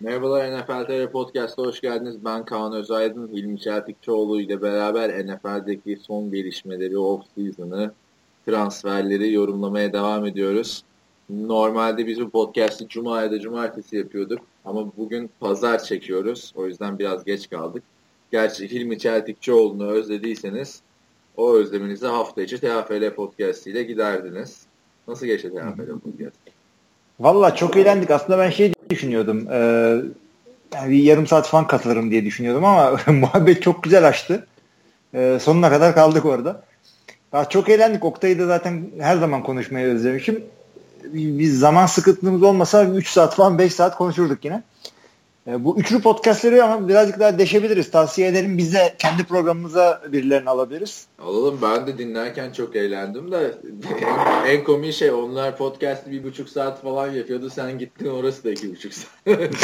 Merhabalar, NFL TR Podcast'a hoş geldiniz. Ben Kaan Özaydın, Hilmi Çeltikçioğlu ile beraber NFL'deki son gelişmeleri, off-season'ı, transferleri yorumlamaya devam ediyoruz. Normalde biz bu podcast'i Cuma ya da Cumartesi yapıyorduk ama bugün Pazar çekiyoruz. O yüzden biraz geç kaldık. Gerçi Hilmi Çeltikçioğlu'nu özlediyseniz o özleminizi hafta içi TFL Podcast ile giderdiniz. Nasıl geçti TFL Podcast? Valla çok eğlendik. Aslında ben şey düşünüyordum. Yani bir yarım saat falan katılırım diye düşünüyordum ama muhabbet çok güzel açtı. Sonuna kadar kaldık orada. Çok eğlendik. Oktay'ı da zaten her zaman konuşmayı özlemişim. Biz zaman sıkıntımız olmasa 3 saat falan 5 saat konuşurduk yine. Bu üçlü podcastleri ama birazcık daha deşebiliriz. Tavsiye ederim. Biz de kendi programımıza birilerini alabiliriz. Alalım. Ben de dinlerken çok eğlendim de en komik şey onlar podcast'ı 1,5 saat falan yapıyordu. Sen gittin orası da 2,5 saat.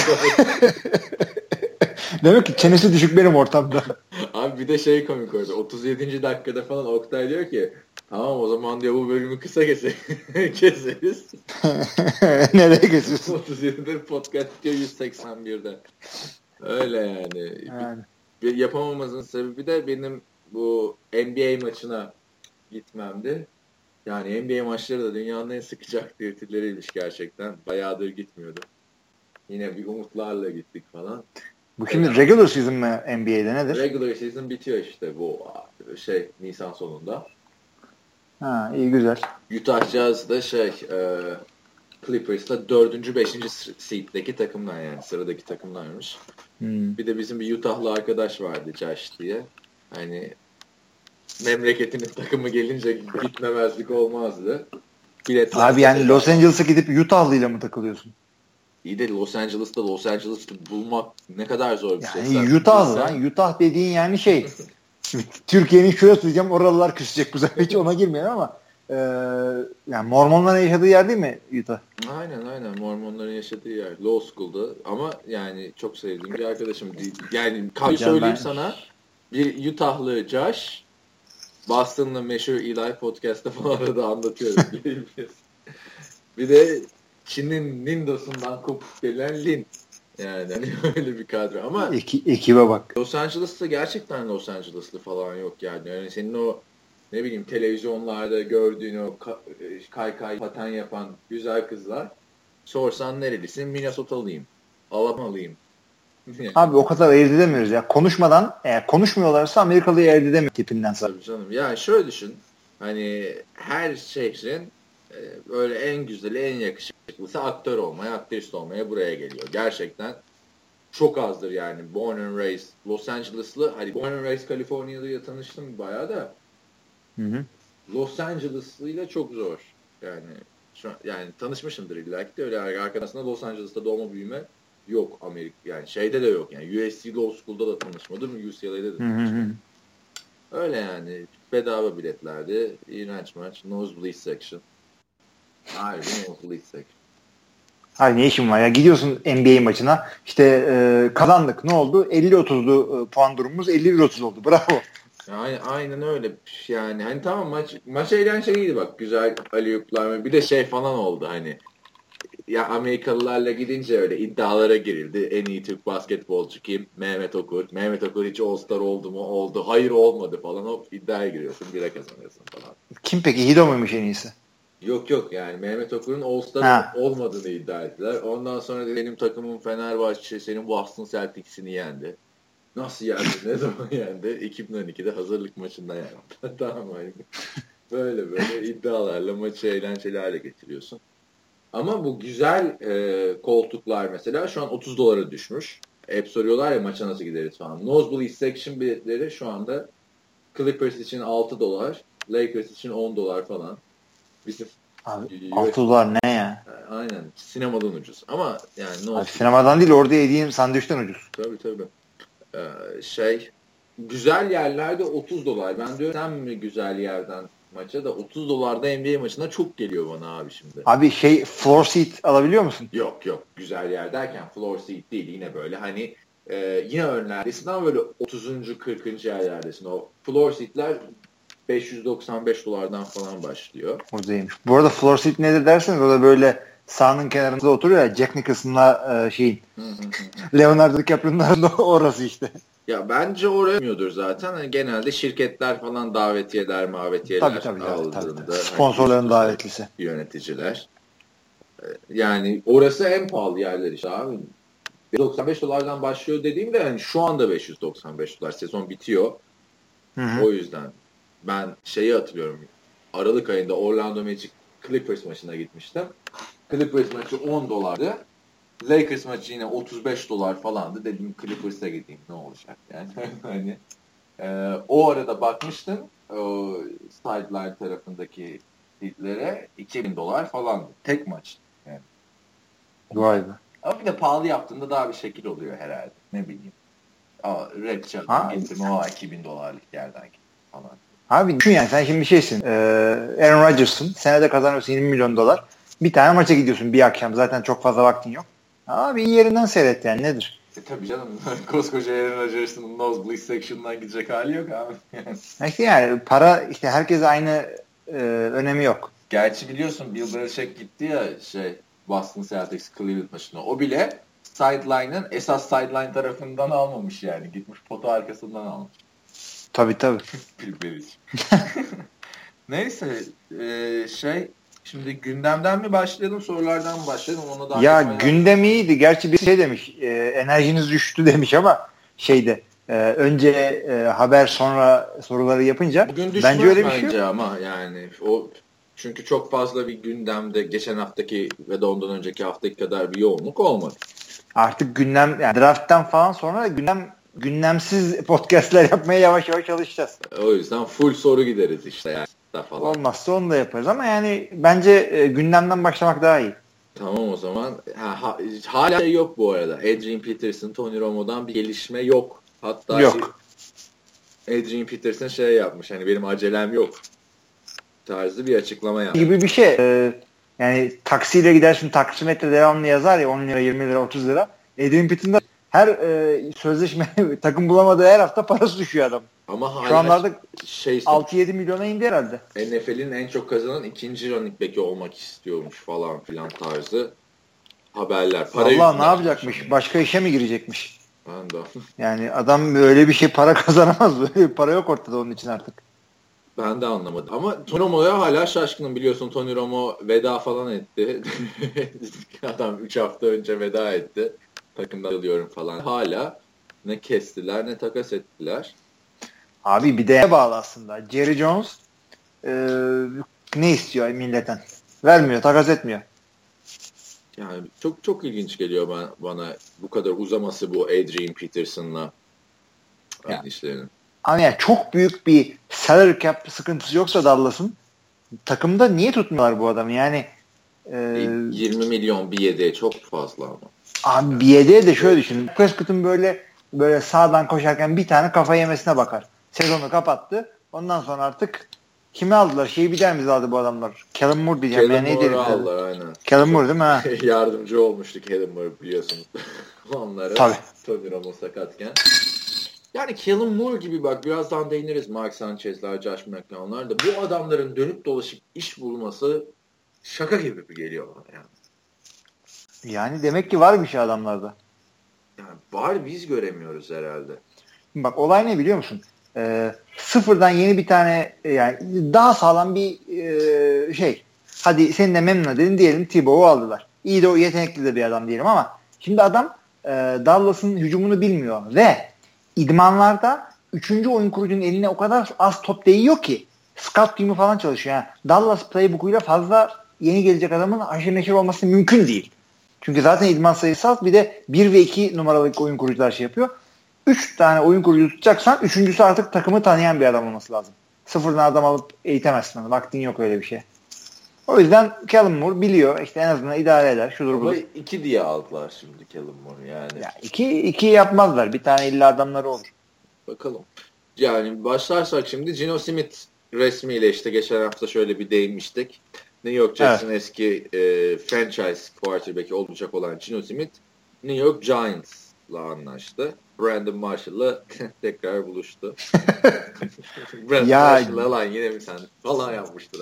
Demek ki çenesi düşük benim ortamda. Abi bir de şey komik orada. 37. dakikada falan Oktay diyor ki tamam o zaman diyor bu bölümü kısa keseriz. Nereye geçiyorsun? 37'de podcast diyor 181'de. Öyle yani. Yapamamamızın sebebi de benim bu NBA maçına gitmemdi. Yani NBA maçları da dünyanın en sıkıcı aktiviteleriymiş gerçekten. Bayağıdır gitmiyordum. Yine bir umutlarla gittik falan. Bu şimdi regular season mı NBA'de nedir? Regular season bitiyor işte bu Nisan sonunda. Ha, iyi güzel. Utah Jazz da Clippers'ta 4. 5. seed'deki takımlar yani sıradaki takımlarmış. Bir de bizim bir Utah'lı arkadaş vardı Josh diye. Hani memleketinin takımı gelince gitmemezlik olmazdı. Biletler abi yani Los Angeles'a gidip Utah'lıyla mı takılıyorsun? İyi de Los Angeles'ta bulmak ne kadar zor bir şey. Yani Utah'lı lan. Utah dediğin yani Türkiye'nin şurası diyeceğim oralılar küsecek bu sefer hiç ona girmeyelim ama yani Mormonların yaşadığı yer değil mi Utah? Aynen Mormonların yaşadığı yer. Law School'da ama yani çok sevdiğim bir arkadaşım. Yani söyleyeyim sana bir Utah'lı Josh Boston'la meşhur Eli Podcast'ta falan da anlatıyorum. Bir de Çin'in Nindos'undan kopup gelen Lin. Yani hani öyle bir kadro ama ekibe bak. Los Angeles'ta gerçekten Los Angeles'lı falan yok yani. Yani senin o ne bileyim televizyonlarda gördüğün o kaykay paten yapan güzel kızlar sorsan nerelisin? Minnesotalıyım. Alamalıyım. Yani. Abi o kadar ayırt edemiyoruz ya. Konuşmadan eğer konuşmuyorlarsa Amerikalıyı ayırt edemiyor tipinden sonra. Tabii canım. Yani şöyle düşün. Hani her şehrin böyle en güzeli, en yakışıklısı aktör olmaya, aktrist olmaya buraya geliyor. Gerçekten çok azdır yani. Born and raised Los Angeles'lı. Hani born and raised Kaliforniya'da tanıştım bayağı da. Hı. Los Angeles'lıyla çok zor. Yani tanışmışımdır illa ki de öyle arkadaşında Los Angeles'ta doğma büyüme yok Amerika. Yani şeyde de yok. Yani USC Law School'da da tanışmadım. UCLA'de de tanışmadım. Öyle yani. Bedava biletlerdi. İğrenç maç. Nosebleed section. Harbi nosebleed section. Hayır ne işin var ya? Gidiyorsun NBA maçına. İşte kazandık. Ne oldu? 50-30'lu puan durumumuz 51-30 oldu. Bravo. Aynen öyle. Yani hani tamam maç eğlenceliydi bak. Güzel alley-oop'lar. Bir de falan oldu hani. Ya Amerikalılarla gidince öyle iddialara girildi. En iyi Türk basketbolcu kim? Mehmet Okur. Mehmet Okur hiç All-Star oldu mu? Oldu. Hayır olmadı falan. Hop iddiaya giriyorsun. Bire kazanıyorsun falan. Kim peki? Hido muymuş en iyisi? Yok yani Mehmet Okur'un All-Star olmadığını iddia ettiler. Ondan sonra benim takımım Fenerbahçe senin Boston Celtics'ini yendi. Nasıl yendi? Ne zaman yendi? 2012'de hazırlık maçında yendi. Tamam abi. Böyle iddialarla maçı eğlenceli hale getiriyorsun. Ama bu güzel koltuklar mesela şu an $30 düşmüş. Hep soruyorlar ya maça nasıl gideriz falan. Nosebleed section biletleri şu anda Clippers için $6, Lakers için $10 falan. Bizim abi $6 ne ya? Aynen. Sinemadan ucuz. Ama yani abi, sinemadan değil orada yediğin sandviçten ucuz. Tabii. Güzel yerlerde $30. Ben diyorum sen mi güzel yerden maça da $30'da NBA maçına çok geliyor bana abi şimdi. Abi floor seat alabiliyor musun? Yok. Güzel yer derken floor seat değil yine böyle hani yine önlerdesin ama böyle 30. 40. yerlerdesin. O floor seatler $595'dan falan başlıyor. Oradaymış. Bu arada floor seat nedir derseniz o da böyle sahanın kenarında oturuyor ya, Jack Nicholson'la Leonardo DiCaprio'nun arasında orası işte. Ya bence oraya gitmiyordur zaten. Yani genelde şirketler falan davetiyeler Tabii. aldığında. Sponsorların davetlisi. Yöneticiler. Yani orası en pahalı yerler işte abi. $95 başlıyor dediğimde yani şu anda $595 sezon bitiyor. Hı. O yüzden ben şeyi hatırlıyorum. Aralık ayında Orlando Magic Clippers maçına gitmiştim. Clippers maçı $10'dı. Lakers maçı yine $35 falandı. Dedim Clippers'a gideyim ne olacak yani. Hani o arada bakmıştım o sideline tarafındaki seatlere $2,000 falandı. Tek maç. Yani. Vay be. Ama bir de pahalı yaptığında daha bir şekil oluyor herhalde. Ne bileyim. Rap çaldım getirme o $2,000'lık yerden falan. Abi düşün yani sen şimdi bir şeysin. Aaron Rodgers'ın. Senede kazanıyorsun $20 milyon. Bir tane maça gidiyorsun bir akşam. Zaten çok fazla vaktin yok. Abi iyi yerinden seyret yani nedir? Tabii canım. Koskoca Aaron Rodgers'ın nosebleed section'dan gidecek hali yok abi. İşte yani para işte herkese aynı önemi yok. Gerçi biliyorsun Bill Belichick gitti ya Boston Celtics Cleveland maçına. O bile sideline'ın esas sideline tarafından almamış yani. Gitmiş pota arkasından almış. Tabii. Bill Belichick. Neyse şimdi gündemden mi başlayalım sorulardan mı başlayalım? Ona daha ya gündem iyiydi. Gerçi bir şey demiş enerjiniz düştü demiş ama önce haber sonra soruları yapınca bugün bence öyle bir şey yok. Ama yani o çünkü çok fazla bir gündemde geçen haftaki ve de ondan önceki haftaki kadar bir yoğunluk olmadı. Artık gündem yani draft'tan falan sonra gündemsiz podcastler yapmaya yavaş yavaş çalışacağız. O yüzden full soru gideriz işte yani. Falan. Olmazsa onu da yaparız ama yani bence gündemden başlamak daha iyi. Tamam o zaman. Hala yok bu arada. Adrian Peterson, Tony Romo'dan bir gelişme yok. Hatta yok. Adrian Peterson yapmış. Hani benim acelem yok. Tarzı bir açıklama yapmış. Gibi bir şey. Yani taksiyle gidersin taksimetre devamlı yazar ya 10 lira 20 lira 30 lira. Adrian Peterson'da her sözleşme takım bulamadığı her hafta parası düşüyor adam. Ama hala şu anlarda 6-7 milyona indi herhalde. NFL'in en çok kazanan ikinci running back'i olmak istiyormuş falan filan tarzı haberler. Valla ne yapacakmış? Başka işe mi girecekmiş? Ben de. Yani adam böyle bir şey para kazanamaz. Böyle bir para yok ortada onun için artık. Ben de anlamadım. Ama Tony Romo'ya hala şaşkınım. Biliyorsun Tony Romo veda falan etti. Adam 3 hafta önce veda etti. Takımdan alıyorum falan. Hala ne kestiler ne takas ettiler. Abi bir de bağlı aslında. Jerry Jones ne istiyor milletten? Vermiyor, takas etmiyor. Yani çok çok ilginç geliyor bana bu kadar uzaması bu Adrian Peterson'la işlerinin. Ama yani çok büyük bir salary cap sıkıntısı yoksa Dallas'ın takımda niye tutmuyorlar bu adamı? Yani 20 milyon bir yedeğe çok fazla ama. Abi bir yedeğe de şöyle düşünün. Prescott'un böyle sağdan koşarken bir tane kafa yemesine bakar. Sezonu kapattı. Ondan sonra artık kimi aldılar? bir der miyiz aldı bu adamlar? Callum Moore diyeceğim. Callum Moore'u aldılar aynen. Callum Moore değil mi ha? Yardımcı olmuştu Callum Moore biliyorsunuz. Onlara. Tabii. Tony Romo sakatken. Yani Callum Moore gibi bak birazdan değiniriz Mark Sanchez'ler, Josh McCown'lar da bu adamların dönüp dolaşıp iş bulması şaka gibi geliyor bana yani. Yani demek ki var bir şey adamlarda. Yani var biz göremiyoruz herhalde. Bak olay ne biliyor musun? Sıfırdan yeni bir tane yani daha sağlam bir hadi senin de memnun edin diyelim Tebow'u aldılar. İyi de o yetenekli de bir adam diyelim ama şimdi adam Dallas'ın hücumunu bilmiyor ve idmanlarda 3. oyun kurucunun eline o kadar az top değiyor ki scout team'i falan çalışıyor. Yani Dallas playbook'uyla fazla yeni gelecek adamın aşırı neşir olması mümkün değil. Çünkü zaten idman sayısı az bir de 1 ve 2 numaralık oyun kurucular yapıyor. 3 tane oyun kurucu tutacaksan 3.'sü artık takımı tanıyan bir adam olması lazım. Sıfırdan adam alıp eğitemezsin. Vaktin yok öyle bir şey. O yüzden Callum Moore biliyor. İşte en azından idare eder. Şudur budur. 2 diye aldılar şimdi Callum Moore yani. Ya 2 yapmazlar. Bir tane illa adamları olur. Bakalım. Yani başlarsak şimdi Geno Smith resmiyle işte geçen hafta şöyle bir değinmiştik. New York Jets'in eski franchise quarterback'i olacak olan Geno Smith New York Giants'la anlaştı. Brandon Marshall'la tekrar buluştu. Brandon Marshall'la lan yine mi sen falan yapmıştılar.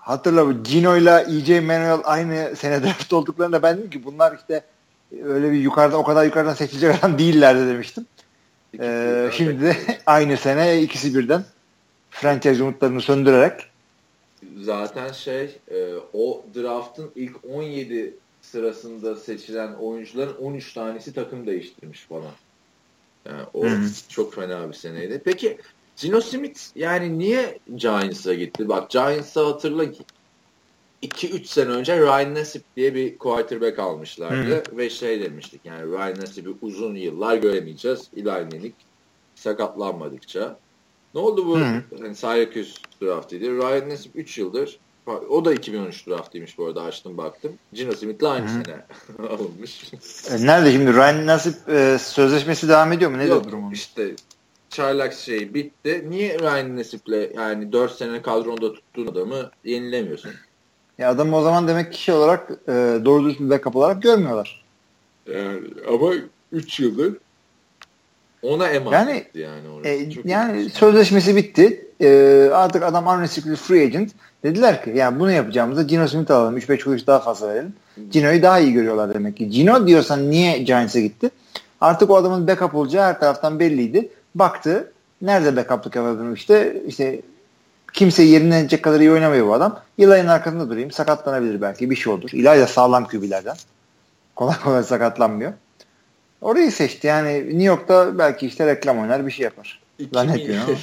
Hatırla bu Gino'yla E.J. Manuel aynı sene draft olduklarında ben dedim ki bunlar işte öyle bir yukarıda o kadar yukarıdan seçilecek adam değillerdi demiştim. Şimdi de aynı sene ikisi birden franchise umutlarını söndürerek zaten o draftın ilk 17 sırasında seçilen oyuncuların 13 tanesi takım değiştirmiş falan. Yani o çok fena bir seneydi. Peki Geno Smith yani niye Giants'a gitti? Bak Giants'a hatırla 2-3 sene önce Ryan Nassib diye bir quarterback almışlardı ve demiştik yani Ryan Nassib'i uzun yıllar göremeyeceğiz. Eli Manning sakatlanmadıkça. Ne oldu bu? Yani Syracuse draftıydı. Ryan Nassib 3 yıldır. O da 2013 draftıymış bu arada, açtım baktım. Geno Smith'le aynı sene alınmış. Nerede şimdi? Ryan Nassib sözleşmesi devam ediyor mu? Ne diyor durumu? İşte çaylak bitti. Niye Ryan Nassib'le yani 4 sene kadronda tuttuğun adamı yenilemiyorsun? Ya adamı o zaman demek kişi olarak doğru düzgün bir backup olarak görmüyorlar. Ama 3 yıldır ona emanet etti yani. Yani sözleşmesi bitti. Artık adam unrestricted free agent. Dediler ki yani bunu yapacağımızda Geno Smith alalım. 3-5 kuruş daha fazla verelim. Geno'yu daha iyi görüyorlar demek ki. Geno diyorsan niye Giants'a gitti? Artık o adamın backup olacağı her taraftan belliydi. Baktı. Nerede backup'lık yapabilirim işte kimseyi yerinden edecek kadar iyi oynamıyor bu adam. Eli'nin arkasında durayım. Sakatlanabilir belki. Bir şey olur. Eli de sağlam QB'lerden. Kolay kolay sakatlanmıyor. Orayı seçti. Yani New York'ta belki işte reklam oynar bir şey yapar. Zannetmiyorum.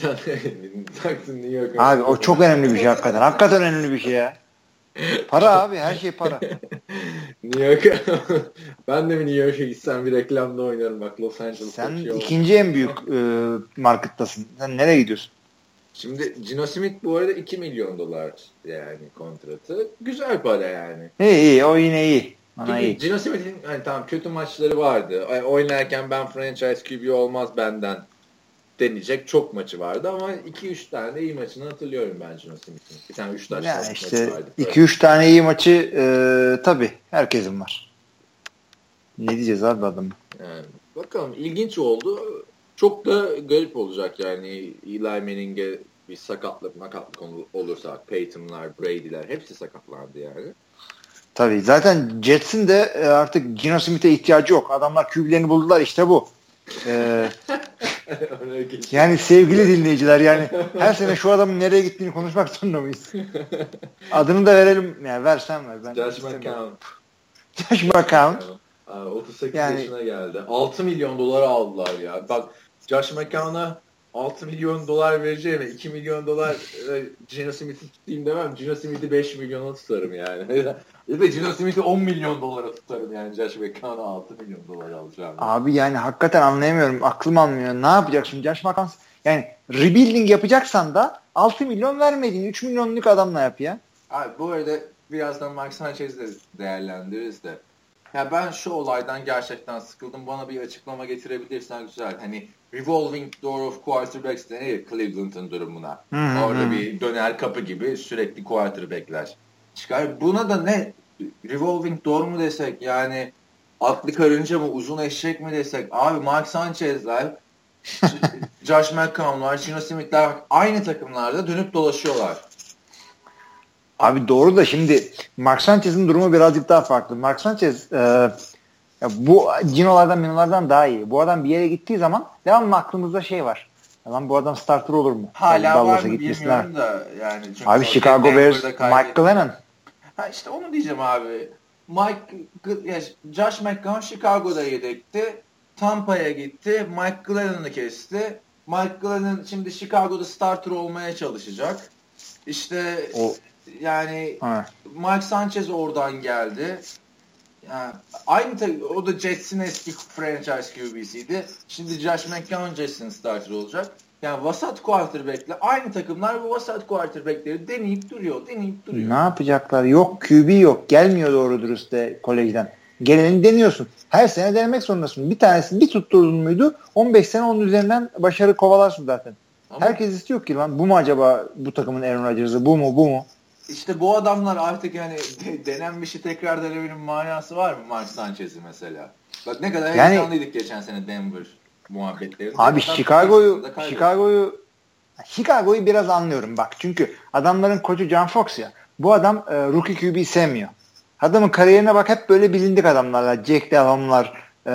Abi o çok önemli bir şey hakikaten. Hakikaten önemli bir şey ya. Para abi. Her şey para. New York'a ben de mi New York'a gitsem bir reklamda oynarım bak Los Angeles'ta. Sen ikinci en büyük markettasın. Sen nereye gidiyorsun? Şimdi Geno Smith bu arada $2 milyon yani kontratı. Güzel para yani. İyi o yine iyi. Geno Smith'in hani tamam kötü maçları vardı. Oynarken ben franchise QB olmaz benden deneyecek çok maçı vardı ama 2-3 tane iyi maçını hatırlıyorum ben Geno Smith'in. Bir tane 3 taş yani işte 2-3 tane iyi maçı tabii herkesin var. Ne diyeceğiz abi adamı? Yani bakalım, ilginç oldu. Çok da garip olacak yani Eli Manning'e bir sakatlık olursa Peyton'lar, Brady'ler hepsi sakatlandı yani. Tabii zaten Jets'in de artık Geno Smith'e ihtiyacı yok. Adamlar QB'lerini buldular işte bu. Yani sevgili dinleyiciler yani her sene şu adamın nereye gittiğini konuşmak zorunda mıyız? Adını da verelim. Yani versen ver. Ben Josh McCown. Josh McCown. 38 yaşına geldi. $6 milyon aldılar ya. Bak Josh McCown'a $6 milyon vereceğime $2 milyon Geno Smith'i tutayım demem. Geno Smith'i $5 milyona tutarım yani. Ya da Geno Smith'i $10 milyon tutarım yani. Josh McCown'a $6 milyon alacağım. Abi yani hakikaten anlayamıyorum. Aklım almıyor. Ne yapacaksın Josh McCown? Yani rebuilding yapacaksan da 6 milyon vermediğin 3 milyonluk adamla yap ya. Abi bu arada birazdan Mark Sanchez'i de değerlendiririz de. Ya ben şu olaydan gerçekten sıkıldım. Bana bir açıklama getirebilirsen güzel. Hani revolving door of quarterbacks denir Cleveland'ın durumuna. Orada bir döner kapı gibi sürekli quarterback'ler çıkar. Buna da ne? Revolving door mu desek? Yani atlı karınca mı? Uzun eşek mi desek? Abi Mark Sanchez'ler, Josh McCown'lar, Geno Smith'ler aynı takımlarda dönüp dolaşıyorlar. Abi doğru da şimdi Mark Sanchez'in durumu birazcık daha farklı. Mark Sanchez bu Gino'lardan daha iyi. Bu adam bir yere gittiği zaman devamlı aklımızda şey var. Lan bu adam starter olur mu? Hala var mı bilmiyorum da yani. Abi Chicago Bears, Mike Glennon. Ha işte onu diyeceğim abi. Josh McCown Chicago'da yedekti. Tampa'ya gitti. Mike Glennon'ı kesti. Mike Glennon şimdi Chicago'da starter olmaya çalışacak. İşte yani Mike Sanchez oradan geldi. Yani o da Jets'in eski franchise QB'siydi. Şimdi Josh McCown Jets'in starter olacak. Yani vasat quarterback'le aynı takımlar bu vasat quarterback'leri deneyip duruyor. Ne yapacaklar? Yok QB yok. Gelmiyor doğru dürüst de kolejden. Geleni deniyorsun. Her sene denemek zorundasın. Bir tanesini bir tutturdun muydu 15 sene onun üzerinden başarı kovalarsın zaten. Ama herkes istiyor ki lan bu mu acaba bu takımın Aaron Rodgers'ı, bu mu? İşte bu adamlar artık yani denenmişi tekrar denemenin manası var mı Mark Sanchez'i mesela? Bak ne kadar heyecanlıydık geçen sene Denver muhabbetlerinde. Abi Chicago'yu Chicago'yu biraz anlıyorum bak. Çünkü adamların koçu John Fox ya. Bu adam rookie QB'yi sevmiyor. Adamın kariyerine bak, hep böyle bilindik adamlarla. Jack Delhomme'lar,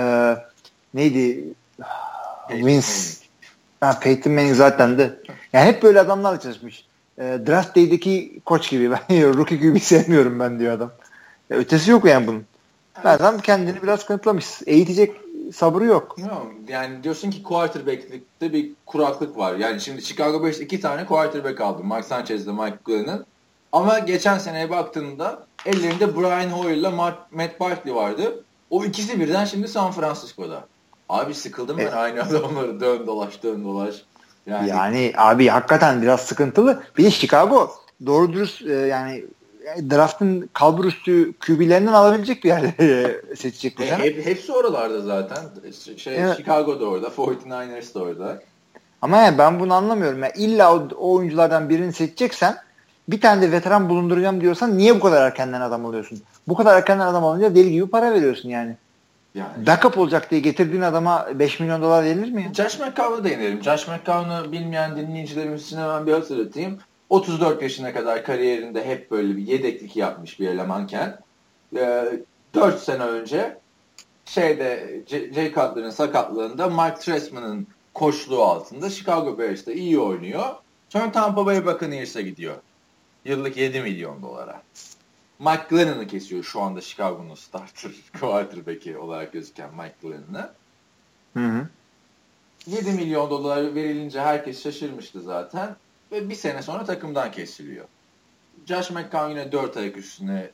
neydi? Vince. Peyton Manning zaten de. Yani hep böyle adamlarla çalışmış. Draft Day'deki koç gibi. Ben rookie QB'yi sevmiyorum ben diyor adam. Ötesi yok yani bunun. Evet. Adam kendini biraz kanıtlamış. Eğitecek sabrı yok. Yani diyorsun ki quarterback'likte bir kuraklık var. Yani şimdi Chicago Bears 2 tane quarterback aldı. Mark Sanchez'le Mike Glenn'ın. Ama geçen seneye baktığında ellerinde Brian Hoyer'la Matt Barkley vardı. O ikisi birden şimdi San Francisco'da. Abi sıkıldım ben aynı adamları dön dolaş. Yani abi hakikaten biraz sıkıntılı. Bir de Chicago doğru dürüst yani draft'ın kalbur üstü QB'lerinden alabilecek bir yerde seçecek bu sene. Hepsi oralarda zaten. Evet. Chicago da orada, 49ers da orada. Ama yani ben bunu anlamıyorum. Yani illa o oyunculardan birini seçeceksen, bir tane de veteran bulunduracağım diyorsan niye bu kadar erkenden adam alıyorsun? Bu kadar erkenden adam alınca deli gibi para veriyorsun yani. Backup olacak diye getirdiğin adama $5 milyon verilir mi? Josh McCown'a değinelim. Josh McCown'u bilmeyen dinleyicilerimiz için hemen bir hatırlatayım. 34 yaşına kadar kariyerinde hep böyle bir yedeklik yapmış bir elemanken 4 sene önce Jay Cutler'ın sakatlığında Mark Trestman'ın koçluğu altında Chicago Bears'ta iyi oynuyor. Sonra Tampa Bay Buccaneers'a gidiyor. Yıllık $7 milyon. Mike Glennon'ı kesiyor şu anda Chicago'nun starter quarterback'i olarak gözüken Mike Glennon'ı. Hı. $7 milyon verilince herkes şaşırmıştı zaten. Ve bir sene sonra takımdan kesiliyor. Josh McCown yine 4 ayak üstüne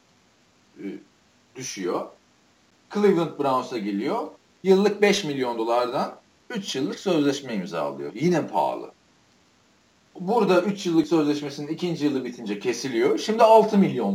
düşüyor. Cleveland Browns'a geliyor. Yıllık $5 milyon 3 yıllık sözleşme imzalıyor. Yine pahalı. Burada 3 yıllık sözleşmesinin 2. yılı bitince kesiliyor. Şimdi $6 milyon.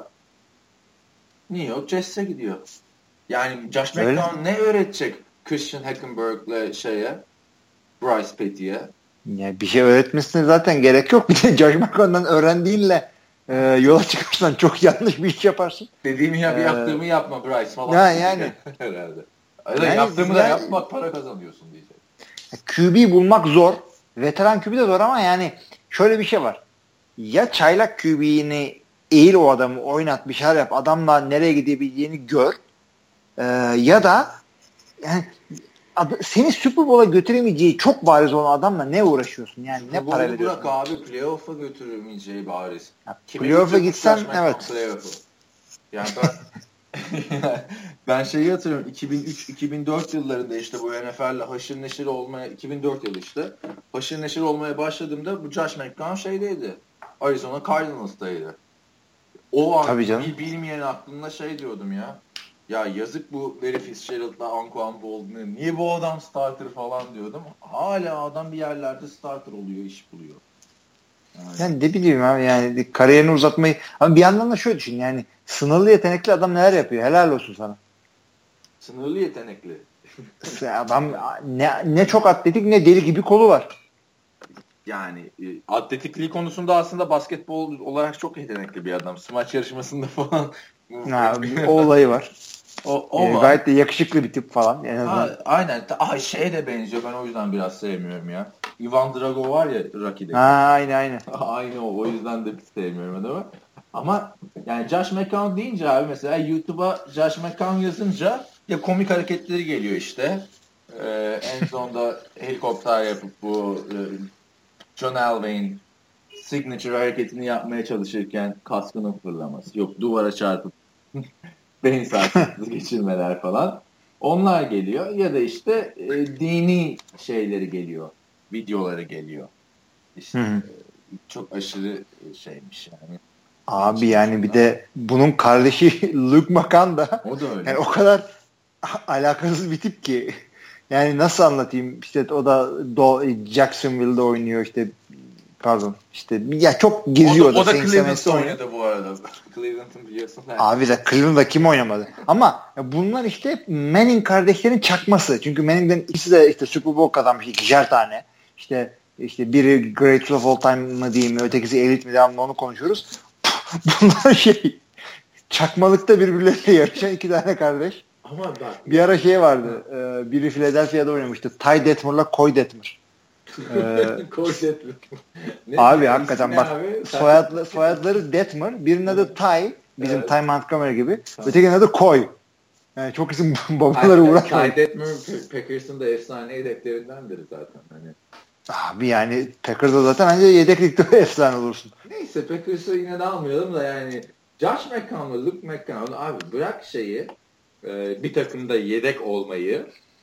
New York Jets'e gidiyor. Yani Josh McCown ne öğretecek Christian Hackenberg'le Bryce Petty'ye? Ya bir şey öğretmesine zaten gerek yok. Bir de Josh McCown'dan öğrendiğinle yola çıkarsan çok yanlış bir iş yaparsın. Dediğimi yaptığımı yapma Bryce falan. Yani. Herhalde. Yani yaptığımı da yap, bak para kazanıyorsun diyecek. QB bulmak zor. Veteran QB de zor ama yani şöyle bir şey var. Ya çaylak QB'ni eğil, o adamı oynat, bir şeyler yap. Adamla nereye gidebileceğini gör. Ya da yani seni Super Bowl'a götüremeyeceği çok bariz olan adamla ne uğraşıyorsun? Yani ne para veriyorsun? Bırak abi, playoff'a götüremeyeceği bariz. Playoff'a gitsen evet. Yani ben şeyi hatırlıyorum, 2003-2004 yıllarında işte bu NFL'le haşır neşir olmaya, 2004 yılı işte haşır neşir olmaya başladığımda bu Josh McCown şeydeydi, Arizona Cardinals'taydı. O an bilmeyen aklımda diyordum ya yazık bu Larry Fitzgerald'la Anquan Boldin'e, niye bu adam starter falan diyordum. Hala adam bir yerlerde starter oluyor, iş buluyor. Yani ne bileyim abi, yani kariyerini uzatmayı, ama bir yandan da şöyle düşün, yani sınırlı yetenekli adam neler yapıyor, helal olsun sana. Sınırlı yetenekli. Adam ne çok atletik ne deli gibi kolu var. Yani atletikliği konusunda aslında basketbol olarak çok yetenekli bir adam. Smaç yarışmasında falan. O olayı var. O gayet de yakışıklı bir tip falan. Aynen. Şeye de benziyor. Ben o yüzden biraz sevmiyorum ya. Ivan Drago var ya Rocky'deki. Aynı. Aynı o. O yüzden de sevmiyorum adamı. Ama yani Josh McCown deyince abi, mesela YouTube'a Josh McCown yazınca ya komik hareketleri geliyor işte. En sonunda helikopter yapıp bu John Elway'in signature hareketini yapmaya çalışırken kaskının fırlaması. Yok, duvara çarpıp beyin sarsıntısı geçirmeler falan. Onlar geliyor. Ya da işte dini şeyleri geliyor. Videoları geliyor. İşte çok aşırı şeymiş yani. Abi yani bir de bunun kardeşi Luke McCann da o da öyle. Yani o kadar alakasız bir tip ki. Yani nasıl anlatayım? İşte o da Jacksonville'de oynuyor işte, pardon. İşte ya çok geziyor da. O da Cleveland'da oynadı bu arada. Cleveland'ın biliyorsun. Abi de Cleveland'da kim oynamadı? Ama bunlar işte Manning kardeşlerin çakması. Çünkü Manning'den ikisi de işte Super Bowl kazanmış, ikişer tane. İşte biri Greatest of All Time mı diyeyim, ötekisi Elite mi, devamlı onu konuşuyoruz. Bunlar çakmalıkta birbirleriyle yarışan iki tane kardeş. Ama bak, bir ara vardı. Biri Philadelphia'da oynamıştı. Ty Detmer'la Coy Detmer. Corset. Abi hakikaten bak soyadları Detmer, birinin adı Ty, bizim Ty Montgomery gibi. Ötekinin adı Coy. Yani çok isim babaları uğraşmıyor. Ty Detmer Packers'ın da efsane yedeklerindendir zaten. Hani. Abi yani Packers'da zaten ancak yedeklikte efsane olursun. Neyse Packers'ı yine de almayalım da yani Josh McCown'la Luke McCown abi bırak bir takımda yedek olmayı,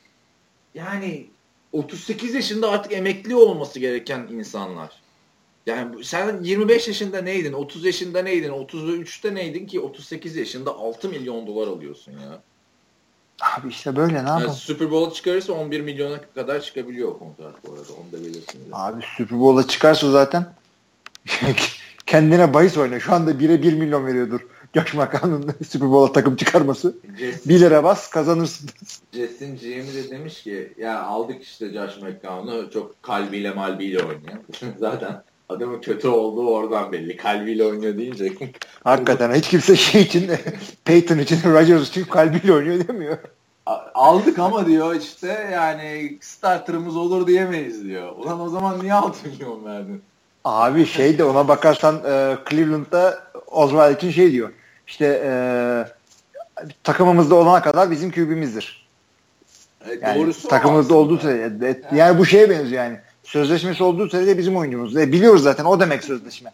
yani 38 yaşında artık emekli olması gereken insanlar. Yani sen 25 yaşında neydin, 30 yaşında neydin, 33'te neydin ki 38 yaşında 6 milyon dolar alıyorsun ya. Abi işte böyle ne yapalım? Yani Super Bowl'a çıkarırsa 11 milyona kadar çıkabiliyor o kontrat bu arada. Onu da belirsin. Abi Super Bowl'a çıkarsa zaten kendine bahis oynuyor. Şu anda 1'e 1 milyon veriyordur. Josh McCown'un Super Bowl'a takım çıkarması. 1 lira bas kazanırsın. Jets'in GM'i de demiş ki ya aldık işte Josh McCown'u, çok kalbiyle malbiyle oynuyor. Zaten adamın kötü olduğu oradan belli. Kalbiyle oynuyor deyince. Hakikaten hiç kimse için Peyton için, Rodgers için kalbiyle oynuyor demiyor. Aldık ama diyor işte yani starterımız olur diyemeyiz diyor. Ulan o zaman niye 6 milyon verdin? Abi de ona bakarsan Cleveland'da Osweiler için diyor. İşte takımımızda olana kadar bizim QB'mizdir. Yani doğrusu takımımızda olduğu sürece. Yani bu şeye benziyor yani. Sözleşmesi olduğu sürece bizim oyuncumuz. Biliyoruz zaten o demek sözleşme.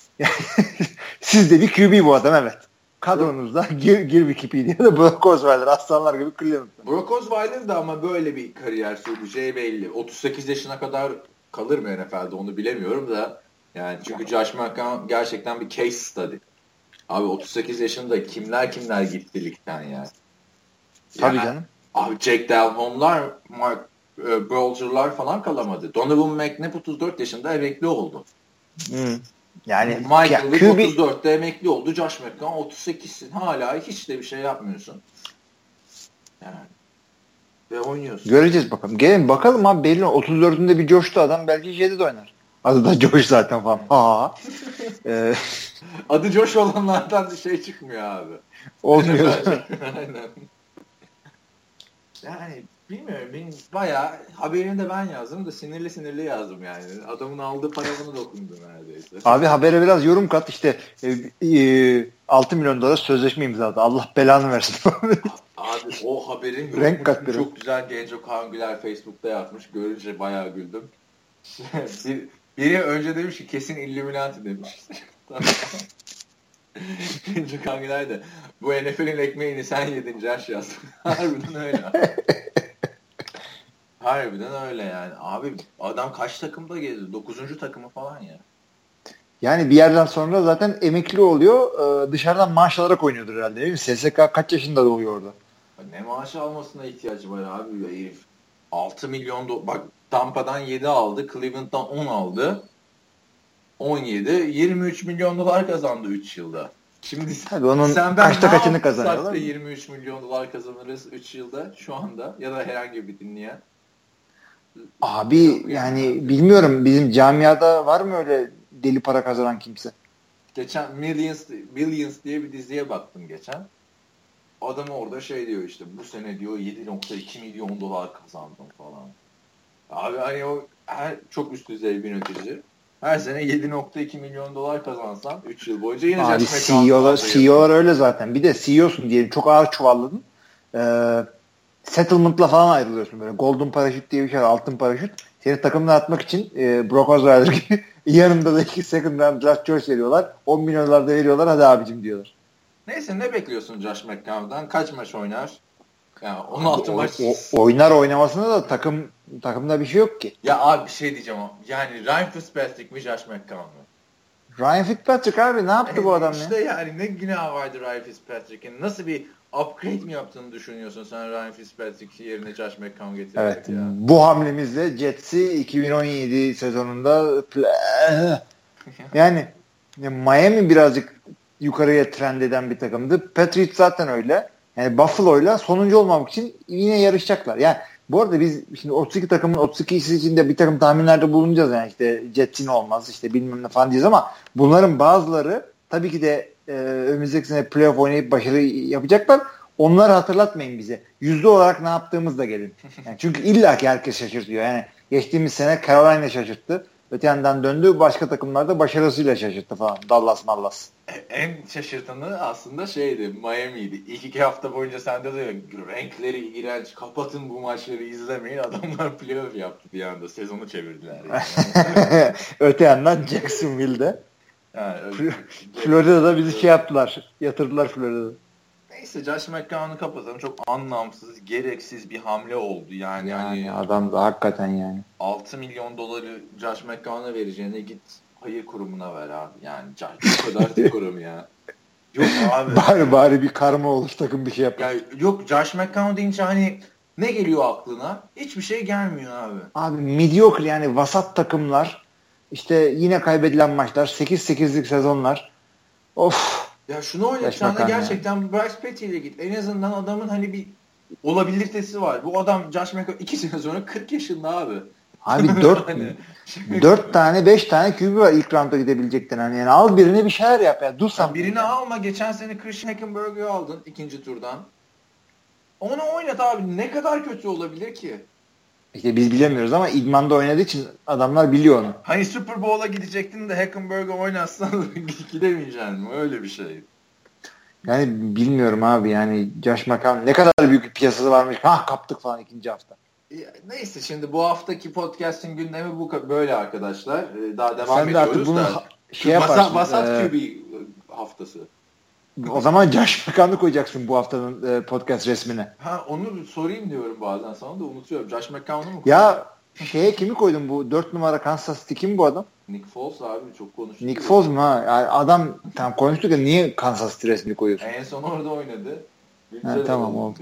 Siz de bir QB bu adam, evet. Kadronuzda gir Wikipedia'ya da Brock Osweiler aslanlar gibi Cleveland'da. Brock Osweiler da ama böyle bir kariyer süreceği belli. 38 yaşına kadar kalır mı NFL'de onu bilemiyorum da. Yani çünkü Josh McCown gerçekten bir case study. Abi 38 yaşında kimler gitti ligden ya. Tabii canım. Abi Jake Delhome'lar, Mark Browser'lar falan kalamadı. Donovan McNabb 34 yaşında emekli oldu. Yani Michael Vick 34'te emekli oldu. Josh McCown 38'sin. Hala hiç de bir şey yapmıyorsun. Yani. Ve oynuyorsun. Göreceğiz bakalım. Gelin bakalım abi, belli 34'ünde bir coştu adam. Belki de oynar. Adı da Josh zaten falan. Adı Josh olanlardan bir şey çıkmıyor abi. Olmuyor. Aynen. Yani bilmiyorum. Benim bayağı haberini de ben yazdım da sinirli yazdım yani. Adamın aldığı paramını dokundu neredeyse. Abi habere biraz yorum kat işte 6 milyon dolar sözleşme imzaladı. Allah belanı versin. Abi o haberin yorumunu çok güzel Genco Kangüler Facebook'ta yazmış. Görünce bayağı güldüm. Biri önce demiş ki kesin Illuminati demiş. Genco Kangüler de bu NFL'in ekmeğini sen yedin Josh yazdı. Harbiden öyle. Harbiden öyle yani. Abi adam kaç takımda gezdi? 9. takımı falan ya. Yani bir yerden sonra zaten emekli oluyor. Dışarıdan maaş alarak oynuyordur herhalde değil mi? SSK kaç yaşında doğuyor orada? Ne maaş almasına ihtiyacı var abi herif. 6 milyon bak Tampa'dan 7 aldı. Cleveland'dan 10 aldı. 17. 23 milyon dolar kazandı 3 yılda. Şimdi sen kaçını kazanıyorlar? 23 milyon dolar kazanırız 3 yılda şu anda ya da herhangi bir dinleyen. Abi yani bilmiyorum, bizim camiada var mı öyle deli para kazanan kimse? Geçen Billions diye bir diziye baktım geçen. Adam orada diyor işte bu sene diyor 7.2 milyon dolar kazandım falan. Abi hani o çok üst düzey bir yönetici. Her sene 7.2 milyon dolar kazansan 3 yıl boyunca yine abi CEO'lar öyle zaten. Bir de CEO'sun diyelim, çok ağır çuvalladın. Settlement'la falan ayrılıyorsun böyle. Golden paraşüt diye bir şey var. Altın paraşüt. Seni takımına atmak için Brock Osweiler gibi yanında da 2 second round draft choice veriyorlar. 10 milyon dolar da veriyorlar. Hadi abicim diyorlar. Neyse ne bekliyorsun Josh McCown'dan? Kaç maç oynar? Yani 16 maç. Oynar oynamasına da takımda bir şey yok ki. Ya abi bir şey diyeceğim ama. Yani Ryan Fitzpatrick mi Josh McCown mu? Ryan Fitzpatrick abi ne yaptı bu adam ya? İşte yani ne günah vardı Ryan Fitzpatrick'in. Nasıl bir upgrade mi yaptığını düşünüyorsun sen Ryan Fitzpatrick yerine Josh McCown getirerek evet, ya? Bu hamlemizle Jets'i 2017 sezonunda yani Miami birazcık yukarıya trend eden bir takımdı. Patriots zaten öyle. Yani Buffalo'yla sonuncu olmamak için yine yarışacaklar. Yani bu arada biz şimdi 32 takımın 32'si için de bir takım tahminlerde bulunacağız. Yani işte Jets'in olmaz işte bilmem ne falan diyeceğiz ama bunların bazıları tabii ki de önümüzdeki sene playoff oynayıp başarı yapacaklar. Onları hatırlatmayın bize. Yüzde olarak ne yaptığımız da gelin. Yani çünkü illaki herkes şaşırtıyor. Yani Geçtiğimiz sene Carolina şaşırttı. Öte yandan döndü. Başka takımlarda başarısıyla şaşırttı falan. Dallas. En şaşırtanı aslında şeydi, Miami'ydi. İlk 2 hafta boyunca sende de renkleri iğrenç, kapatın bu maçları izlemeyin. Adamlar playoff yaptı bir anda. Sezonu çevirdiler. Yani. Öte yandan Jacksonville'de. Yani, Florida'da bizi şey yaptılar. Yatırdılar Florida'da. Neyse Josh McCown'u kapatalım. Çok anlamsız, gereksiz bir hamle oldu. Yani hani adam da hakikaten yani. $6 milyon Josh McCown'a vereceğine git hayır kurumuna ver abi. Yani o kadar kurum ya. Yok abi. Bari bir karma olur, takım bir şey yapar. Yani yok, Josh McCown deyince hani ne geliyor aklına? Hiçbir şey gelmiyor abi. Abi mediocre, yani vasat takımlar. İşte yine kaybedilen maçlar. 8-8'lik sezonlar. Of. Ya şunu oynatacağına gerçekten Bryce Petty ile git. En azından adamın hani bir olabilitesi var. Bu adam Josh McCown 2 sene sonra 40 yaşında abi. Abi 4 tane 5 tane QB var ilk roundda gidebilecekten. Hani yani al birini bir şeyler yap ya. Dur sen. Birini alma. Geçen sene Christian Hackenberg'ü aldın ikinci turdan. Onu oynat abi. Ne kadar kötü olabilir ki? İşte biz bilemiyoruz ama idmanda oynadığı için adamlar biliyor onu. Hani Super Bowl'a gidecektin de Hackenberg'ü oynatsan gidemeyeceksin mi? Öyle bir şey. Yani bilmiyorum abi, yani Josh McCown ne kadar büyük bir piyasası varmış. Kaptık falan ikinci hafta. Neyse, şimdi bu haftaki podcast'in gündemi bu böyle arkadaşlar. Daha devam sen ediyoruz de artık bunu da. Şey yaparsın. Vasat QB haftası. O zaman Josh McCown'u koyacaksın bu haftanın podcast resmine. Onu sorayım diyorum bazen sana da unutuyorum. Josh McCown'u mu koydun? Ya kimi koydun bu 4 numara Kansas City, kim bu adam? Nick Foles abi, çok konuştuk. Nick Foles mu ha? Yani adam tam konuştuk ya, niye Kansas City resmini koyuyorsun? En son orada oynadı. Tamam oldu.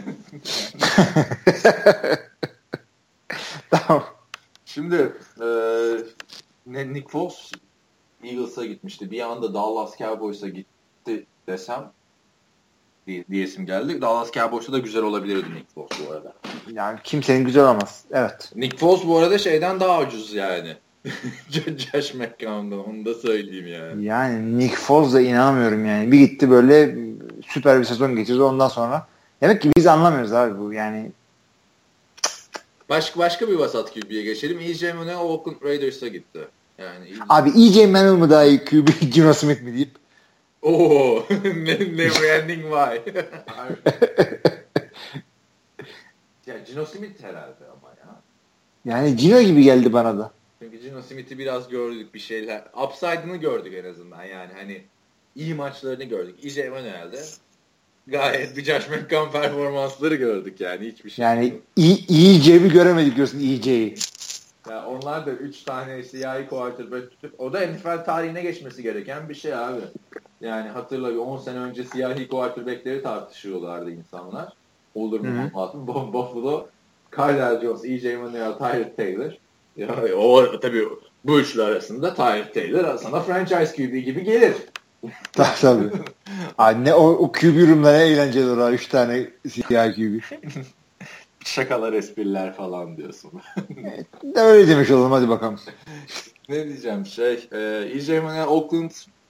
Tamam. Şimdi Nick Foles Eagles'a gitmişti. Bir anda Dallas Cowboys'a gitti desem diyesim geldi. Dallas Cowboys'ta da güzel olabilirdi Nick Foles bu arada. Yani kimsenin güzel olmaz. Evet. Nick Foles bu arada şeyden daha ucuz yani. Josh McCown'dan, onu da söyleyeyim yani. Yani Nick Foles'a inanamıyorum yani. Bir gitti böyle süper bir sezon geçirdi, ondan sonra. Demek ki biz anlamıyoruz abi bu yani. Başka bir vasat QB'ye geçelim. E.J. Manuel Oakland Raiders'a gitti. Yani abi E.J. Manuel mı daha iyi QB, Geno Smith mi deyip? Oo, never ending why. Ya Geno Smith herhalde ama ya. Yani Geno gibi geldi bana da. Çünkü Geno Smith'i biraz gördük, bir şeyler. Upside'ını gördük en azından yani, hani iyi maçlarını gördük. E.J. Manuel'de gayet bir Josh McCown performansları gördük yani, hiçbir şey. Yani iyi cebi göremedik diyorsun, EJ'yi. Ya onlar da 3 tane siyahi quarterback tutup, o da NFL tarihine geçmesi gereken bir şey abi. Yani hatırla, 10 sene önce siyahi quarterback'leri tartışıyorlardı insanlar. Olur mu olmaz mı? Buffalo, Kyle Jones, E.J. Manuel, Tyrod Taylor. Ya, o tabii bu üçlü arasında Tyrod Taylor sana franchise QB gibi gelir. Tabii. Anne o QB room'da ne eğlenceli olur ha, 3 tane siyah QB. Şakalar, espriler falan diyorsun. Öyle demiş olalım, hadi bakalım. Ne diyeceğim E.J. Manuel Oakland,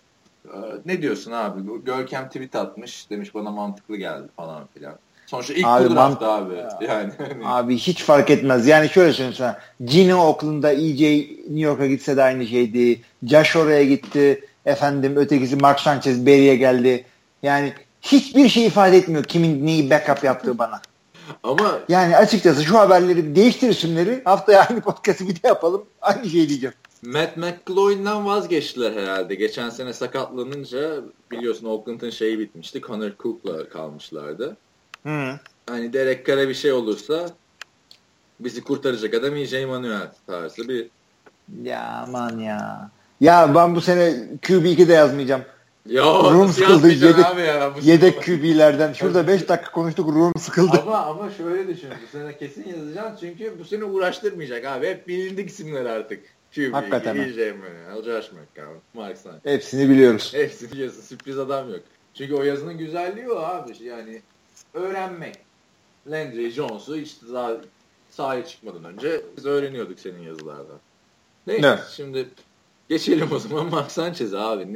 ne diyorsun abi? Görkem tweet atmış, demiş bana mantıklı geldi falan filan. Sonuçta ilk bu draft abi. Yani. Abi hiç fark etmez. Yani şöyle söyleyeyim sana. Geno Oakland'da, EJ New York'a gitse de aynı şeydi. Josh oraya gitti. Efendim ötekisi Mark Sanchez Berry'e geldi. Yani hiçbir şey ifade etmiyor kimin neyi backup yaptığı bana. Ama yani açıkçası şu haberleri değiştir, isimleri. Haftaya aynı podcast'ı bir de yapalım. Aynı şey diyeceğim. Matt McGloin'den vazgeçtiler herhalde. Geçen sene sakatlanınca biliyorsun Oakland'ın şeyi bitmişti. Connor Cook'la kalmışlardı. Hani Derek Carr'a bir şey olursa bizi kurtaracak adam E.J. Manuel tarzı bir. Ya aman ya. Ya ben bu sene QB2'de yazmayacağım. Ya room sıkıldı. Yedek sene. QB'lerden. Şurada 5 dakika konuştuk, room sıkıldı. Ama şöyle düşün. Bu sene kesin yazacağım çünkü bu sene uğraştırmayacak abi. Hep bilindik isimler artık. QB, hakikaten. E.J. Manuel, Josh McCown, Mark Sanchez. Hepsini biliyoruz. Hepsini biliyorsun. Sürpriz adam yok. Çünkü o yazının güzelliği o abi. Yani öğrenmek. Landry Jones'u işte daha sahaya çıkmadan önce biz öğreniyorduk senin yazılardan. Neyse evet. Şimdi geçelim o zaman Mark Sanchez'e abi.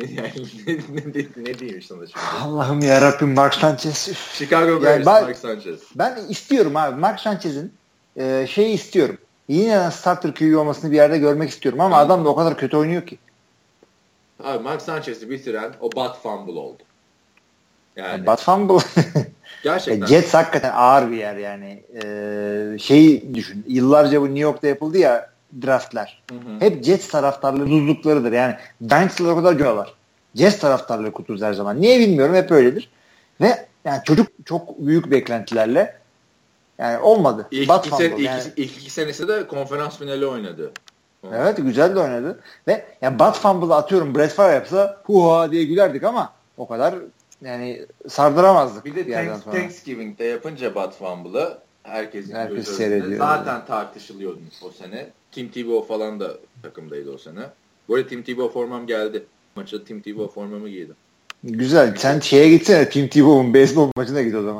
Ne diyeyim sana şimdi? Allah'ım yarabbim, Mark Sanchez. Chicago Bears, Mark Sanchez. Ben istiyorum abi. Mark Sanchez'in şeyi istiyorum. yine starter QB olmasını bir yerde görmek istiyorum ama adam da o kadar kötü oynuyor ki. Abi Mark Sanchez'i bitiren o Bud Fumble oldu. Yani Bud Fumble gerçekten. Jets hakikaten ağır bir yer yani. Şey düşün. Yıllarca bu New York'ta yapıldı ya draftlar. Hı-hı. Hep Jets taraftarları tuzluklarıdır. Yani Giants'lar o kadar görüyorlar. Jets taraftarları kuturuz her zaman. Niye bilmiyorum. Hep öyledir. Ve yani çocuk çok büyük beklentilerle yani olmadı. İlk iki senesi de konferans finali oynadı. Evet, güzel de oynadı. Ve yani Bud Fumble'ı atıyorum Brett Favre yapsa huha diye gülerdik ama o kadar yani sardıramazdık. Bir de Thanksgiving'de yapınca Bud Fumble'ı herkes seyrediyor. Zaten tartışılıyordu o sene. Tim Tebow falan da takımdaydı o sene. Böyle Tim Tebow formam geldi. Maçta Tim Tebow formamı giydim. Güzel. Sen şeye gitsene, Tim Tebow'un beyzbol maçına git o zaman.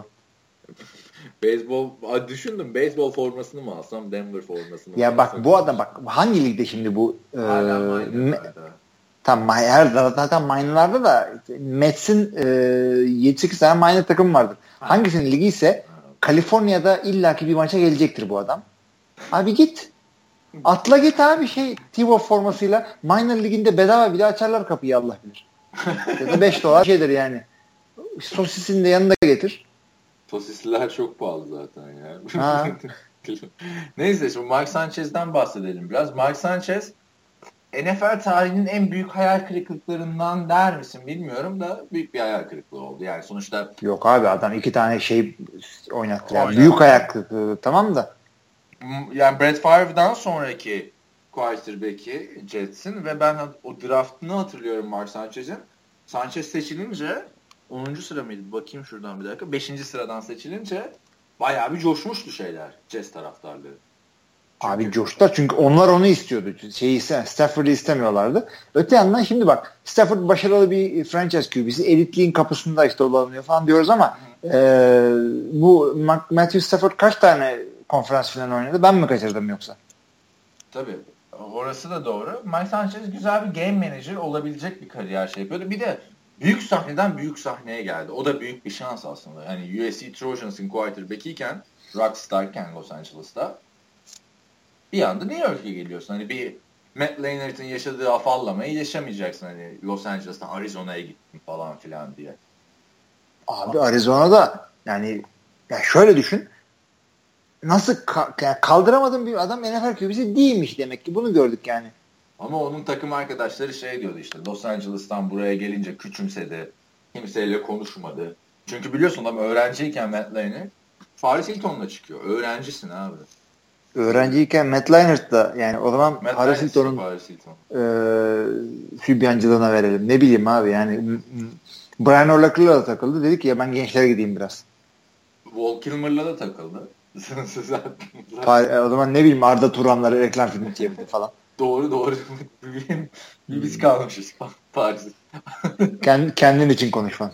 Düşündüm. Beyzbol formasını mı alsam, Denver formasını mı? Ya bak bu adam hangi ligde şimdi bu? Tam zaten minor'larda da Mets'in 7-8 tane minor takım vardır. Hangisinin ligi ise Kaliforniya'da illaki bir maça gelecektir bu adam. Abi git. Atla git abi Tebow formasıyla minor liginde bedava bile açarlar kapıyı, Allah bilir. Ya da $5 şeydir yani. Sosisini de yanında getir. Sosisliler çok pahalı zaten ya. Neyse şimdi Mark Sanchez'den bahsedelim biraz. Mark Sanchez NFL tarihinin en büyük hayal kırıklıklarından der misin bilmiyorum da büyük bir hayal kırıklığı oldu. Yani sonuçta yok abi, adam 2 tane oynattı. Yani büyük hayal kırıklığı tamam da. Yani Brett Favre'dan sonraki quarterback'i Jets'in ve ben o draftını hatırlıyorum Mark Sanchez'in. Sanchez seçilince 10. sıra mıydı? Bakayım şuradan bir dakika. 5. sıradan seçilince bayağı bir coşmuştu Jets taraftarları. Abi coştular çünkü onlar onu istiyordu. Stafford'ı istemiyorlardı. Öte yandan şimdi bak, Stafford başarılı bir franchise QB'si. Elitliğin kapısında dolanıyor falan diyoruz ama bu Matthew Stafford kaç tane konferans finali oynadı? Ben mi kaçırdım yoksa? Tabii. Orası da doğru. Mike Sanchez güzel bir game manager olabilecek bir kariyer yapıyordu. Bir de büyük sahneden büyük sahneye geldi. O da büyük bir şans aslında. Yani USC Trojans'ın quarterback'iyken, Rockstar'ken Los Angeles'ta bir anda New York'a geliyorsun. Bir Matt Leinart'ın yaşadığı afallamayı yaşamayacaksın. Los Angeles'tan Arizona'ya gittim falan filan diye. Abi Arizona'da yani ya şöyle düşün. Nasıl kaldıramadığım bir adam NFL QB'si değilmiş demek ki. Bunu gördük yani. Ama onun takım arkadaşları diyordu Los Angeles'tan buraya gelince küçümsedi. Kimseyle konuşmadı. Çünkü biliyorsun adam öğrenciyken Matt Leinart Paris Hilton'la çıkıyor. Öğrencisin abi. Öğrenciyken Matt Leinart da yani o zaman Paris Hilton'un sübyancılığına verelim. Ne bileyim abi yani Brian Urlacher'la da takıldı. Dedi ki ya ben gençlere gideyim biraz. Val Kilmer'la da takıldı. O zaman ne bileyim Arda Turanları reklam filmi çevirdi falan. Doğru. Biz kalmışız Paris'te. Kendin için konuşman.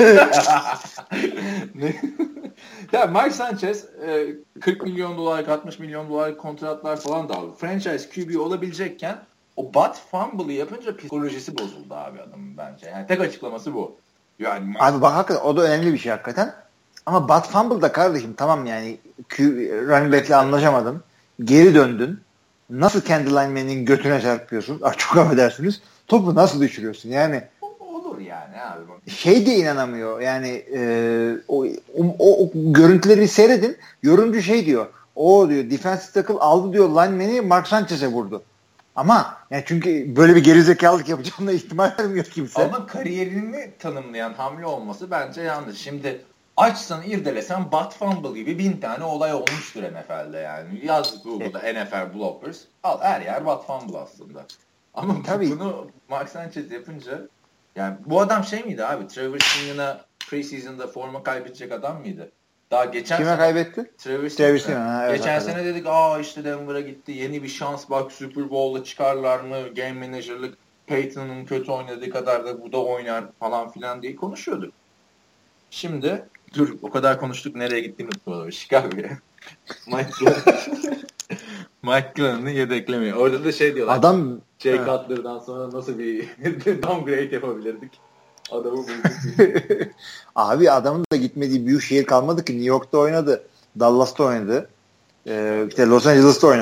Ya Mark Sanchez 40 milyon dolarlık 60 milyon dolarlık kontratlar falan da aldı. Franchise QB olabilecekken o Bud Fumble'ı yapınca psikolojisi bozuldu abi adamın bence. Yani tek açıklaması bu. Yani abi bak hakikaten o da önemli bir şey hakikaten. Ama Bud Fumble'da kardeşim tamam yani running back'le anlaşamadın. Geri döndün. Nasıl kendi lineman'in götüne çarpıyorsun? Çok affedersiniz. Topu nasıl düşürüyorsun? Yani olur yani abi. De inanamıyor. Yani o görüntüleri seyredin. Yorumcu diyor. O diyor defensive tackle aldı diyor lineman'i Mark Sanchez'e vurdu. Ama yani çünkü böyle bir gerizekalılık yapacağına ihtimal vermiyor kimse. Ama kariyerini tanımlayan hamle olması bence yanlış. Şimdi açsan irdelesen Bud Fumble gibi 1000 tane olay olmuştur NFL'de yani. Yaz Google'da NFL bloopers. Al her yer Bud Fumble aslında. Ama tabii bunu Mark Sanchez yapınca yani bu adam miydi abi? Trevor Simeon'a preseason'da forma kaybedecek adam mıydı? Daha geçen Kime kaybetti? Trevor Simeon. Evet, geçen sene dedik işte Denver'a gitti. Yeni bir şans bak Super Bowl'la çıkarlar mı? Game manager'lık Peyton'un kötü oynadığı kadar da bu da oynar falan filan diye konuşuyorduk. Şimdi o kadar konuştuk nereye gittiğini unutmadım. Chicago'ya. Mike Glennon'ı yedeklemiyor. Orada da diyorlar. Adam Jay Cutler'dan sonra nasıl bir downgrade yapabilirdik? Adamı bulduk. Abi adamın da gitmediği büyük şehir kalmadı ki. New York'ta oynadı. Dallas'ta oynadı. İşte Los Angeles'ta oynadı.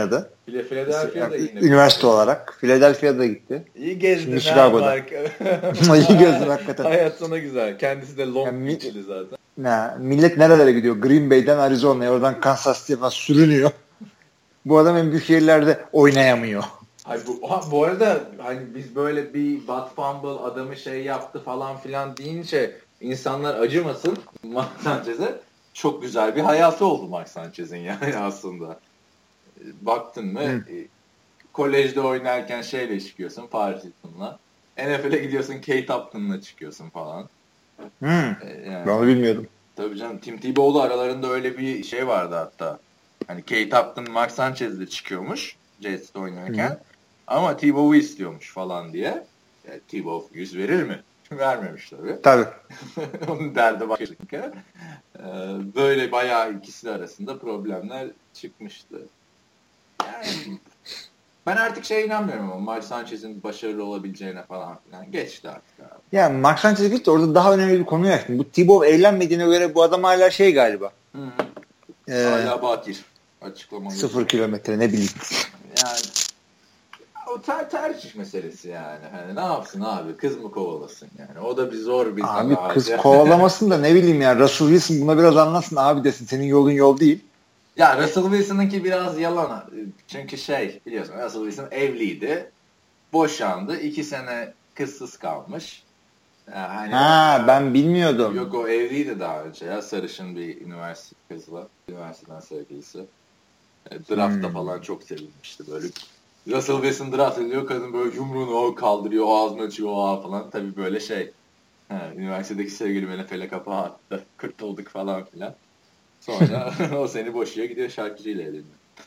Philadelphia'da yine. Üniversite olarak. Philadelphia'da gitti. İyi gezdin. Şimdi Chicago'da. İyi gezdin hakikaten. Hayat sana güzel. Kendisi de Long Beach'li zaten. Millet nerelere gidiyor? Green Bay'den Arizona'ya, oradan Kansas City'ye falan sürünüyor. Bu adam en büyük şehirlerde oynayamıyor. Ay bu arada hani biz böyle bir Bud Fumble adamı şey yaptı falan filan deyince insanlar acımasın. Mark Sanchez'e çok güzel bir hayatı oldu Mark Sanchez'in yani aslında. Baktın mı kolejde oynarken şeyle çıkıyorsun Paris Hilton'la. NFL'e gidiyorsun Kate Upton'la çıkıyorsun falan. Yani, ben onu bilmiyordum. Tabii canım Tim Tebow'la aralarında öyle bir şey vardı hatta. Hani Kate Upton Mark Sanchez'le çıkıyormuş Jets'te oynarken. Ama Tebow'u istiyormuş falan diye. Yani Tebow 100 verir mi? Vermemiş tabii. Tabii. Onun derdi başka. Böyle bayağı ikisi arasında problemler çıkmıştı. Yani ben artık şeye inanmıyorum ama Mark Sanchez'in başarılı olabileceğine falan filan. Geçti artık abi. Ya Mark Sanchez gitti, orada daha önemli bir konuyu açtım. Bu Tebow evlenmediğine göre bu adam hala şey galiba. Hala bakir. Açıklamalı. 0 kilometre ne bileyim. Yani o tercih meselesi yani. Hani ne yapsın abi? Kız mı kovalasın yani? O da bir zor bir abi kız kovalamasın da ne bileyim ya. Russell Wilson buna biraz anlasın abi desin. Senin yolun yol değil. Ya Russell Wilson'ınki biraz yalan. Çünkü biliyorsun Russell Wilson evliydi. Boşandı. 2 sene kızsız kalmış. Yani ben bilmiyordum. Yok o evliydi daha önce ya. Sarışın bir üniversite kızla. Üniversiteden sevgilisi. Draftta falan çok sevilmişti böyle. Russell Wilson draft ediyor. Kadın böyle yumruğunu kaldırıyor. O ağzını açıyor falan. Tabii böyle üniversitedeki sevgilim NFL'e kapağı attı. Kurtulduk falan filan. Sonra o seni boşuyor gidiyor şarkıcıyla evleniyor.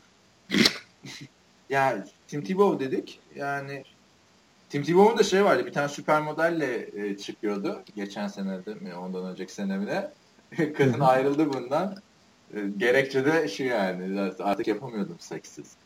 Yani Tim Tebow dedik. Yani Tim Tebow'un da vardı. Bir tane süper modelle çıkıyordu. Geçen senede mi ondan önceki sene mi de. Kadın ayrıldı bundan. Gerekçe de yani artık yapamıyordum seksiz.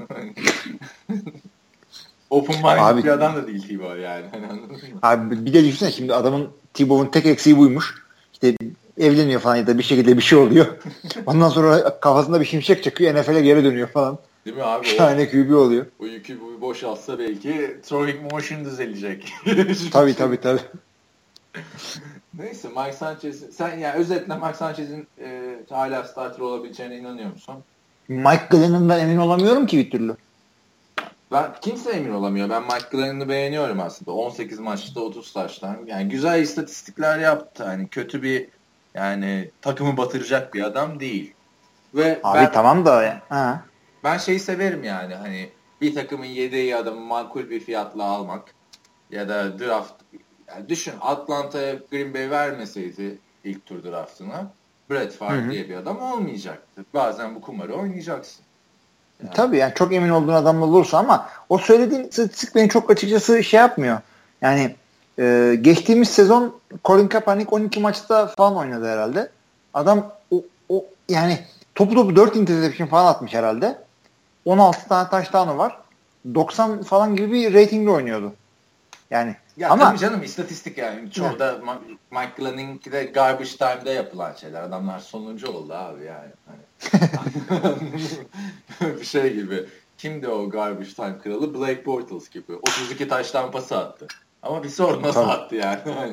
Open mind bir adam da değil Tebow yani. Abi bir de düşünsene şimdi adamın Tebow'un tek eksiği buymuş. İşte evleniyor falan ya da bir şekilde bir şey oluyor. Ondan sonra kafasında bir şimşek çakıyor, NFL'e geri dönüyor falan. Değil mi abi? Şahane QB oluyor. O yükü boşaltsa belki throwing motion düzelecek. Tabii. Neyse Mike Sanchez, sen yani özetle Mike Sanchez'in hala starter olabileceğine inanıyor musun? Mike Glennon'dan emin olamıyorum ki bir türlü. Kimse emin olamıyor. Ben Mike Glennon'ı beğeniyorum aslında. 18 maçta 30 taştan. Yani güzel istatistikler yaptı. Hani kötü bir yani takımı batıracak bir adam değil. Ve abi tamam da ya. Ben severim yani hani bir takımın yedeği adamı makul bir fiyatla almak ya da draft. Yani düşün Atlanta'ya Green Bay vermeseydi ilk tur draftına Brett Favre diye bir adam olmayacaktı. Bazen bu kumarı oynayacaksın. Yani. Tabii yani çok emin olduğun adamla olursa ama o söylediğin statistik beni çok açıkçası yapmıyor. Yani geçtiğimiz sezon Colin Kaepernick 12 maçta falan oynadı herhalde. Adam o yani topu 4 interception falan atmış herhalde. 16 tane touchdown'u var. 90 falan gibi bir ratingle oynuyordu. Yani ya ama tabii canım istatistik yani. Çoğu da Mike Glennon'inki garbage time'da yapılan şeyler. Adamlar sonuncu oldu abi yani. Hani. Bir şey gibi. Kimdi o garbage time kralı? Blake Bortles gibi. 32 taştan pası attı. Bir sor nasıl attı yani. Hani.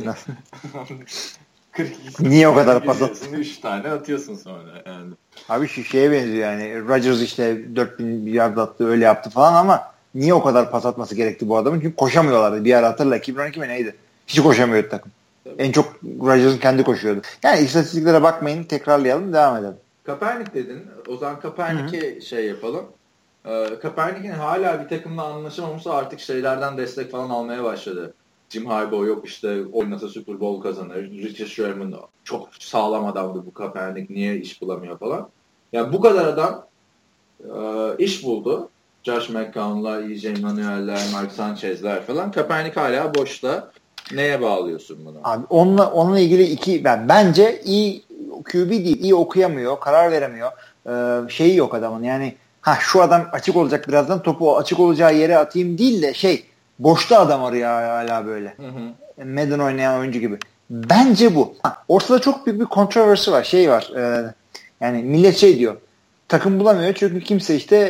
42 niye o kadar pas attı? 3 tane atıyorsun sonra yani. Abi şu şeye benziyor yani. Rodgers işte 4000 yard attı öyle yaptı falan ama niye o kadar pas atması gerekti bu adamın? Çünkü koşamıyorlardı. Bir ara hatırla 2012 mi neydi? Hiç koşamıyordu takım. Tabii. En çok Rodgers'ın kendi koşuyordu. Yani istatistiklere bakmayın, tekrarlayalım, devam edelim. Kaepernick dedin. O zaman Kaepernick'e yapalım. Kaepernick'in hala bir takımla anlaşamaması artık şeylerden destek falan almaya başladı. Jim Harbaugh yok işte oynasa Super Bowl kazanır. Richard Sherman çok sağlam adamdı bu Kaepernick. Niye iş bulamıyor falan. Yani bu kadar adam iş buldu. Josh McCown'lar, E.J. Manuel'ler, Mark Sanchez'ler falan. Kaepernick hala boşta. Neye bağlıyorsun bunu? Abi onunla ilgili bence iyi QB değil. İyi okuyamıyor. Karar veremiyor. Şeyi yok adamın. Yani şu adam açık olacak birazdan topu açık olacağı yere atayım değil de boşta adam arıyor hala böyle. Madden oynayan oyuncu gibi. Bence bu. Ortada çok büyük bir controversy var. Var. Yani millet diyor. Takım bulamıyor çünkü kimse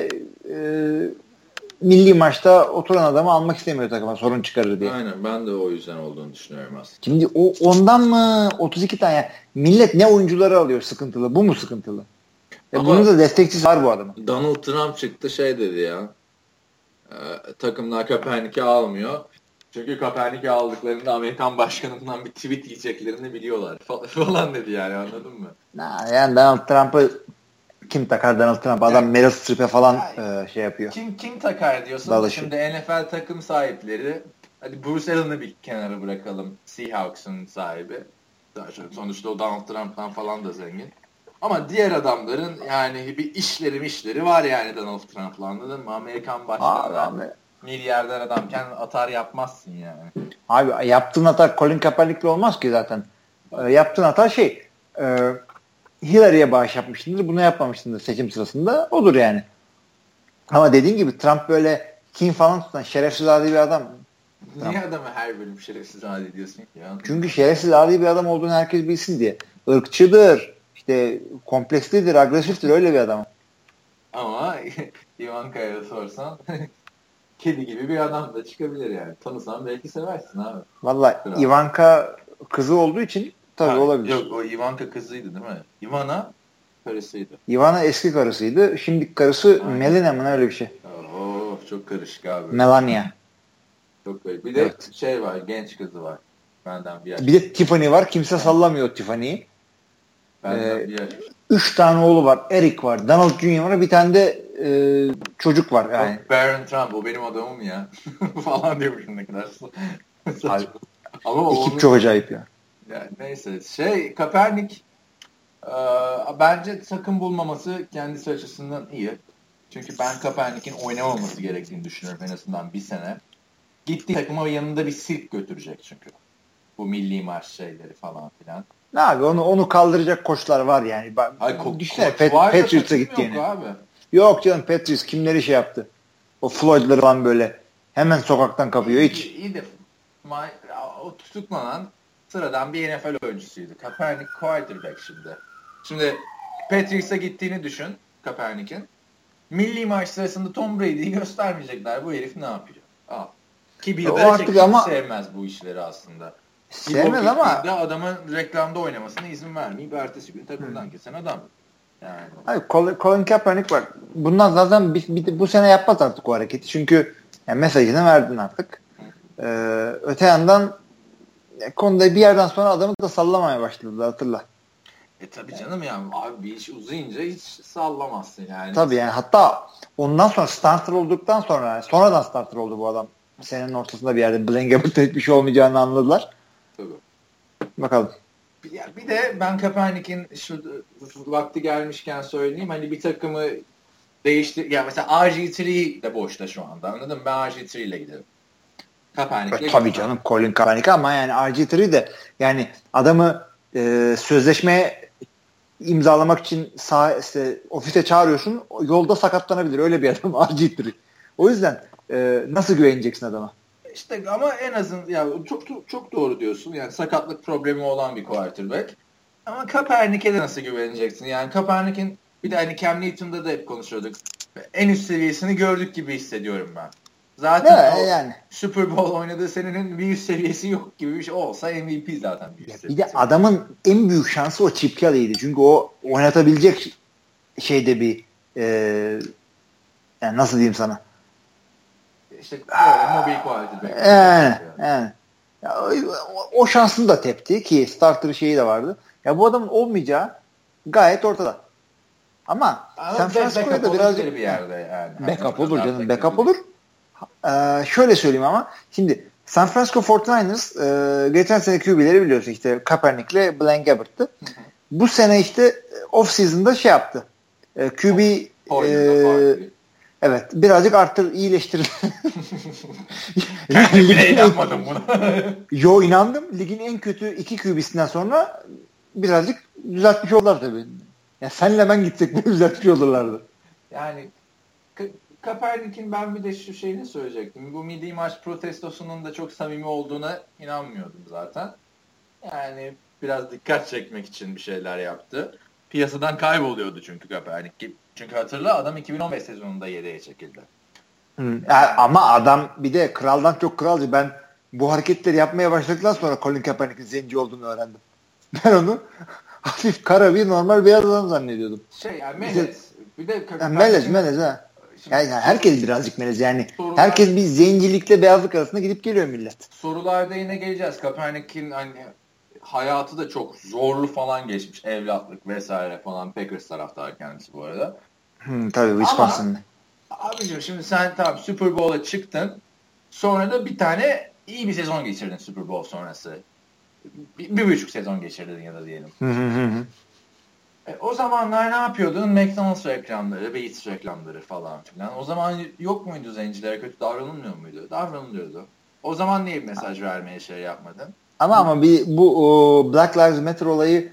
milli maçta oturan adamı almak istemiyor takıma sorun çıkarır diye. Aynen ben de o yüzden olduğunu düşünüyorum aslında. Şimdi ondan mı 32 tane millet ne oyuncuları alıyor sıkıntılı bu mu sıkıntılı? Bunun da destekçisi var bu adamın. Donald Trump çıktı dedi ya takımlar Kaepernick'i almıyor. Çünkü Kaepernick'i aldıklarında Amerikan başkanından bir tweet yiyeceklerini biliyorlar falan dedi yani anladın mı? Yani Donald Trump'ı kim takar Donald Trump? Adam yani, Meryl Streep'e falan şey yapıyor. Kim takar diyorsun? Dalışı. Şimdi NFL takım sahipleri hadi Bruce Allen'ı bir kenara bırakalım. Seahawks'ın sahibi. Sonuçta o Donald Trump'tan falan da zengin. Ama diğer adamların yani bir işleri var yani Donald Trump'la anladın mı? Amerikan başkanı milyarder adamken atar yapmazsın yani. Abi yaptığın hata Colin Kaepernick'le olmaz ki zaten. Yaptığın hata Hillary'ye bağış yapmışsındır. Bunu yapmamışsındır seçim sırasında. Odur yani. Ama dediğin gibi Trump böyle kin falan tutan şerefsiz adi bir adam. Niye adamı her bölüm şerefsiz adi diyorsun ki ya? Çünkü şerefsiz adi bir adam olduğunu herkes bilsin diye. Irkçıdır, işte komplekslidir, agresiftir öyle bir adam. Ama Ivanka'ya sorsan kedi gibi bir adam da çıkabilir yani. Tanısan belki seversin abi. Vallahi Ivanka kızı olduğu için tabii olabilir. Yok o Ivanka kızıydı değil mi? Ivana karısıydı. Ivana eski karısıydı. Şimdiki karısı Melania mı öyle bir şey. Çok karışık abi. Melania. Çok karışık. Bir de var genç kızı var. Benden bir yaş. Bir de Tiffany var. Kimse sallamıyor Tiffany'yi. Benden bir yaş. 3 tane oğlu var. Eric var. Donald Jr. var. Bir tane de çocuk var. Yani. Baron Trump o benim adamım ya. falan diyormuşum ne kadar. Ama ekip çok acayip ya. Yani neyse. Kaepernick bence takım bulmaması kendisi açısından iyi. Çünkü ben Kaepernick'in oynamaması gerektiğini düşünüyorum en azından bir sene. Gittiği takıma yanında bir sirk götürecek çünkü. Bu milli marş şeyleri falan filan. Ne abi onu kaldıracak koçlar var yani. Düşünsene Patriots'a gittiğini. Yok canım Patriots kimleri şey yaptı. O Floyd'ları falan böyle hemen sokaktan kapıyor hiç. İyi de o tutuklanan sıradan bir NFL oyuncusuydu. Kaepernick quarterback şimdi. Şimdi Patriots'a gittiğini düşün Kaepernick'in. Milli maç sırasında Tom Brady'yi göstermeyecekler. Bu herif ne yapıyor? Ki bir de ama sevmez bu işleri aslında. Sevmez ama adamın reklamda oynamasına izin vermeyip ertesi gün takımdan kesen adam. Yani. Hayır, Colin Kaepernick var. Bundan zaten bu sene yapmaz artık o hareketi. Çünkü yani mesajını verdin artık. Öte yandan konuda bir yerden sonra adamı da sallamaya başladı hatırla. Tabii canım yani abi bir iş uzayınca hiç sallamazsın yani. Tabii yani hatta ondan sonra starter olduktan sonra sonradan starter oldu bu adam. Senenin ortasında bir yerde Blaine Gabbert'ta hiçbir şey olmayacağını anladılar. Tabii. Bakalım. Bir de ben Kaepernick'in şu vakti gelmişken söyleyeyim hani bir takımı değiştir ya mesela RG3 de boşta şu anda anladın mı? Ben RG3 ile giderim. Kaepernick'le tabii canım Colin Kaepernick ama yani RG3 de yani adamı sözleşmeye imzalamak için ofise çağırıyorsun yolda sakatlanabilir öyle bir adam RG3. O yüzden nasıl güveneceksin adama? İşte ama en azından ya çok doğru diyorsun. Yani sakatlık problemi olan bir quarterback. Ama Kaepernick'e de nasıl güveneceksin? Yani Kaepernick'in bir de hani Cam Newton'da da hep konuşuyorduk. En üst seviyesini gördük gibi hissediyorum ben. Zaten yani. Super Bowl oynadığı senenin bir üst seviyesi yok gibi bir şey olsa MVP zaten bir üst seviyesi. Bir de adamın en büyük şansı o Chip Kelly'ydi. Çünkü o oynatabilecek şeyde bir yani nasıl diyeyim sana? İşte böyle mobil quarterback. Yani. Ya, o şansını da tepti ki starter şeyi de vardı. Ya bu adamın olmayacağı gayet ortada. Ama San Francisco'ya da birazcık bir yerde yani. Backup olur canım. Backup olur. Şöyle söyleyeyim ama şimdi San Francisco 49ers geçen sene QB'leri biliyorsun işte Kaepernick'le Blaine Gabbert'tı. Bu sene işte off season'da şey yaptı. QB evet birazcık iyileştirdi. Ben bile inanmadım buna. Yo inandım. Ligin en kötü 2 QB'sinden sonra birazcık düzeltmiş oldular tabii. Ya senle ben gitsek de düzeltmiş olurlardı. Yani Kaepernick'in ben bir de şu şeyini söyleyecektim. Bu milli maç protestosunun da çok samimi olduğuna inanmıyordum zaten. Yani biraz dikkat çekmek için bir şeyler yaptı. piyasadan kayboluyordu çünkü Kaepernick. Çünkü hatırla adam 2015 sezonunda yedeğe çekildi. Ama adam bir de kraldan çok kralcı. Ben bu hareketleri yapmaya başladıktan sonra Colin Kaepernick'in zenci olduğunu öğrendim. Ben onu hafif kara bir normal beyaz adam zannediyordum. Yani melez. Bir de melez ha. Yani herkes birazcık melez yani. Herkes bir zencilikle beyazlık arasında gidip geliyor millet. Sorularda yine geleceğiz. Kaepernick'in hani hayatı da çok zorlu falan geçmiş. Evlatlık vesaire falan. Packers taraftarı kendisi bu arada. Tabii Wisconsin'da. Abicim şimdi sen tamam Super Bowl'a çıktın. Sonra da bir tane iyi bir sezon geçirdin Super Bowl sonrası. Bir buçuk sezon geçirdin ya da diyelim. O zamanlar ne yapıyordun? McDonald's reklamları, Bates reklamları falan filan. O zaman yok muydu zencilere kötü davranılmıyor muydu? Davranılıyordu. O zaman niye bir mesaj vermeye yapmadın? Ama bu Black Lives Matter olayı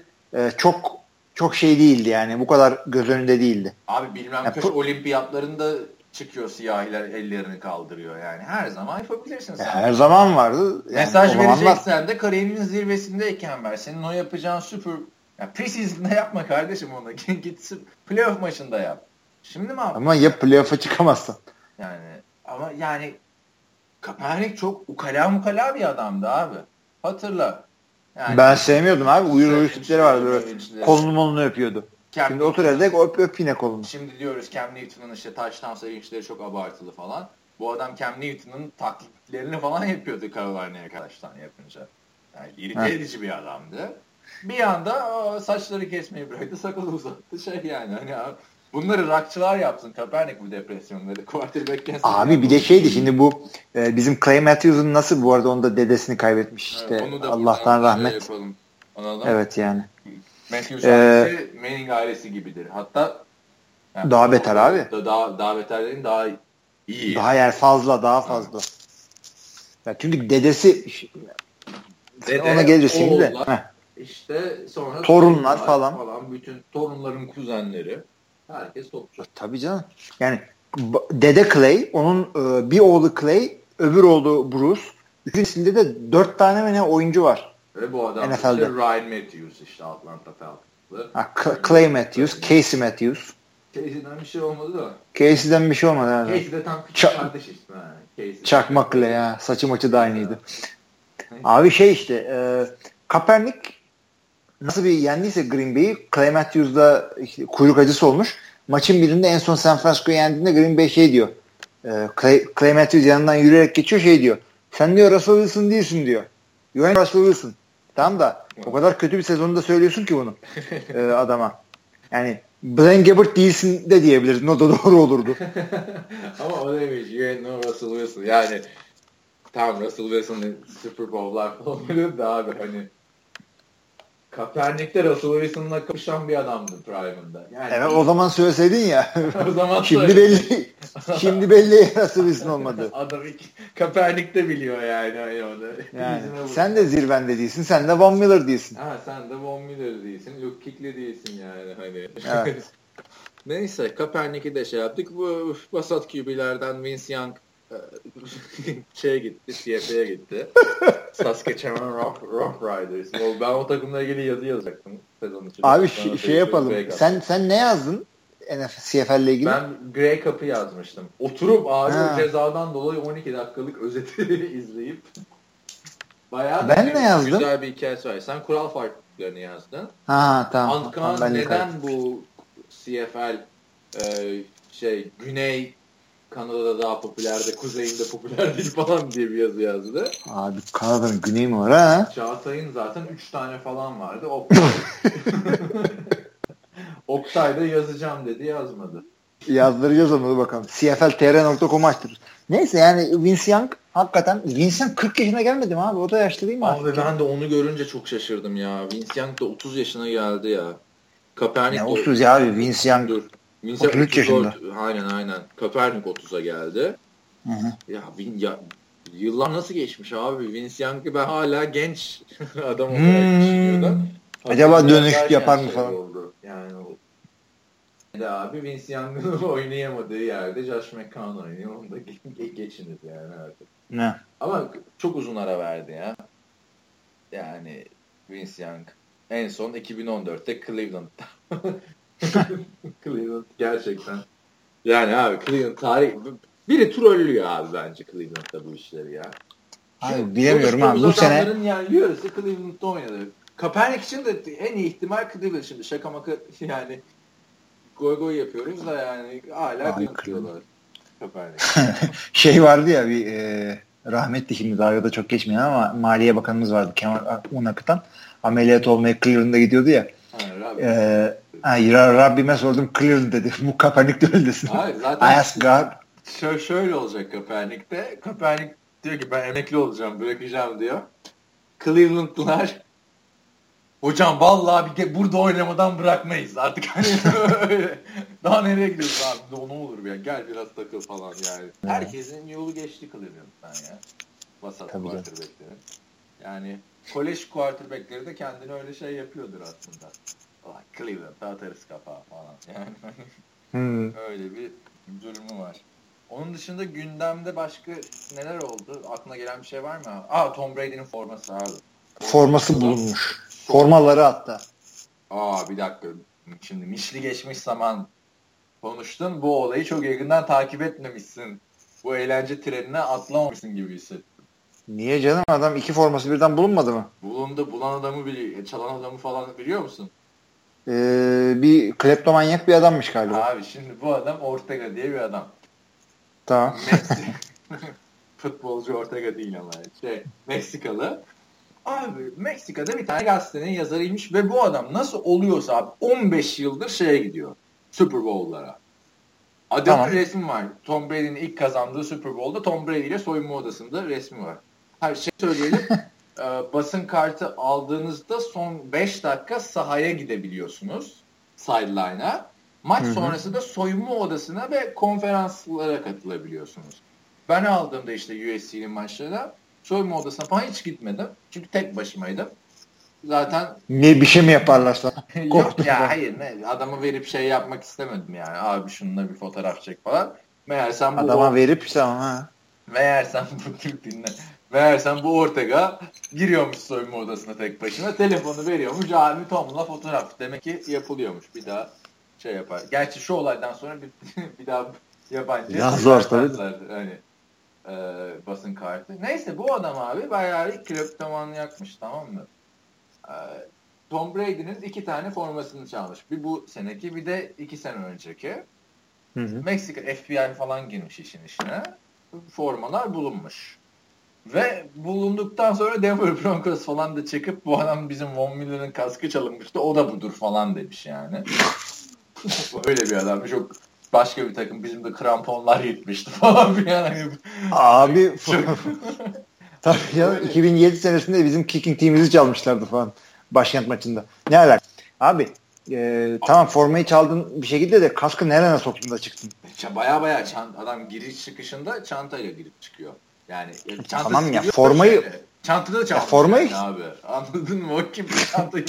çok şey değildi yani. Bu kadar göz önünde değildi. Abi bilmem kaç olimpiyatlarında çıkıyor siyahiler ellerini kaldırıyor yani. Her zaman yapabilirsin sen. Her zaman vardı. Yani mesaj vereceksen de kariyerinin zirvesindeyken ver. Senin o yapacağın preseason'da yapma kardeşim onu. Git playoff maçında yap. Şimdi mi yaptın? Ama ya playoff'a çıkamazsın. Yani Kaepernick çok ukala bir adamdı abi. Hatırla. Yani, ben sevmiyordum abi. Uyur tipleri vardı böyle. Kolunu öpüyordu. Şimdi otur evde öp yine kolunu. Şimdi diyoruz Cam Newton'un touchdown sevinçleri çok abartılı falan. Bu adam Cam Newton'un taklitlerini falan yapıyordu Carolina'ya touchdown yapınca. Yani irite edici bir adamdı. Bir anda saçları kesmeyi bıraktı, sakalı uzattı yani. Hani bunları rockçılar yapsın. Kaepernick bu depresyonları. Quarterback'ken abi bir de şeydi şimdi bu bizim Clay Matthews'un nasıl bu arada onda dedesini kaybetmiş işte. Allah'tan rahmet. Evet yani. Matthews ailesi Manning ailesi gibidir. Hatta yani daha beter abi. Daha beterlerin daha iyi. Daha fazla. Ya çünkü dedesi ona geleceğiz şimdi de. İşte sonra torunlar falan. Bütün torunların kuzenleri. Herkes topçu. Tabii canım. Yani dede Clay, onun bir oğlu Clay, öbür oğlu Bruce. Üçüncüsünde de 4 tane mi ne oyuncu var. Ve bu adam işte Ryan Matthews işte Atlanta Falcons'lı. Clay Matthews, Casey Matthews. Casey'den bir şey olmadı da. Casey'den bir şey olmadı. Yani. Casey de tam küçük kardeş işte. Çakmak Clay ya. Saçı maçı da aynıydı. Abi işte Kaepernick nasıl bir yendiyse Green Bay'i, Clay Matthews'da işte kuyruk acısı olmuş. Maçın birinde en son San Francisco'yu yendiğinde Green Bay diyor. Clay Matthews yanından yürüyerek geçiyor diyor. Sen diyor Russell Wilson değilsin diyor. You ain't Russell Wilson. Tamam da o kadar kötü bir sezonda söylüyorsun ki bunu adama. Yani Blaine Gabbert değilsin de diyebiliriz. O da doğru olurdu. Ama o demiş you ain't no Russell Wilson. Yani tamam Russell Wilson'ın Super Bowl'lar falan oluyor da abi hani Kaepernick de Russell Wilson'la kapışan bir adamdı prime'ında. Yani evet o zaman söyleseydin ya. O zaman şimdi belli. Şimdi belli Russell Wilson olmadı. Adam Kaepernick de biliyor yani onu. Yani sen de zirvende değilsin. Sen de Von Miller değilsin. Sen de Von Miller değilsin. Luke Kuechly değilsin yani hani. Evet. Neyse Kaepernick'i de yaptık. Bu vasat QB'lerden Vince Young gitti. CFA'ya gitti. Saskatchewan Rough Riders. Ben o takımla ilgili yazı yazacaktım sezon için. Abi yapalım. Sen ne yazdın? CFL ile ilgili. Ben Grey Cup'ı yazmıştım. Oturup abi cezadan dolayı 12 dakikalık özeti izleyip bayağı ben ne yazdım? Güzel bir hikayesi var. Sen kural farklarını yazdın. Tamam. Antkan neden bu CFL Güney Kanada'da daha popüler de kuzeyinde popüler değil falan diye bir yazı yazdı. Abi Kanada'nın güneyi mi var ha? Çağatay'ın zaten 3 tane falan vardı. Oktay da yazacağım dedi yazmadı. Yazdıracağız onu bakalım. CFLTR.com'u açtırırız. Neyse yani Vince Young hakikaten Vince Young 40 yaşına gelmedi mi abi? O da yaşlı değil mi abi artık? Ben de onu görünce çok şaşırdım ya. Vince Young da 30 yaşına geldi ya. Kaepernick ne 30 ya abi Vince Young. Vince 33 yaşında. Aynen. Kaepernick 30'a geldi. Hı. Ya yıllar nasıl geçmiş abi? Vince Young'ı ben hala genç adam olarak düşünüyordum. Acaba dönüş yapar mı falan? Oldu. Yani abi Vince Young'ın oynayamadığı yerde Josh McCown oynuyor. Onu da geçiniz yani artık. Ne? Ama çok uzun ara verdi ya. Yani Vince Young en son 2014'te Cleveland'da Cleveland gerçekten. Yani abi Cleveland tarih biri trollüyor abi bence Cleveland'da bu işleri ya. Abi bilemiyorum abi bu sene. Yani yarısı Cleveland'da oynadı. Kaepernick için de en iyi ihtimal Cleveland şimdi. Şaka maka yani goy yapıyoruz da yani hala Cleveland diyorlar. Kaepernick. Şey vardı ya bir rahmetli şimdi daha ya da çok geçmiyor ama Maliye Bakanımız vardı Kemal Unakıtan. Ameliyat olmaya Cleveland'a gidiyordu ya. Rabbime sordum Cleveland dedi. Bu Kaepernick de öyle desin. Hayır zaten şöyle olacak Kaepernick'te. Kaepernick diyor ki ben emekli olacağım, bırakacağım diyor. Cleveland'lılar hocam vallahi burada oynamadan bırakmayız artık hani öyle. Daha nereye gidiyorsun abi? Ne olur ya gel biraz takıl falan yani. Herkesin yolu geçti Cleveland'dan ya. Vasat quarterback'lerin. Yani kolej quarterback'leri de kendini öyle şey yapıyordur aslında. Cleveland'a atarız kapağı falan yani. Öyle bir durumu var. Onun dışında gündemde başka neler oldu? Aklına gelen bir şey var mı? Tom Brady'nin forması abi. Forması bulunmuş. Formaları hatta. Bir dakika. Şimdi mişli geçmiş zaman konuştun. Bu olayı çok yakından takip etmemişsin. Bu eğlence trenine atlamamışsın gibi hissettim. Niye canım? Adam 2 forması birden bulunmadı mı? Bulundu. Bulan adamı biliyor. Çalan adamı falan biliyor musun? Bir kleptomanyak bir adammış galiba. Abi şimdi bu adam Ortega diye bir adam. Tamam. Futbolcu Ortega değil ama. Meksikalı. Abi Meksika'da bir tane gazetenin yazarıymış ve bu adam nasıl oluyorsa abi 15 yıldır şeye gidiyor. Super Bowl'lara. Adamın resmi var. Tom Brady'nin ilk kazandığı Super Bowl'da Tom Brady ile soyunma odasında resmi var. Her şey söyleyelim. Basın kartı aldığınızda son 5 dakika sahaya gidebiliyorsunuz. Sideline'a. Maç sonrası da soyunma odasına ve konferanslara katılabiliyorsunuz. Ben aldığımda işte USC'nin maçlarına soyunma odasına falan hiç gitmedim. Çünkü tek başımaydım. Zaten ne bir şey mi yaparlarsa? Yok ya hayır adamı verip şey yapmak istemedim yani. Abi şununla bir fotoğraf çek falan. Meğersem bu adama verip tamam ha. Meğersem bu Ortega giriyormuş soyunma odasına tek başına. Telefonu veriyormuş. Abi Tom'la fotoğraf. Demek ki yapılıyormuş. Bir daha şey yapar. Gerçi şu olaydan sonra bir daha yabancı. Ya zor tabii. Hani basın kartı. Neyse bu adam abi bayağı bir kleptomanı yakmış tamam mı? Tom Brady'nin 2 tane formasını çalmış. Bir bu seneki bir de 2 sene önceki. Meksika FBI falan girmiş işin içine. Formalar bulunmuş. Ve bulunduktan sonra Denver Broncos falan da çekip bu adam bizim Von Miller'ın kaskı çalınmıştı. O da budur falan demiş yani. Öyle bir adam. Çok başka bir takım. Bizim de kramponlar yetmişti falan bir yani. Abi tabii ya 2007 senesinde bizim kicking team'imizi çalmışlardı falan. Başkent maçında. Ne alaka? Abi tamam formayı çaldın bir şekilde de kaskı nereye soktun da çıktın? Baya adam giriş çıkışında çantayla girip çıkıyor. Yani tamam ya formayı çantada da çalmış formayı yani abi. Anladın mı? O kim çantayı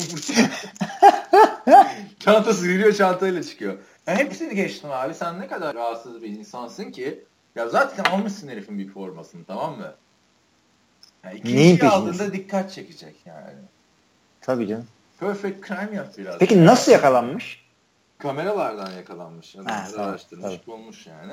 çantası giriyor çantayla çıkıyor. Yani hepsini geçtim abi. Sen ne kadar rahatsız bir insansın ki ya zaten almışsın herifin bir formasını tamam mı? Yani ikinciyi aldığında dikkat çekecek yani. Tabii canım. Perfect crime yap biraz. Peki nasıl yakalanmış? Kameralardan yakalanmış. Adamları araştırmış, bulmuş yani.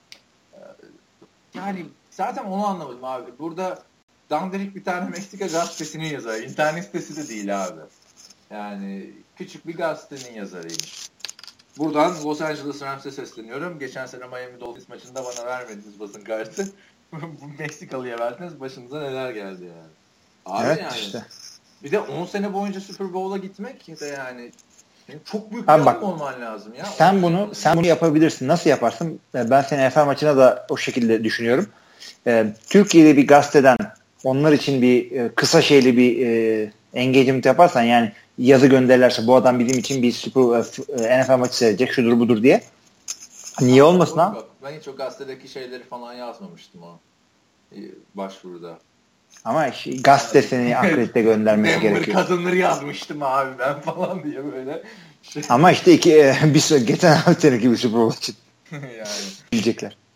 Yani zaten onu anlamadım abi. Burada dandirik bir tane Meksika gazetesinin yazarı. İnternet sitesi de değil abi. Yani küçük bir gazetenin yazarıymış. Buradan Los Angeles Rams'e sesleniyorum. Geçen sene Miami Dolphins maçında bana vermediniz basın kartı. Bu Meksikalı'ya verdiniz. Başınıza neler geldi yani. Abi evet, yani. işte. Bir de 10 sene boyunca Super Bowl'a gitmek de yani çok büyük bir adam olman lazım ya. Sen bunu yapabilirsin. Nasıl yaparsın? Ben seni NFL maçına da o şekilde düşünüyorum. Türkiye'de bir gazeteden onlar için bir kısa şeyli bir engagement yaparsan yani yazı gönderirlerse bu adam bizim için bir NFL maçı seyredecek şudur budur diye. Niye olmasın ha? Ben hiç o gazetedeki şeyleri falan yazmamıştım o başvuruda. Ama gazete seni akredite göndermesi gerekiyor. Kadınları yazmıştım abi ben falan diye böyle. Ama işte geçen hafta seneki bir Super Bowl için. Yani. Bilecekler.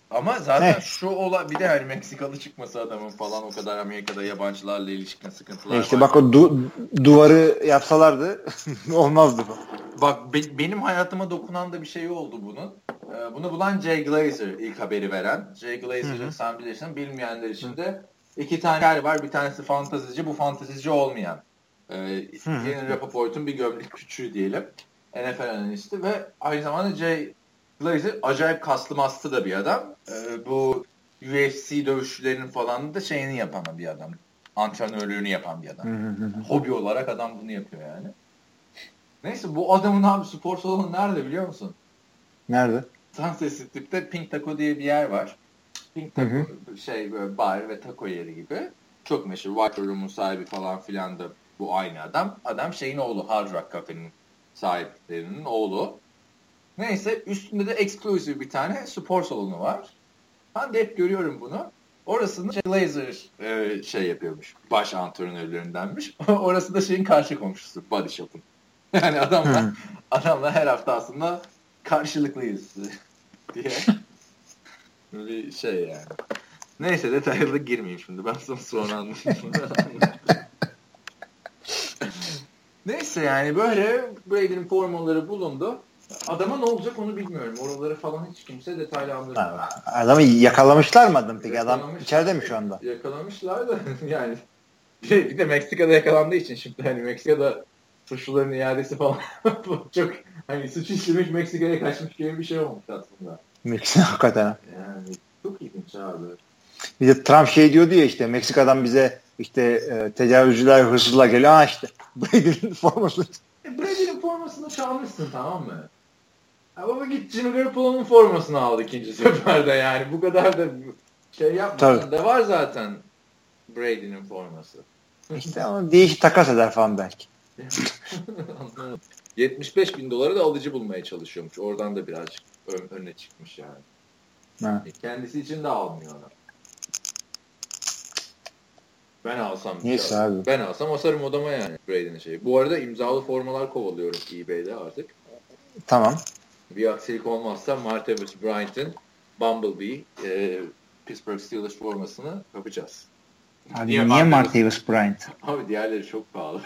Ama zaten bir de hani Meksikalı çıkması adamın falan o kadar Amerika'da yabancılarla ilişkin sıkıntılar işte var. Bak o duvarı yapsalardı olmazdı bu. Bak benim hayatıma dokunan da bir şey oldu bunun. Bunu bulan Jay Glazer ilk haberi veren. Jay Glazer'ı sen bilirsin. Bilmeyenler için de 2 tane yer var. Bir tanesi fantezici, bu fantezici olmayan. Ian Rapoport'un bir gömlek küçüğü diyelim. NFL analisti ve aynı zamanda Jay Glazer acayip kaslı mastı da bir adam. Bu UFC dövüşçülerinin falan da şeyini yapan bir adam. Antrenörlüğünü yapan bir adam. Hobi olarak adam bunu yapıyor yani. Neyse bu adamın abi spor salonu nerede biliyor musun? Nerede? Sunset Strip'te Pink Taco diye bir yer var. Pink Taco böyle bar ve taco yeri gibi. Çok meşhur. White Room'un sahibi falan filan da bu aynı adam. Adam şeyin oğlu. Hard Rock Cafe'nin sahiplerinin oğlu. Neyse üstünde de exclusive bir tane spor salonu var. Ben de hep görüyorum bunu. Orasında Glazer şey yapıyormuş. Baş antrenörlerindenmiş. Orası da şeyin karşı komşusu. Body Shop'un. Yani adamla her hafta aslında karşılıklıyız diye bir şey yani. Neyse detaylı girmeyeyim şimdi. Ben sana sonra anlatayım. Neyse yani böyle Brady'nin formaları bulundu. Adama ne olacak onu bilmiyorum. Oraları falan hiç kimse detaylandırmıyor. Adamı yakalamışlar mı adam peki? Adam içeride mi şu anda? Yakalamışlar da yani bir de Meksika'da yakalandığı için şimdi hani Meksika'da suçluların iadesi falan çok hani suç işlemiş Meksika'ya kaçmış gibi bir şey olmuş aslında. Meksika hakikaten. Yani çok ilginç abi. Bir de Trump şey diyordu ya işte Meksika'dan bize işte tecavüzcüler, hırsızlar geliyor. İşte Brady'nin forması. Brady'nin formasını çalmışsın tamam mı? Baba git Jimmy Garoppolo'nun formasını aldı ikinci seferde yani. Bu kadar da şey yapmasın da var zaten Brady'nin forması. İşte ama değişik takas eder falan belki. $75,000 da alıcı bulmaya çalışıyormuş. Oradan da birazcık öne çıkmış yani. Kendisi için de almıyor onu. Ben alsam asarım odama yani Brady'nin şeyi. Bu arada imzalı formalar kovalıyorum eBay'de artık. Tamam. Bir aksilik olmazsa Martavis Bryant'ın Bumblebee Pittsburgh Steelers formasını yapacağız. Abi niye Martavis Bryant? Abi diğerleri çok pahalı.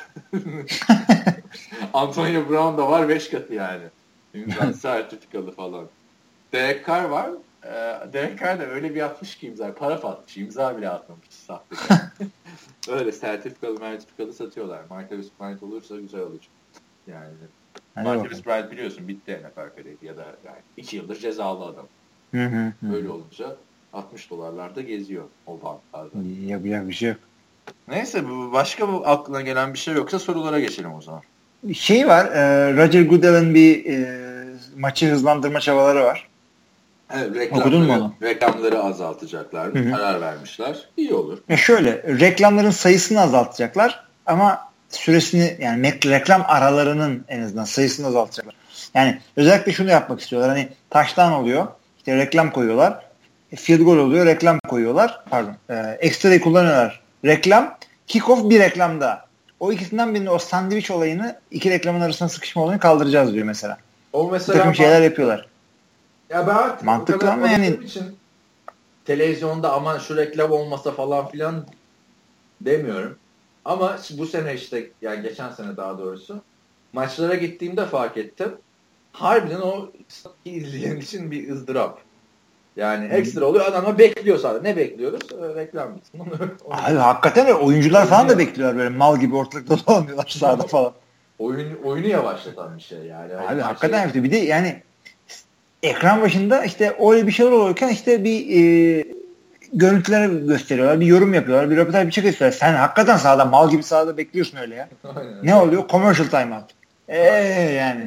Antonio Brown da var 5 katı yani. İmza sertifikalı falan. Derek Carr var. Derek Carr da öyle bir atmış ki imza. Para atmış. İmza bile atmamış. Sahte. Öyle sertifikalı satıyorlar. Martavis Bryant olursa güzel olacak. Yani Martavis Bryant biliyorsun bitti NFL kariyeri ya da yani 2 yıldır cezalı adam. Öyle olunca $60'larda geziyor o bantlarda. Yapacak bir şey yok. Neyse başka bu aklına gelen bir şey yoksa sorulara geçelim o zaman. Şey var. Roger Goodell'ın bir maçı hızlandırma çabaları var. Evet, okudun mu onu? Reklamları azaltacaklar. Karar vermişler. İyi olur. Şöyle reklamların sayısını azaltacaklar ama süresini yani reklam aralarının en azından sayısını azaltacaklar. Yani özellikle şunu yapmak istiyorlar. Hani taştan oluyor. İşte reklam koyuyorlar. Field goal oluyor. Reklam koyuyorlar. Pardon. Ekstrayı kullanıyorlar. Reklam. Kickoff bir reklamda. O ikisinden birinin o sandviç olayını 2 reklamın arasına sıkışma olayını kaldıracağız diyor mesela. O mesela takım şeyler yapıyorlar. Ya ben artık mantıklı ama yani için televizyonda aman şu reklam olmasa falan filan demiyorum. Ama bu sene işte yani geçen sene daha doğrusu maçlara gittiğimde fark ettim. Harbiden o izleyen için bir ızdırap. Yani ekstra oluyor. Adamlar bekliyor sadece. Ne bekliyoruz? Reklam bitsin. Abi hakikaten öyle. Oyuncular falan da bekliyorlar böyle mal gibi ortalıkta dolanıyorlar sahada falan. Oyunu yavaşlatan bir şey yani. Abi hakikaten bir de yani ekran başında işte öyle bir şeyler olurken işte bir görüntüler gösteriyorlar, bir yorum yapıyorlar, bir röportaj bir şey gösteriyorlar. Sen hakikaten sahada mal gibi sahada bekliyorsun öyle ya. Aynen. Ne oluyor? Commercial time out. Yani.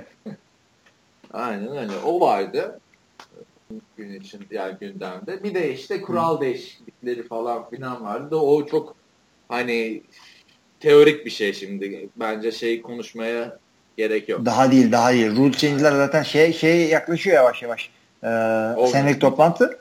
Aynen öyle. O vardı. Gün için yani gündemde. Bir de işte kural değişiklikleri falan filan vardı da o çok hani teorik bir şey şimdi. Bence konuşmaya gerek yok. Daha değil. Rule change'ler zaten şey yaklaşıyor yavaş yavaş. Senelik toplantı.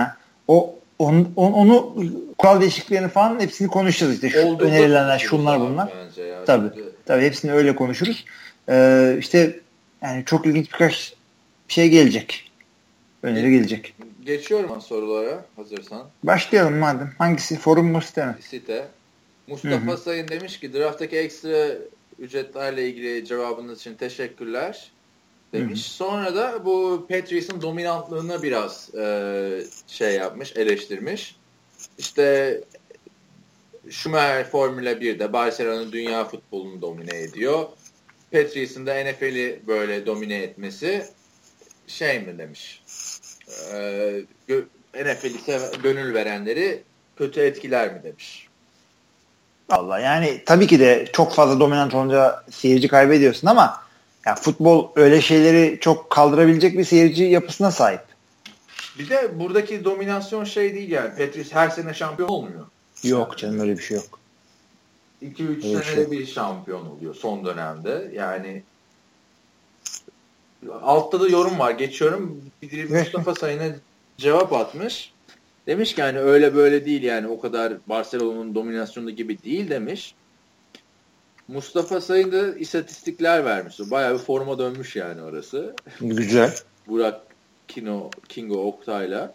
Onu kural değişikliklerini falan hepsini konuşacağız işte. Şu önerilenler şunlar bunlar. Tabii hepsini öyle konuşuruz. İşte yani çok ilginç birkaç şey gelecek. öneri gelecek. Geçiyorum sorulara hazırsan. Başlayalım madem. Hangisi? Forum mu site mi? Site. Mustafa Sayın demiş ki drafttaki ekstra ücretlerle ilgili cevabınız için teşekkürler demiş. Sonra da bu Patriots'ın dominantlığına biraz yapmış, eleştirmiş. İşte Schumacher Formula 1'de Barcelona dünya futbolunu domine ediyor. Patriots'ın da NFL'i böyle domine etmesi mi demiş. NFL'i gönül verenleri kötü etkiler mi demiş. Vallahi yani tabii ki de çok fazla dominant olunca seyirci kaybediyorsun ama ya futbol öyle şeyleri çok kaldırabilecek bir seyirci yapısına sahip. Bir de buradaki dominasyon değil yani. Patriots her sene şampiyon olmuyor. Yok canım, öyle bir şey yok. 2-3 senede bir şampiyon oluyor son dönemde. Yani altta da yorum var. Geçiyorum. Mustafa Sayın'a cevap atmış. Demiş ki hani öyle böyle değil yani, o kadar Barcelona'nın dominasyonu gibi değil demiş. Mustafa Sayın da istatistikler vermiş. Bayağı bir forma dönmüş yani orası. Güzel. Burak Kingo Oktay'la.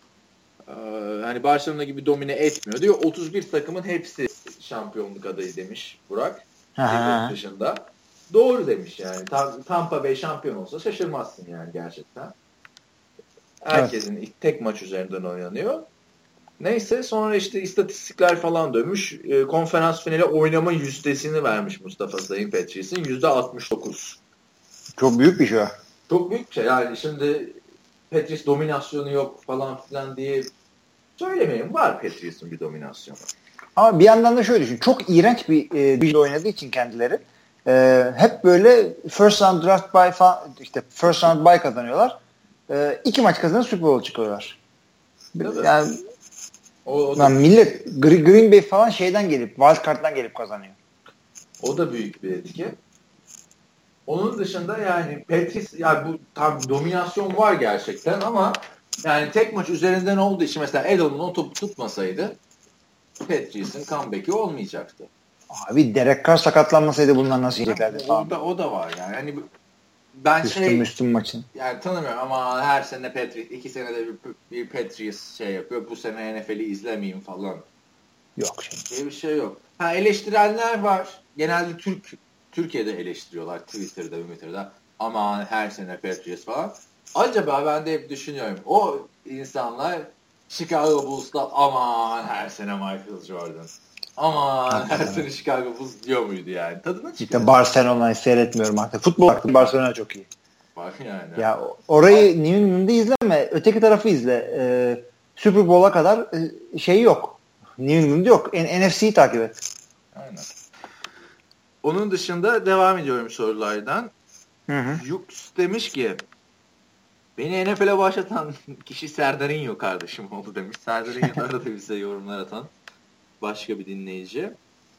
Hani Barcelona gibi domine etmiyor diyor. 31 takımın hepsi şampiyonluk adayı demiş Burak. Dışında. Doğru demiş yani. Tampa Bay şampiyon olsa şaşırmazsın yani gerçekten. Herkesin tek maç üzerinden oynanıyor. Neyse sonra işte istatistikler falan dönmüş. Konferans finali oynama yüzdesini vermiş Mustafa Sayın Patriots'ın. %69. Çok büyük bir şey. Çok büyük bir şey. Yani şimdi Patriots dominasyonu yok falan filan diye söylemeyin. Var Patriots'ın bir dominasyonu. Ama bir yandan da şöyle düşün. Çok iğrenç bir division oynadığı için kendileri hep böyle first round draft by falan, işte first round by kazanıyorlar. 2 maç kazanıp Super Bowl çıkıyorlar. Yani millet Green Bay falan şeyden gelip, wild card'dan gelip kazanıyor. O da büyük bir etki. Onun dışında yani Patriots, yani bu tam dominasyon var gerçekten ama yani tek maç üzerinden olduğu için mesela Edelman o topu tutmasaydı Patriots'ın comeback'i olmayacaktı. Abi Derek Carr sakatlanmasaydı bunlar nasıl yiyeceklerdi falan. O da var yani. Hani ben Müslüm maçın. Yani tanımıyorum ama her sene Patriots 2 senede bir Patriots yapıyor. Bu sene NFL'i izlemeyeyim falan. Yok şimdi. Diye bir şey yok. Eleştirenler var. Genelde Türkiye'de eleştiriyorlar Twitter'da. Aman her sene Patriots falan. Acaba ben de hep düşünüyorum. O insanlar Chicago Bulls'ta aman her sene Michael Jordan. Aman her sene Chicago Bulls diyor muydu yani? Tadına çıkıyor. İşte Barcelona'yı seyretmiyorum artık. Futbol hakkında Barcelona çok iyi. Bak yani. Ya orayı New England'da izleme. Öteki tarafı izle. Super Bowl'a kadar yok. New England'da yok. NFC'yi takip et. Aynen. Onun dışında devam ediyorum sorulardan. Yux demiş ki beni NFL'e başlatan kişi Serdarinho kardeşim oldu demiş. Serdarinho'da da bize yorumlar atan başka bir dinleyici.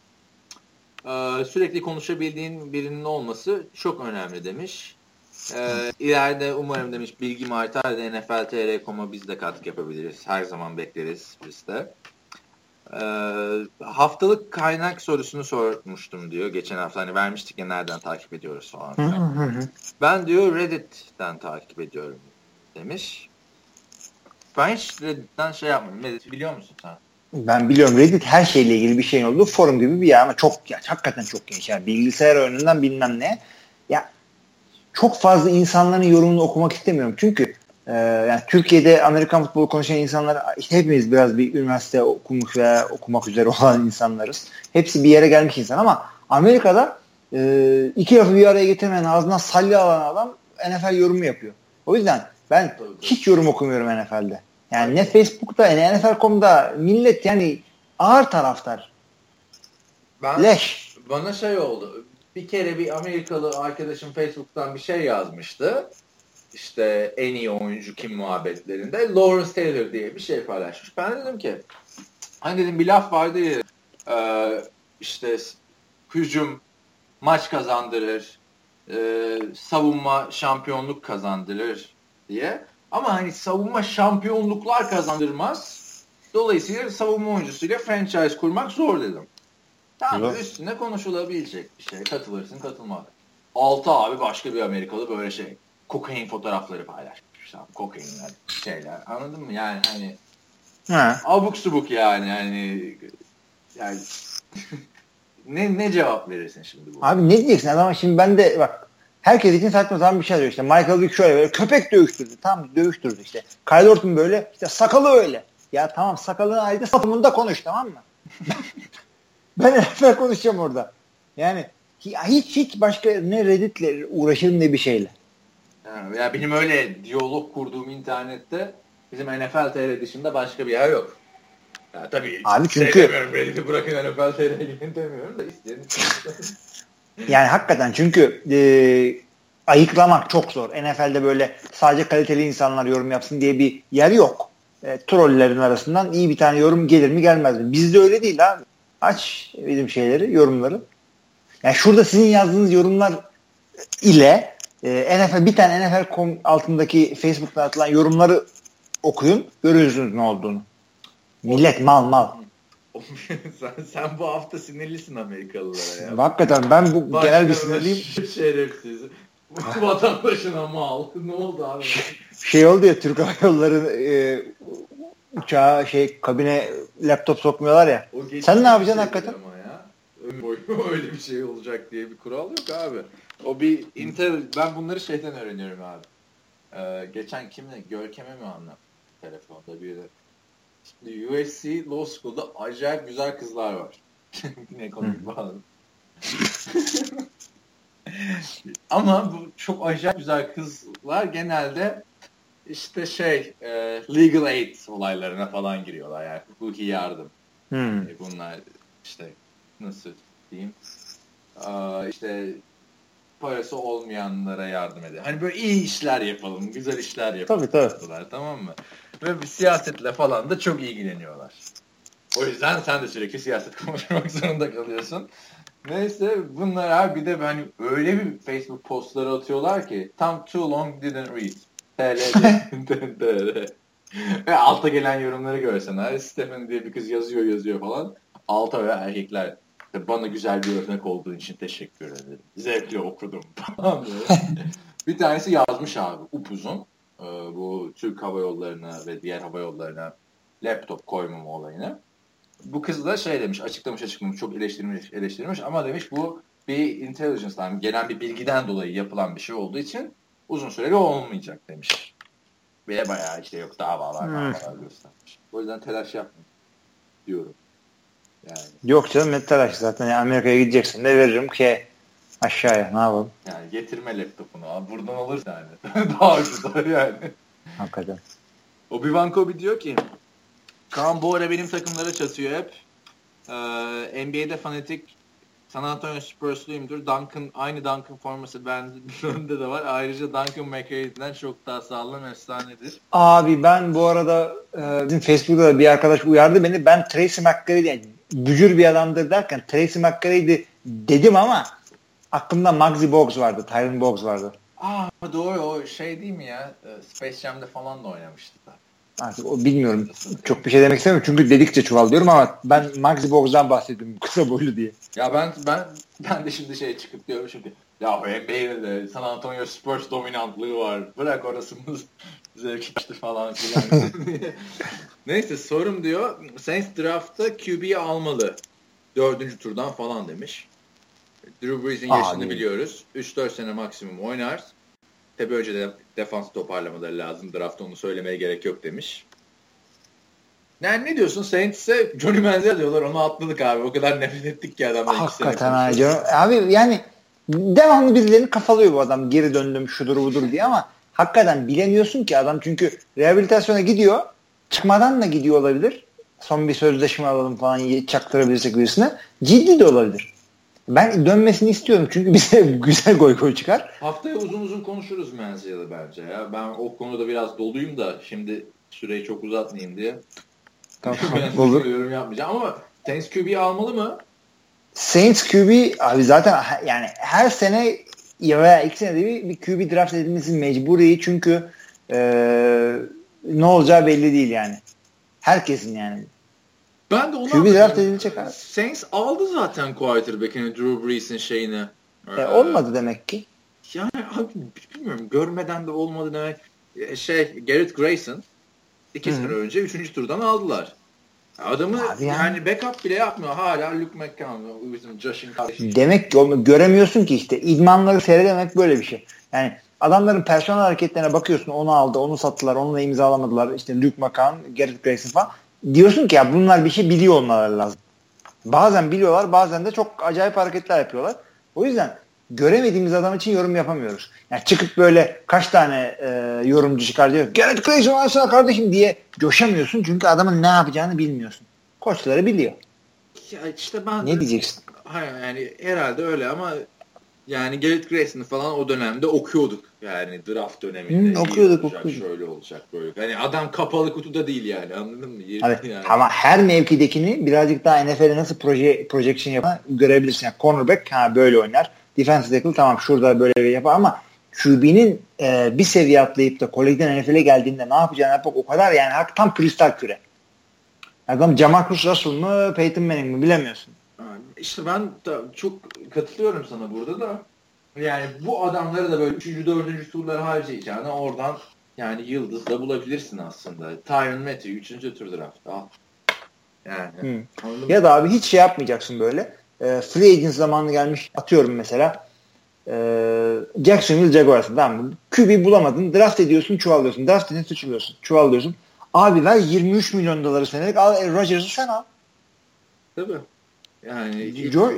Sürekli konuşabildiğin birinin olması çok önemli demiş. İleride umarım demiş bilgim artar da NFL.tr.com'a biz de katkı yapabiliriz. Her zaman bekleriz biz de. Haftalık kaynak sorusunu sormuştum diyor. Geçen hafta hani vermiştik ya, nereden takip ediyoruz falan. Ben diyor Reddit'ten takip ediyorum demiş. Ben hiç Reddit'ten yapmadım. Reddit biliyor musun sen? Ben biliyorum. Reddit her şeyle ilgili bir şeyin olduğu forum gibi bir yer ama hakikaten çok geniş. Yani bilgisayar oyunundan bilmem ne. Ya çok fazla insanların yorumunu okumak istemiyorum. Çünkü yani Türkiye'de Amerikan futbolu konuşan insanlar, işte hepimiz biraz bir üniversite okumuş veya okumak üzere olan insanlarız. Hepsi bir yere gelmiş insan ama Amerika'da 2 lafı bir araya getirmeyen, ağzından salya alan adam NFL yorumu yapıyor. O yüzden ben hiç yorum okumuyorum NFL'de. Yani ne Facebook'ta ne NFL.com'da millet yani ağır taraftar. Leş. Bana oldu. Bir kere bir Amerikalı arkadaşım Facebook'tan bir şey yazmıştı. İşte en iyi oyuncu kim muhabbetlerinde. Lawrence Taylor diye bir şey paylaşmış. Ben dedim ki hani dedim bir laf vardı ya, işte hücum maç kazandırır, savunma şampiyonluk kazandırır diye. Ama hani savunma şampiyonluklar kazandırmaz. Dolayısıyla savunma oyuncusuyla franchise kurmak zor dedim. Tamam, üstüne konuşulabilecek bir şey. Katılırsın, katılmaz. 6 abi başka bir Amerikalı böyle kokain fotoğrafları paylaşmış. kokainler, şeyler. Anladın mı? Yani hani Ha. abuk subuk yani ne cevap verirsin şimdi bu? Abi ne diyeceksin adama şimdi ben de bak herkes için saçma sapan bir şey diyor işte. Michael Vick şöyle böyle köpek dövüştürdü. Tamam dövüştürdü işte. Kyle Orton böyle işte sakalı öyle. Ya tamam sakalını ayrıca sapımında konuş tamam mı? Ben NFL konuşacağım orada. Yani hiç başka ne Reddit'le uğraşırım ne bir şeyle. Ya benim öyle diyalog kurduğum internette bizim NFL TR dışında başka bir yer yok. Ya tabii abi çünkü Reddit'i bırakın NFL TR'ye gelin demiyorum da isteyen. Yani hakikaten çünkü ayıklamak çok zor. NFL'de böyle sadece kaliteli insanlar yorum yapsın diye bir yer yok. Trollerin arasından iyi bir tane yorum gelir mi gelmez mi? Bizde öyle değil abi. Aç bizim şeyleri, yorumları. Yani şurada sizin yazdığınız yorumlar ile NFL bir tane NFL.com altındaki Facebook'ta atılan yorumları okuyun. Görüyorsunuz ne olduğunu. Millet mal. sen bu hafta sinirlisin Amerikalılara ya. Hakikaten ben bu genel bir sinirliyim. Şerefsiz. Vatandaşına mal. Ne oldu abi? Şey oldu ya Türk Hava Yolları uçağa kabine laptop sokmuyorlar ya. Sen ne yapacaksın hakikaten? Ya. Öyle bir şey olacak diye bir kural yok abi. O bir ben bunları şeyden öğreniyorum abi. Geçen kimle Görkem'e mi anlattım telefonda bir de. Şimdi USC Law School'da acayip güzel kızlar var. Yine komik bağlı. Ama bu çok acayip güzel kızlar genelde işte legal aid olaylarına falan giriyorlar yani hukuki yardım. Bunlar işte nasıl diyeyim işte parası olmayanlara yardım ediyor. Hani böyle iyi işler yapalım, güzel işler yapalım. Tabii. Tamam mı? Ve bir siyasetle falan da çok ilgileniyorlar. O yüzden sen de sürekli siyaset konuşmak zorunda kalıyorsun. Neyse bunlar abi bir de hani öyle bir Facebook postları atıyorlar ki tam too long didn't read. TL. Ve alta gelen yorumları görsen abi Stephen diye bir kız yazıyor falan. Alta ve erkekler bana güzel bir örnek olduğun için teşekkür ederim. Zevkle okudum falan bir tanesi yazmış abi upuzun. Bu Türk Hava Yolları'na ve diğer hava yollarına laptop koymama olayını. Bu kız da demiş, açıklamış çok eleştirmiş ama demiş bu bir intelligence'dan gelen bir bilgiden dolayı yapılan bir şey olduğu için uzun süreli olmayacak demiş. Ve bayağı yok davalar göstermiş. O yüzden telaş yapmayın diyorum. Yani. Yok canım ne telaş zaten yani Amerika'ya gideceksin ne veririm ki aşağıya ne yapalım. Yani getirme laptopunu abi buradan alır yani. Daha güzel yani. Hakikaten. Obi-Wan Kenobi diyor ki Kaan bu ara benim takımlara çatıyor hep. NBA'de fanatik San Antonio Spurs'luyumdur. Aynı Duncan forması bende de var. Ayrıca Duncan McCade'den çok daha sağlam efsanedir. Abi ben bu arada bizim Facebook'ta da bir arkadaş uyardı beni. Ben Tracy McGrady yani bücür bir adamdır derken Tracy McGrady dedim ama aklımda Muggsy Bogues vardı. Tyron Bogues vardı. Doğru o değil mi ya? Space Jam'de falan da oynamıştı da. Artık o bilmiyorum. Çok bir şey demek istemiyorum çünkü dedikçe çuvallıyorum ama ben Muggsy Bogues'dan bahsediyorum kısa boylu diye. Ya ben de şimdi çıkıp diyorum şimdi ya NBA'de San Antonio Spurs dominantlığı var. Bırak orasını zevk işte falan filan. Neyse sorum diyor. Saints draft'ta QB almalı. 4. turdan falan demiş. Drew Brees'in yaşını biliyoruz. 3-4 sene maksimum oynar. Tabi önce de defans toparlamaları lazım. Draft'ta onu söylemeye gerek yok demiş. Yani ne diyorsun? Saints'e Johnny Manziel diyorlar. Onu atladık abi. O kadar nefret ettik ki adamdan 2 sene. Hakikaten abi yani devamlı birilerini kafalıyor bu adam. Geri döndüm şudur budur diye ama hakikaten bilemiyorsun ki adam çünkü rehabilitasyona gidiyor. Çıkmadan da gidiyor olabilir. Son bir sözleşme alalım falan çaktırabilirsek birisine. Ciddi de olabilir. Ben dönmesini istiyorum çünkü bize güzel goy çıkar. Haftaya uzun konuşuruz Manziel'i bence ya. Ben o konuda biraz doluyum da şimdi süreyi çok uzatmayayım diye. Tamam. Olur. Yorum yapmayacağım ama Saints QB almalı mı? Saints QB abi zaten yani her sene veya 2 senede bir QB draft edilmesi mecburi çünkü ne olacağı belli değil yani. Herkesin yani. Ben de onu QB draft edilecek abi. Saints aldı zaten quarterback'ini Drew Brees'in şeyini. Olmadı demek ki. Yani abi bilmiyorum görmeden de olmadı demek. Garrett Grayson 2 sene önce 3. turdan aldılar. Adamı yani backup bile yapmıyor. Hala Luke McCown, bizim Josh'in kardeşi. Demek ki onu göremiyorsun ki işte. İdmanları seyredemek böyle bir şey. Yani adamların personel hareketlerine bakıyorsun. Onu aldı, onu sattılar, onunla imzalamadılar. İşte Luke McCown, Garrett Grayson falan. Diyorsun ki ya bunlar bir şey biliyor olmaları lazım. Bazen biliyorlar, bazen de çok acayip hareketler yapıyorlar. O yüzden göremediğimiz adam için yorum yapamıyoruz. Yani çıkıp böyle kaç tane yorumcu çıkar diyor. Garrett Grayson alsana kardeşim diye coşamıyorsun. Çünkü adamın ne yapacağını bilmiyorsun. Koçları biliyor. Ya işte ben ne diyeceksin? Hayır yani herhalde öyle ama yani Garrett Grayson'ı falan o dönemde okuyorduk. Yani draft döneminde. Okuyorduk. Şöyle olacak böyle. Yani adam kapalı kutuda değil yani, anladın mı? Evet. Yani. Ama her mevkidekini birazcık daha NFL'e nasıl projection yapan görebilirsin. Yani cornerback böyle oynar. Defensive tackle tamam şurada böyle bir yapar ama QB'nin bir seviye atlayıp da kolejden NFL'e geldiğinde ne yapacağını yapmak o kadar yani tam kristal küre. Adam Jamarcus Russell mı Peyton Manning mi bilemiyorsun. İşte ben da çok katılıyorum sana burada da. Yani bu adamları da böyle 3. 4. turları harcayacağına oradan yani yıldız da bulabilirsin aslında. Tyrann Mathieu 3. tur draft. Al. Yani. Ya da abi hiç şey yapmayacaksın böyle. Free agent zamanı gelmiş. Atıyorum mesela. Jacksonville Jaguars'ın tamam mı? QB bulamadın. Draft ediyorsun, çuvallıyorsun. Draft edin, çuvallıyorsun. Abi ver 23 milyon doları senelik. Al Rodgers'ı sen al. Tabii. Yani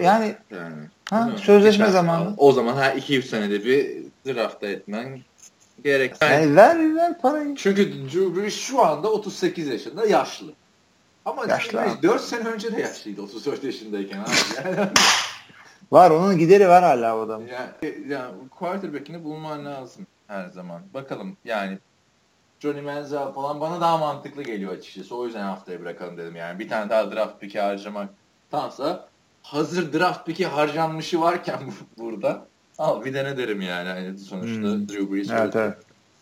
sözleşme zamanı. O zaman her 2-3 senede bir draft etmen gerek. Yani ver parayı. Çünkü Drew Brees şu anda 38 yaşında, yaşlı. Ama yaşlı 4 sene önce de yaşlıydı 34 yaşındayken abi. Var, onun gideri var hala o adam. Yani quarterback'ini bulman lazım her zaman. Bakalım yani Johnny Manziel falan bana daha mantıklı geliyor açıkçası. O yüzden haftaya bırakalım dedim yani. Bir tane daha draft pick'i harcamaktansa hazır draft pick'i harcanmışı varken burada al bir dene derim yani. Yani sonuçta Drew Brees. Evet.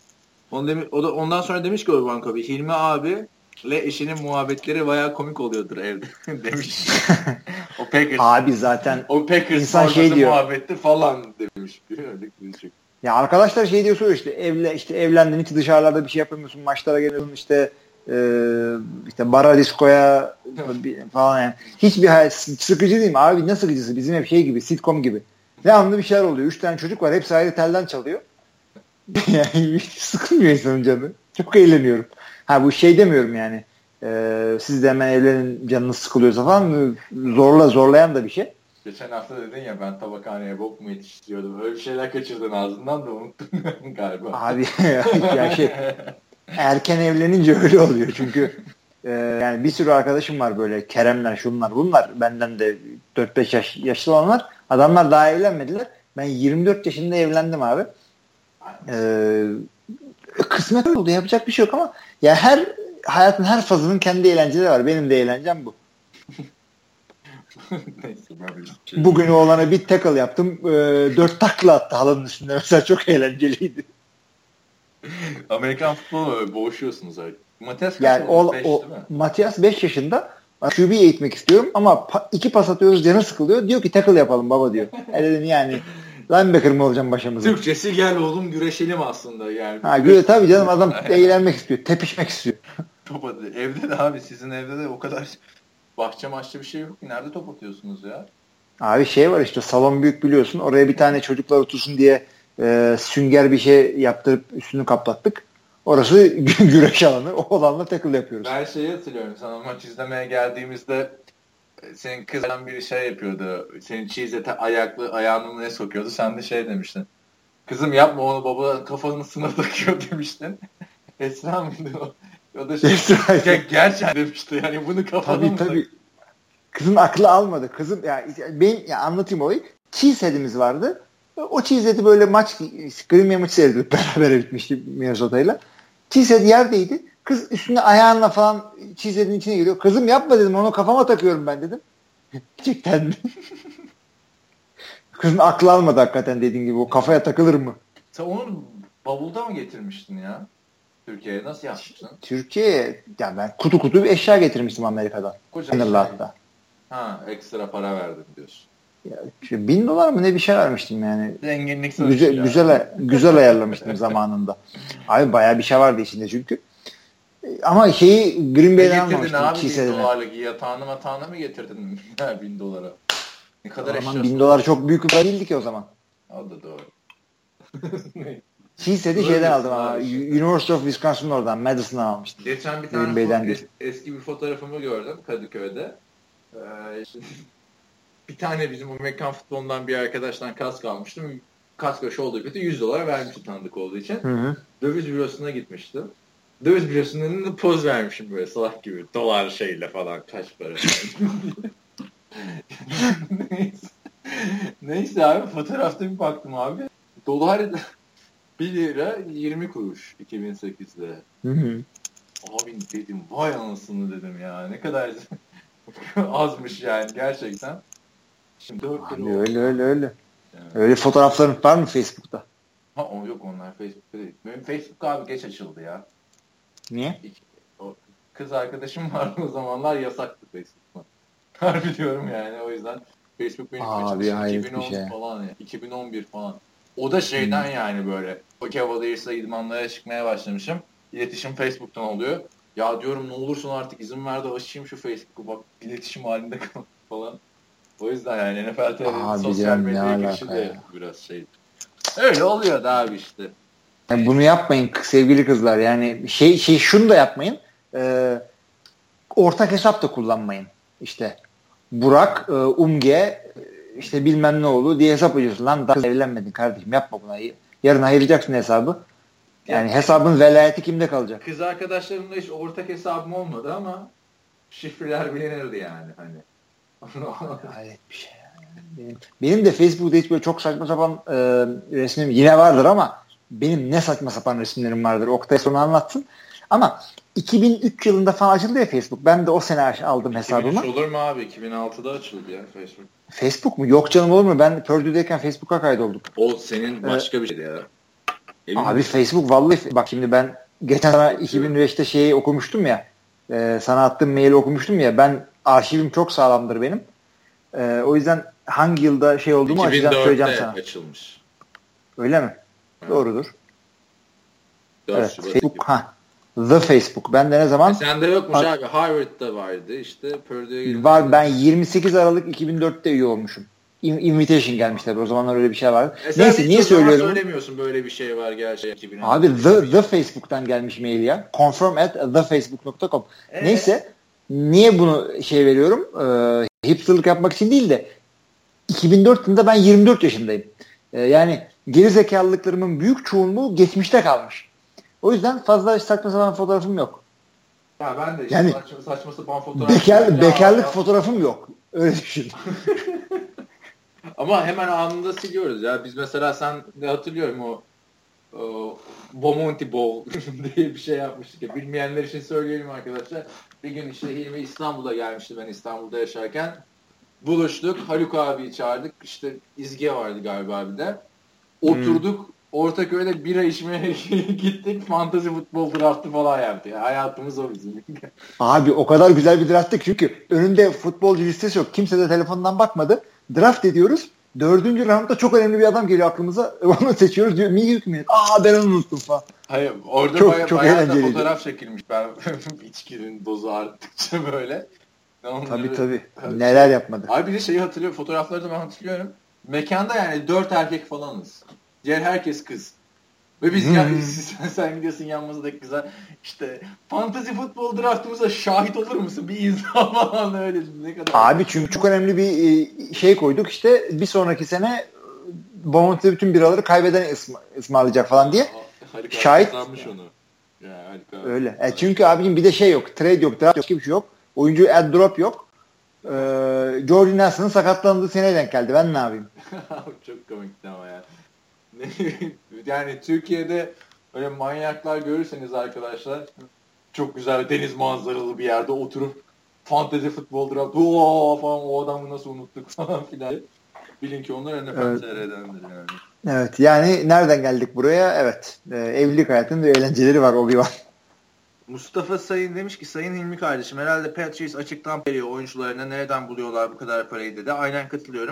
Ondan sonra demiş ki Urban Kobe, Hilmi abi ile eşinin muhabbetleri bayağı komik oluyordur evde demiş. O Packers. Abi zaten o Packers insan şey diyor. Muhabbeti falan demiş. Ya arkadaşlar şey diyor işte evlendin hiç dışarılarda bir şey yapamıyorsun, maçlara geliyorsun işte bara diskoya falan yani. Hiçbir sıkıcı değil mi? Abi ne sıkıcısı? Bizim hep şey gibi, sitcom gibi. Devamlı bir şeyler oluyor. 3 tane çocuk var. Hepsi ayrı telden çalıyor. Yani hiç sıkılmıyor insanın canı. Çok eğleniyorum. Bu şey demiyorum yani. Siz de hemen evlenin canınız sıkılıyorsa falan zorlayan da bir şey. Geçen hafta dedin ya ben tabakhaneye bok mu yetiştiriyordum. Öyle bir şeyler kaçırdın ağzından da unuttum galiba. Abi ya erken evlenince öyle oluyor çünkü yani bir sürü arkadaşım var böyle Keremler şunlar bunlar benden de 4-5 yaş yaşlı olanlar, adamlar daha evlenmediler. Ben 24 yaşında evlendim abi. Kısmet oldu, yapacak bir şey yok ama ya hayatın her fazının kendi eğlenceleri var. Benim de eğlencem bu. Bugün oğlana bir tackle yaptım. 4 takla attı halının üstünde. Mesela çok eğlenceliydi. Amerikan futbolu boğuşuyorsunuz artık. Matias yani Matias 5 yaşında. QB eğitmek istiyorum ama 2 pas atıyoruz, canı sıkılıyor. Diyor ki tackle yapalım baba diyor. Dedim yani linebacker mı olacağım başımıza? Türkçesi gel oğlum güreşelim aslında yani. Tabii canım, adam eğlenmek istiyor. Tepişmek istiyor. Evde de abi sizin evde de o kadar bahçe bir şey yok ki. Nerede top atıyorsunuz ya? Abi şey var işte, salon büyük biliyorsun. Oraya bir tane çocuklar otursun diye sünger bir şey yaptırıp üstünü kaplattık. Orası güreş alanı. O alanla tackle yapıyoruz. Ben şeyi hatırlıyorum. Sana maç izlemeye geldiğimizde senin kızdan bir şey yapıyordu. Senin cheese'e ayağını ne sokuyordu? Sen de şey demiştin. Kızım yapma onu, baba kafanın sına takıyor demiştin. Esra mıydı o? O da gerçekten demişti. Yani bunu kafana tabii. Kızın aklı almadı. Kızım benim anlatayım olayı. Cheesehead'imiz vardı. O cheesehead'i böyle Green Bay maçı seyrediyorduk. Beraber bitmişti Minnesota'yla. Cheesehead yerdeydi. Kız üstüne ayağınla falan cheesehead'in içine giriyor. Kızım yapma dedim, onu kafama takıyorum ben dedim. Gerçekten mi? Kızın aklı almadı hakikaten, dediğin gibi. O kafaya takılır mı? Sen onu bavulda mı getirmiştin ya? Türkiye'ye nasıl yapmışsın? Türkiye'ye ben kutu bir eşya getirmiştim Amerika'dan. Kocaman hatta. Ekstra para verdim diyorsun. Ya, $1000 mı ne bir şey vermiştim yani. Zenginlik güzel ayarlamıştım zamanında. Abi bayağı bir şey vardı içinde çünkü. Ama şeyi Green Bay'den almamıştım. Ne getirdin abi $1,000'lık yatağına mı getirdin $1,000? Ne kadar eşyası? $1000 çok büyük bir para değildi ki o zaman. O da doğru. Cheesehead'i şeyden aldım ama University of Wisconsin'ın oradan Madison'dan almıştım. Geçen bir tane eski bir fotoğrafımı gördüm Kadıköy'de. Bir tane bizim o mekan futbolundan bir arkadaştan kask almıştım. Kask başı olduğu kötü $100 vermişti tanıdık olduğu için. Hı. Döviz bürosuna gitmiştim. Döviz bürosunun önünde poz vermişim böyle salak gibi. Dolar şeyle falan kaç para. Neyse abi fotoğrafta bir baktım abi. Dolar 1 lira 20 kuruş 2008'de. Hı. Abi dedim vay anasını dedim ya. Ne kadar azmış yani gerçekten. Şimdi 4 lira öyle. Yani. Öyle fotoğrafların var mı Facebook'ta? Yok onlar Facebook'ta değil. Benim Facebook abi geç açıldı ya. Niye? O kız arkadaşım vardı o zamanlar yasaktı Facebook'ta. Harbi diyorum yani o yüzden Facebook benim açıldı 2010 şey. Falan ya. 2011 falan. O da şeyden yani böyle. Cavaliers idmanlara çıkmaya başlamışım. İletişim Facebook'tan oluyor. Ya diyorum ne olursun artık izin ver de açayım şu Facebook'u bak iletişim halinde kal falan. O yüzden yani NFL TV'nin sosyal medyaya girişi de biraz şey. Öyle oluyor da abi işte. Yani bunu yapmayın sevgili kızlar. Yani şunu da yapmayın. Ortak hesap da kullanmayın. İşte Burak, Umge işte bilmem ne oldu diye hesap ediyorsun. Lan daha evlenmedin kardeşim yapma buna. Yarın ayıracaksın hesabı. Yani hesabın velayeti kimde kalacak? Kız arkadaşlarımla hiç ortak hesabım olmadı ama şifreler bilinirdi yani hani. Hayret bir şey. Benim de Facebook'ta hiç böyle çok saçma sapan resmim yine vardır ama benim ne saçma sapan resimlerim vardır. Oktay sonra anlatsın. Ama 2003 yılında falan açıldı ya Facebook. Ben de o sene aldım hesabımı. 2003 olur mu abi? 2006'da açıldı ya Facebook. Facebook mu? Yok canım olur mu? Ben Purdue'deyken Facebook'a kaydolduk. O senin başka bir şeydi ya. Abi Facebook vallahi bak şimdi ben geçen sana 2005'te şeyi okumuştum ya. Sana attığım maili okumuştum ya. Ben arşivim çok sağlamdır benim. O yüzden hangi yılda şey olduğumu açıdan söyleyeceğim sana. 2004'te açılmış. Öyle mi? Evet. Doğrudur. Evet. Facebook gibi. The Facebook. Ben de ne zaman? Sende yokmuş abi. Harvard'da vardı. İşte Purdue'ye var. Ben 28 Aralık 2004'te üye olmuşum. Invitation gelmiş tabii. O zamanlar öyle bir şey vardı. Neyse niye söylüyorum? Söylemiyorsun böyle bir şey var gerçekten. Abi the Facebook'tan gelmiş mail ya. confirm@thefacebook.com. Neyse niye bunu veriyorum? Hipsterlık yapmak için değil de 2004 yılında ben 24 yaşındayım. Yani gerizekalılıklarımın büyük çoğunluğu geçmişte kalmış. O yüzden fazla saçma sapan fotoğrafım yok. Ya ben de işte yani, saçma sapan fotoğraf. Bekarlık fotoğrafım yok. Öyle düşün. Ama hemen anında siliyoruz ya. Biz mesela sen de hatırlıyorum o Bomonti Bowl diye bir şey yapmıştık ya. Bilmeyenler için söyleyelim arkadaşlar. Bir gün işte Hilmi İstanbul'a gelmişti ben İstanbul'da yaşarken. Buluştuk. Haluk abiyi çağırdık. İşte İzge vardı galiba bir de. Oturduk. Ortaköy'de bira içmeye gittik. Fantasy futbol draftı falan yaptık. Hayatımız o bizim. Abi o kadar güzel bir drafttı çünkü önünde futbolcu listesi yok. Kimse de telefondan bakmadı. Draft ediyoruz. 4. roundda çok önemli bir adam geliyor aklımıza. Onu seçiyoruz diyor. Milk. Ben onu unuttum falan. Hayır orada çok bayağı da fotoğraf çekilmiş. Ben içkinin dozu arttıkça böyle. Tabii. Neler yapmadı. Abi bir de şeyi hatırlıyorum. Fotoğrafları da ben hatırlıyorum. Mekanda yani 4 erkek falanız. Diğer herkes kız. Ve biz sen gidiyorsun yanımızdaki kıza işte fantasy futbol draftımıza şahit olur musun? Bir insan falan öyle. Ne kadar. Abi çünkü çok önemli bir şey koyduk işte bir sonraki sene Bomonti'de bütün biraları kaybeden ısmarlayacak falan diye. Şahit. Onu. Ya, öyle. Çünkü abicim bir de şey yok. Trade yok. Draft yok. Hiçbir şey yok. Oyuncu add drop yok. Jordan Nelson'ın sakatlandığı seneye denk geldi. Ben ne yapayım? Çok komikti ama ya. Yani Türkiye'de öyle manyaklar görürseniz arkadaşlar çok güzel deniz manzaralı bir yerde oturup fantezi futbol draft falan o adamı nasıl unuttuk falan filan. Bilin ki onlar NFL TR'dendir yani. Evet yani nereden geldik buraya? Evet. Evlilik hayatının da eğlenceleri var Obi-Wan. Mustafa Sayın demiş ki Sayın Hilmi kardeşim herhalde Patriots açıktan veriyor oyuncularına nereden buluyorlar bu kadar parayı dedi. Aynen katılıyorum.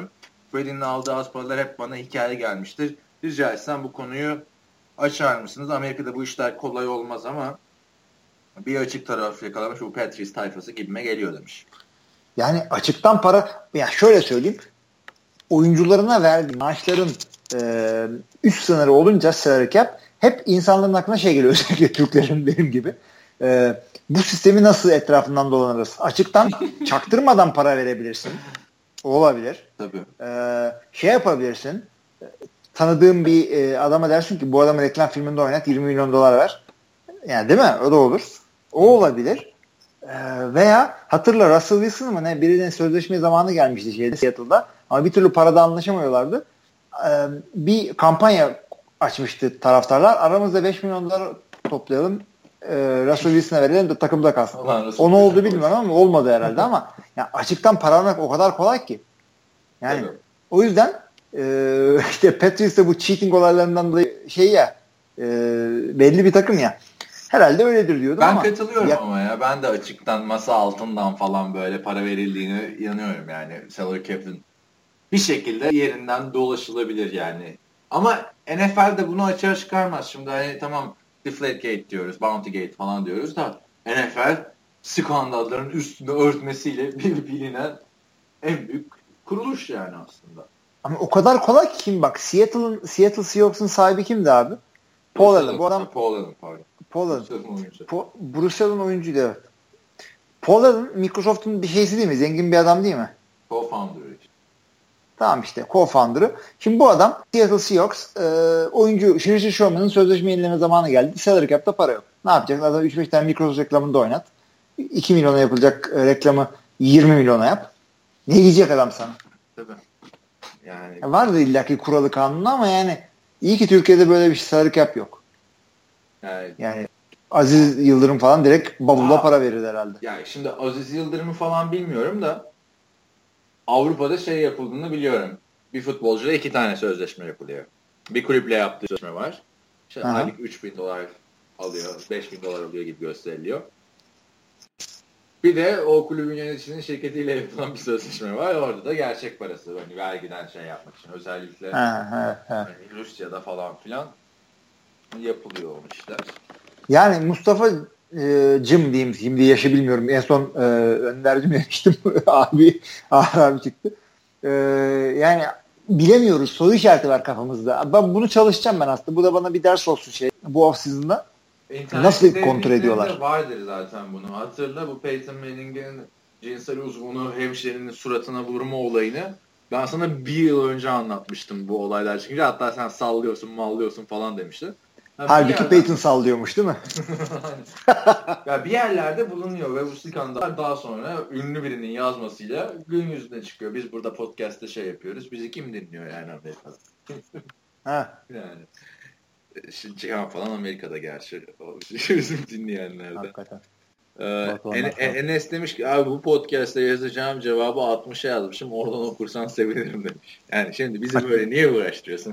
Freddie'nin aldığı az paralar hep bana hikaye gelmiştir. Rica etsem bu konuyu açar mısınız? Amerika'da bu işler kolay olmaz ama bir açık taraf yakalamış bu Patriots tayfası gibime geliyor demiş. Yani açıktan para, ya şöyle söyleyeyim, oyuncularına verdiği maaşların üst sınırı olunca salary cap hep insanların aklına şey geliyor, özellikle Türklerin benim gibi. Bu sistemi nasıl etrafından dolanırız? Açıktan çaktırmadan para verebilirsin. O olabilir. Tabii. Şey yapabilirsin. Tanıdığım bir adama dersin ki bu adamı reklam filminde oynat, 20 milyon dolar ver. Yani değil mi? O da olur. O olabilir. Veya hatırla, Russell Wilson mı ne? Birinin sözleşme zamanı gelmişti Seattle'da. Ama bir türlü parada anlaşamıyorlardı. Bir kampanya açmıştı taraftarlar. Aramızda 5 milyon dolar toplayalım. Russell Wilson'a verelim de takımda kalsın. O ne oldu bilmiyorum ama olmadı herhalde ama yani açıktan para almak o kadar kolay ki. Yani evet. O yüzden işte Patriots'ta bu cheating olaylarından dolayı belli bir takım ya. Herhalde öyledir diyordum ben ama. Ben katılıyorum ama ya. Ben de açıktan masa altından falan böyle para verildiğine inanıyorum yani. Salary cap'in bir şekilde yerinden dolaşılabilir yani. Ama NFL de bunu açığa çıkarmaz. Şimdi hani tamam Deflategate diyoruz, Bountygate falan diyoruz da NFL skandalların üstünü örtmesiyle bilinen en büyük kuruluş yani aslında. Ama o kadar kolay ki kim bak Seattle Seahawks'ın sahibi kimdi abi? Paul Allen. Bu adam Paul Allen pardon. Paul Allen. Bruce Allen oyuncuydu evet. Paul Allen Microsoft'un bir şeysi değil mi? Zengin bir adam değil mi? Co-founder'ı. Tamam işte co-founder'ı. Şimdi bu adam Seattle Seahawks oyuncu Richard Sherman'ın sözleşme yenileme zamanı geldi. Salary cap'ta para yok. Ne yapacak? Adam 3-5 tane Microsoft reklamında oynat. 2 milyona yapılacak reklamı 20 milyona yap. Ne diyecek adam sana? Tabii. Yani vardı illaki kuralı kanunu ama yani iyi ki Türkiye'de böyle bir salary cap yok. Yani Aziz Yıldırım falan direkt babulla para verir herhalde. Yani şimdi Aziz Yıldırım'ı falan bilmiyorum da Avrupa'da şey yapıldığını biliyorum. Bir futbolcuyla 2 tane sözleşme yapılıyor. Bir kulüple yaptığı sözleşme var. İşte aylık 3.000 dolar alıyor, 5.000 dolar alıyor gibi gösteriliyor. Bir de o kulübün yöneticisinin şirketiyle yapılan bir sözleşme var. Orada da gerçek parası. Hani vergiden şey yapmak için. Özellikle hani Rusya'da falan filan yapılıyor o işler. Yani Mustafa Cım diyeyim. Şimdi yaşı bilmiyorum. En son Önder'cim demiştim. abi çıktı. Yani bilemiyoruz. Soru işareti var kafamızda. Ben bunu çalışacağım ben aslında. Bu da bana bir ders olsun bu off-season'da. Nasıl kontrol ediyorlar? Vardır zaten bunu. Hatırla bu Peyton Manning'in cinsel uzvunu hemşerinin suratına vurma olayını ben sana 1 yıl önce anlatmıştım bu olaylar çıkınca. Hatta sen mallıyorsun falan demiştin. Halbuki Peyton sallıyormuş değil mi? Ya bir yerlerde bulunuyor ve bu skandal daha sonra ünlü birinin yazmasıyla gün yüzüne çıkıyor. Biz burada podcast'te şey yapıyoruz. Bizi kim dinliyor yani Amerika'da? Yani. Şimdi Cihan falan Amerika'da gerçi. Bizim dinleyenlerden. Hakikaten. Enes demiş ki abi bu podcast'te yazacağım cevabı 60'a yazmışım. Oradan okursan sevinirim demiş. Yani şimdi bizi böyle niye uğraştırıyorsun?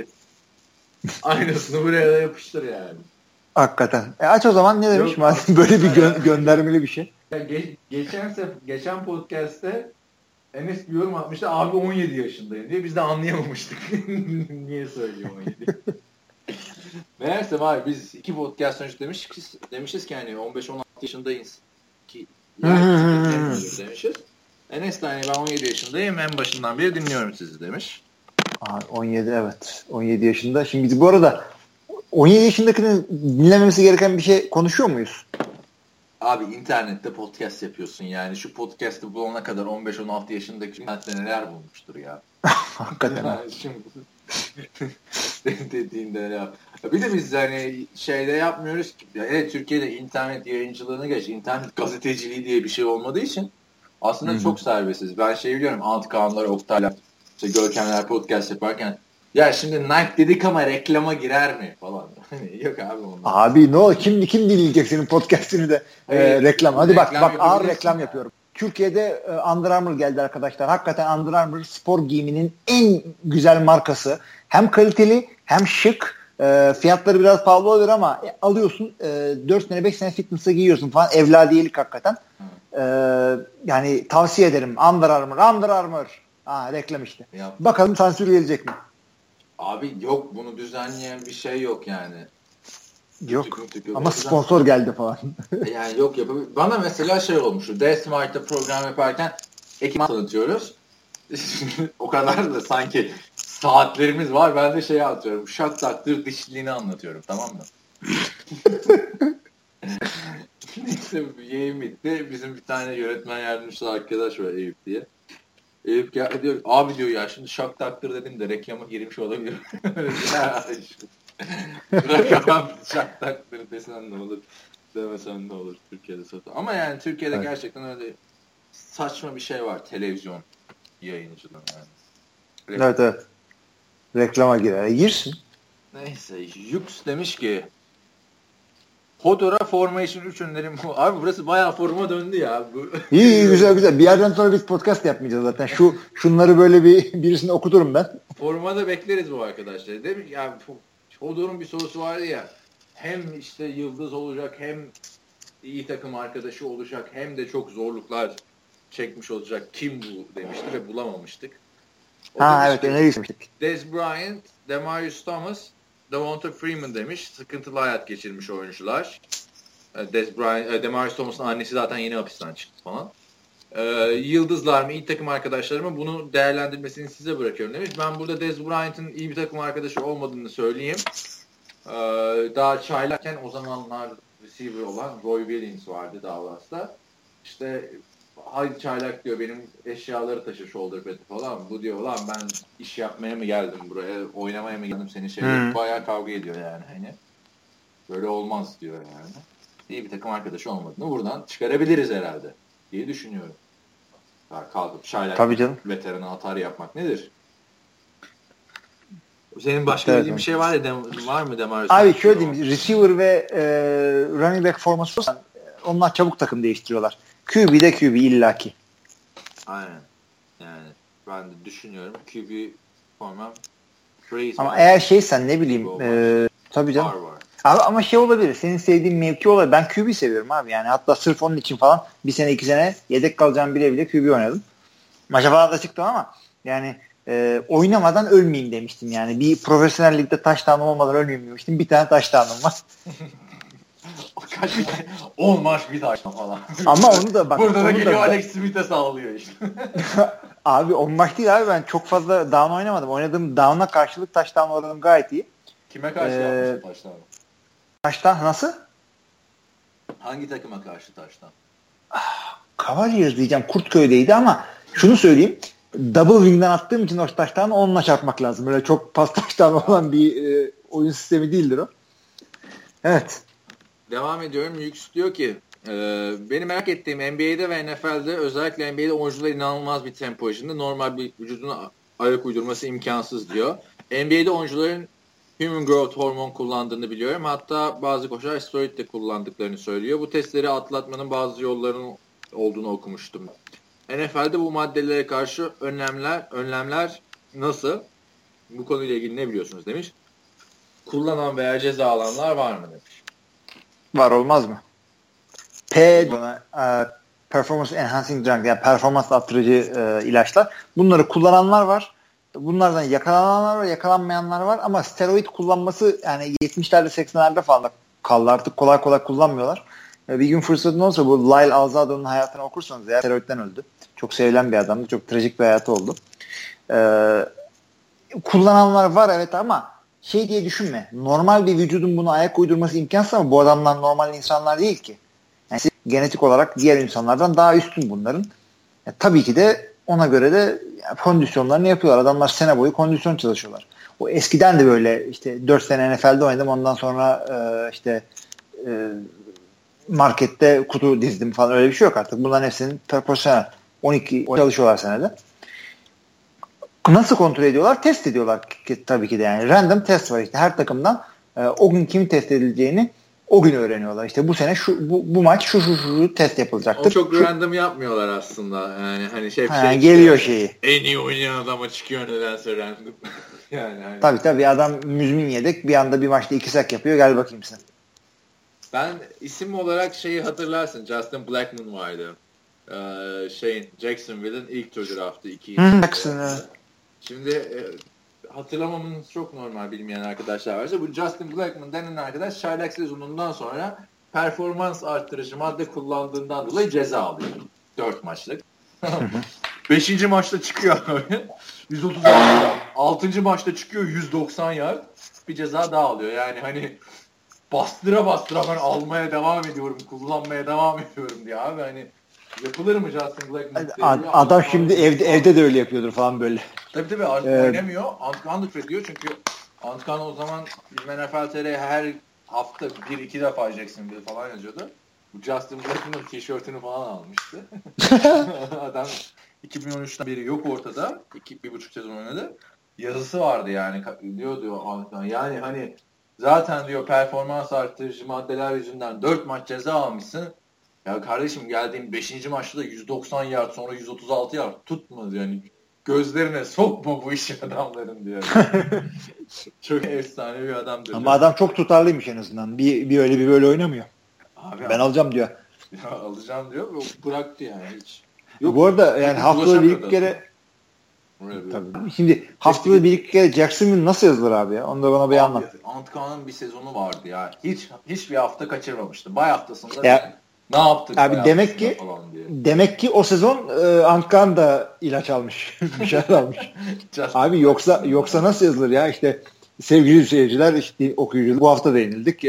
Aynısını buraya da yapıştır yani. Hakikaten. Aç o zaman ne demiş? Madem böyle bir göndermeli bir şey. Ya geçen podcast'te Enes bir yorum atmıştı. Abi 17 yaşındayım diye. Biz de anlayamamıştık. Niye söylüyor 17? Meğerse var biz 2 podcast önce demişiz ki hani 15-16 yaşındayız ki demişiz. Enes de hani ben 17 yaşındayım en başından beri dinliyorum sizi demiş. 17 evet. 17 yaşında. Şimdi biz bu arada 17 yaşındakinin dinlememesi gereken bir şey konuşuyor muyuz? Abi internette podcast yapıyorsun yani. Şu podcast'ı bulana kadar 15-16 yaşındaki internette neler bulmuştur ya. Hakikaten. Yani şimdi dediğinde ya. Bir de biz hani şeyde yapmıyoruz ki. Evet Türkiye'de internet yayıncılığını geç. İnternet gazeteciliği diye bir şey olmadığı için aslında çok serbestiz. Ben biliyorum Antkanlar, Oktaylar, işte Görkemler podcast yaparken ya şimdi Nike dedik ama reklama girer mi falan. Yok abi onlar. Abi ne olur kim dinleyecek senin podcast'ini de reklam. Hadi bak ağır reklam yapıyorum. Türkiye'de Under Armour geldi arkadaşlar. Hakikaten Under Armour spor giyiminin en güzel markası. Hem kaliteli hem şık. Fiyatları biraz pahalı olur ama alıyorsun 4 sene 5 sene fitness'a giyiyorsun falan. Evladiyelik hakikaten. Yani tavsiye ederim. Under Armour. Reklam işte. Yap. Bakalım sansür gelecek mi? Abi yok, bunu düzenleyen bir şey yok yani. Yok. Ama sponsor geldi falan. Yani yok yapabilir. Bana mesela şey olmuştu. D-Smart'ta program yaparken ekipman tanıtıyoruz. O kadar da sanki saatlerimiz var. Ben de şey atıyorum. Şak taktır dişliliğini anlatıyorum. Tamam mı? Neyse yayın bitti. Bizim bir tane yönetmen yardımcısı arkadaş var, Eyüp diye. Eyüp diyor, abi diyor ya şimdi şak taktır dedim de reklama girmiş olabilir. Bırakamam şak taktır desen ne olur, demesen ne olur Türkiye'de satın. Ama yani Türkiye'de gerçekten öyle saçma bir şey var televizyon yayıncılığı yani. Evet. Reklama girer. Girsin. Neyse Yux demiş ki Hodor'a Formation 3 önerim bu. Abi burası bayağı forma döndü ya. İyi güzel. Bir yerden sonra biz podcast yapmayacağız zaten. Şunları böyle birisine okuturum ben. Formada bekleriz bu arkadaşlar. Demiş yani Hodor'un bir sorusu vardı ya. Hem işte yıldız olacak, hem iyi takım arkadaşı olacak, hem de çok zorluklar çekmiş olacak. Kim bu demişti ve bulamamıştık. Evet, öneri istemiştik. Dez Bryant, Demarius Thomas, Devonta Freeman demiş. Sıkıntılı hayat geçirmiş oyuncular. Demarius Thomas'ın annesi zaten yeni hapisten çıktı falan. Yıldızlar mı, iyi takım arkadaşları mı, bunu değerlendirmesini size bırakıyorum demiş. Ben burada Dez Bryant'ın iyi bir takım arkadaşı olmadığını söyleyeyim. Daha çaylarken o zamanlar receiver olan Roy Williams vardı Dallas'ta. İşte haydi çaylak diyor, benim eşyaları taşı shoulder pad'i falan. Bu diyor lan ben iş yapmaya mı geldim buraya, oynamaya mı geldim seni bayağı kavga ediyor yani hani. Böyle olmaz diyor yani. İyi bir takım arkadaşı olmadığını buradan çıkarabiliriz herhalde diye düşünüyorum. Kalkıp çaylak veterana atar yapmak nedir? Senin başka bildiğin bir şey var mı Demarius? Abi şöyle diyeyim, receiver ve running back forması olsan onlar çabuk takım değiştiriyorlar. QB de QB illaki. Aynen. Yani ben de düşünüyorum. QB formam. Ama eğer şeysen ne bileyim tabii canım. Abi ama şey olabilir. Senin sevdiğin mevki olabilir. Ben QB seviyorum abi. Yani hatta sırf onun için falan bir sene 2 sene yedek kalacağım bile QB oynadım. Maça falan da çıktım ama yani oynamadan ölmeyeyim demiştim yani. Bir profesyonel ligde touchdown olmadan ölmeyeyim demiştim. Bir tane touchdown'um var. 10 maç bir touchdown falan. Ama onu da bak. Burada da geliyor Alex Smith'e sağlıyor işte. Abi 10 maç değil abi. Ben çok fazla down oynamadım. Oynadığım down'a karşılık touchdown oranım gayet iyi. Kime karşı yapmışsın touchdown'ı? Touchdown nasıl? Hangi takıma karşı touchdown? Cavaliers diyeceğim. Kurtköy'deydi ama şunu söyleyeyim. Double wing'den attığım için o touchdown'ı onunla çarpmak lazım. Böyle çok pas touchdown olan bir oyun sistemi değildir o. Evet. Devam ediyorum. Yüks diyor ki benim merak ettiğim NBA'de ve NFL'de, özellikle NBA'de oyuncular inanılmaz bir tempo içinde. Normal bir vücuduna ayak uydurması imkansız diyor. NBA'de oyuncuların human growth hormon kullandığını biliyorum. Hatta bazı koçlar steroid de kullandıklarını söylüyor. Bu testleri atlatmanın bazı yollarının olduğunu okumuştum. NFL'de bu maddelere karşı önlemler nasıl? Bu konuyla ilgili ne biliyorsunuz demiş. Kullanan veya ceza alanlar var mı demiş. Var, olmaz mı? Performance enhancing drug, yani performans arttırıcı ilaçlar. Bunları kullananlar var. Bunlardan yakalananlar var, yakalanmayanlar var ama steroid kullanması yani 70'lerde 80'lerde falan kaldı. Artık kolay kolay kullanmıyorlar. Bir gün fırsatın olursa bu Lyle Alzado'nun hayatını okursanız eğer, steroidden öldü. Çok sevilen bir adamdı. Çok trajik bir hayatı oldu. Kullananlar var evet ama şey diye düşünme. Normal bir vücudun buna ayak uydurması imkansız ama bu adamlar normal insanlar değil ki. Yani genetik olarak diğer insanlardan daha üstün bunların. Tabii ki de ona göre de kondisyonlarını yapıyorlar. Adamlar sene boyu kondisyon çalışıyorlar. O eskiden de böyle işte 4 sene NFL'de oynadım. Ondan sonra markette kutu dizdim falan, öyle bir şey yok artık. Bunların hepsinin profesyonel. 12 çalışıyorlar senede. Nasıl kontrol ediyorlar? Test ediyorlar tabii ki de yani. Random test var işte. Her takımdan o gün kim test edileceğini o gün öğreniyorlar. İşte bu sene bu maç şu test yapılacaktır. O çok random yapmıyorlar aslında. Yani hani geliyor şeyi. En iyi oynayan adama çıkıyor nedense random. Yani hani. Tabii adam müzmin yedek bir anda bir maçta 2 sack yapıyor. Gel bakayım sen. Ben isim olarak şeyi hatırlarsın. Justin Blackmon vardı. Jacksonville'in ilk tur draftı 2. Jackson. Şimdi hatırlamamız çok normal bilmeyen arkadaşlar varsa bu Justin Blackmon denen arkadaş çaylak sezonundan sonra performans arttırıcı madde kullandığından dolayı ceza alıyor. 4 maçlık. 5. maçta çıkıyor 136 yard. 6. maçta çıkıyor 190 yard. Bir ceza daha alıyor. Yani hani bastıra ben almaya devam ediyorum, kullanmaya devam ediyorum diye abi hani yapılır mı Justin Blackmon? Adam şimdi evde de öyle yapıyordur falan böyle. Tabii artık oynamıyor. Antkan ediyor çünkü Antkan o zaman NFL TR her hafta 1-2 defa Jacksonville falan yazıyordu. Bu Justin Blackmon'un tişörtünü falan almıştı. Adam 2013'ten beri yok ortada. 1,5 sezon oynadı. Yazısı vardı yani. Diyor Antkan. Yani hani zaten diyor performans arttırıcı maddeler yüzünden 4 maç ceza almışsın. Ya kardeşim geldiğim 5. maçta da 190 yard sonra 136 yard tutmadı yani. Gözlerine sokma bu işi adamların diyor. Çok efsane bir adamdır. Ama adam çok tutarlıymış en azından. Bir öyle bir böyle oynamıyor. Abi, ben alacağım diyor. Ya, alacağım diyor ve bıraktı yani hiç. Yok, bu arada yani haftada bir iki kere tabii. Şimdi haftada bir iki kere Jacksonville nasıl yazılır abi ya? Onu da bana bir anlat. Antkan'ın bir sezonu vardı ya. Hiçbir hafta kaçırmamıştı. Bay haftasında ne yaptık? Abi demek ki o sezon Antkan da ilaç almış. Bir şeyler almış. Abi yoksa nasıl yazılır ya? İşte sevgili seyirciler, işte okuyucular bu hafta da yenildik.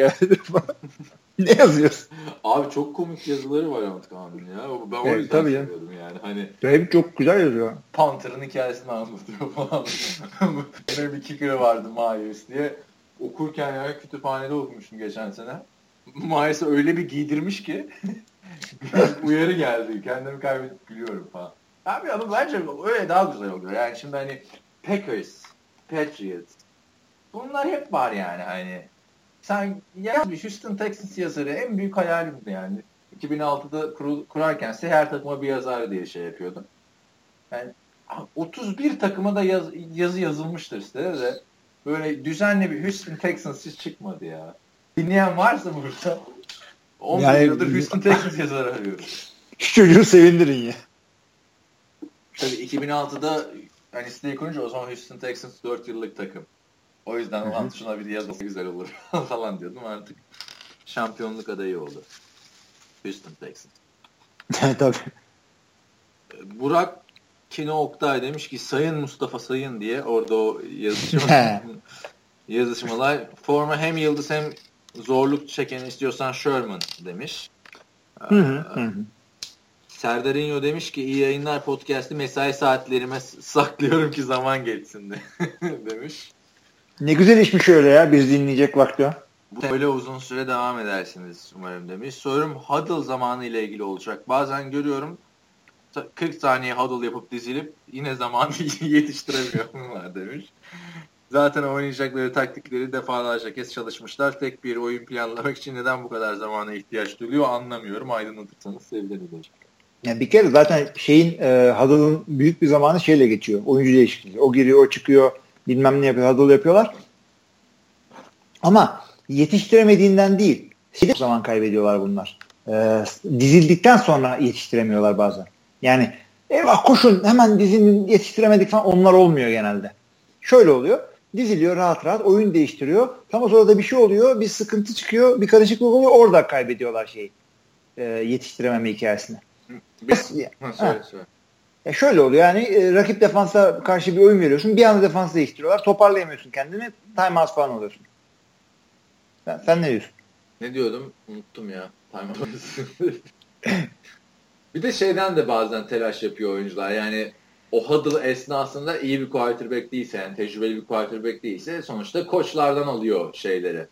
Ne yazıyorsun? Abi çok komik yazıları var Antkan'ın ya. Ben o yüzden seviyordum yani. Hani hem çok güzel yazıyor. Panther'ın hikayesini anlatıyor falan. Benim bir kicker'ı vardı Myers diye. Okurken ya kütüphanede okumuştum geçen sene. Myers'ı öyle bir giydirmiş ki uyarı geldi. Kendimi kaybedip gülüyorum falan. Abi ama bence öyle daha güzel oluyor. Yani şimdi hani Packers, Patriots bunlar hep var yani hani. Sen yazmış Houston Texans yazarı en büyük hayalimdi yani. 2006'da kurarken her takıma bir yazar diye şey yapıyordum. Yani 31 takıma da yazı yazılmıştır size de böyle düzenli bir Houston Texans hiç çıkmadı ya. Dinleyen varsa burada 11 yıldır Houston Texans yazarı arıyoruz. Şu çocuğu sevindirin ya. Tabii 2006'da hani siteyi kurunca o zaman Houston Texans 4 yıllık takım. O yüzden lan şuna bir yazması güzel olur falan diyordum. Artık şampiyonluk adayı oldu. Houston Texans. Tabii. Burak Kino Oktay demiş ki Sayın Mustafa Sayın diye orada o yazışmalar. Forma hem yıldız hem zorluk çeken istiyorsan Sherman demiş. Serdarinho demiş ki iyi yayınlar podcast'ı mesai saatlerime saklıyorum ki zaman geçsin de demiş. Ne güzel işmiş öyle ya. Biz dinleyecek vakti. Böyle uzun süre devam edersiniz umarım demiş. Sorum huddle zamanı ile ilgili olacak. Bazen görüyorum 40 saniye huddle yapıp dizilip yine zamanı yetiştiremiyorlar demiş. Zaten oynayacakları taktikleri defalarca kez çalışmışlar. Tek bir oyun planlamak için neden bu kadar zamana ihtiyaç duyuluyor anlamıyorum. Aydınlatırsanız sevinirim. Yani bir kere zaten huddle'ın büyük bir zamanı şeyle geçiyor. Oyuncu değişikliği. O giriyor, o çıkıyor. Bilmem ne yapıyor. Huddle yapıyorlar. Ama yetiştiremediğinden değil. Zaman kaybediyorlar bunlar. Dizildikten sonra yetiştiremiyorlar bazen. Yani eyvah koşun hemen dizinin yetiştiremedik falan onlar olmuyor genelde. Şöyle oluyor. Diziliyor rahat rahat oyun değiştiriyor. Tam o sırada bir şey oluyor. Bir sıkıntı çıkıyor. Bir karışıklık oluyor. Orada kaybediyorlar şeyi. Yetiştirememe hikayesini. Ya şöyle oluyor yani rakip defansa karşı bir oyun veriyorsun. Bir anda defans değiştiriyorlar. Toparlayamıyorsun kendini. Time out falan oluyorsun. Sen ne diyorsun? Ne diyordum? Unuttum ya. Time out. Bir de şeyden de bazen telaş yapıyor oyuncular. Yani o huddle esnasında iyi bir quarterback değilse, yani tecrübeli bir quarterback değilse sonuçta koçlardan alıyor şeyleri.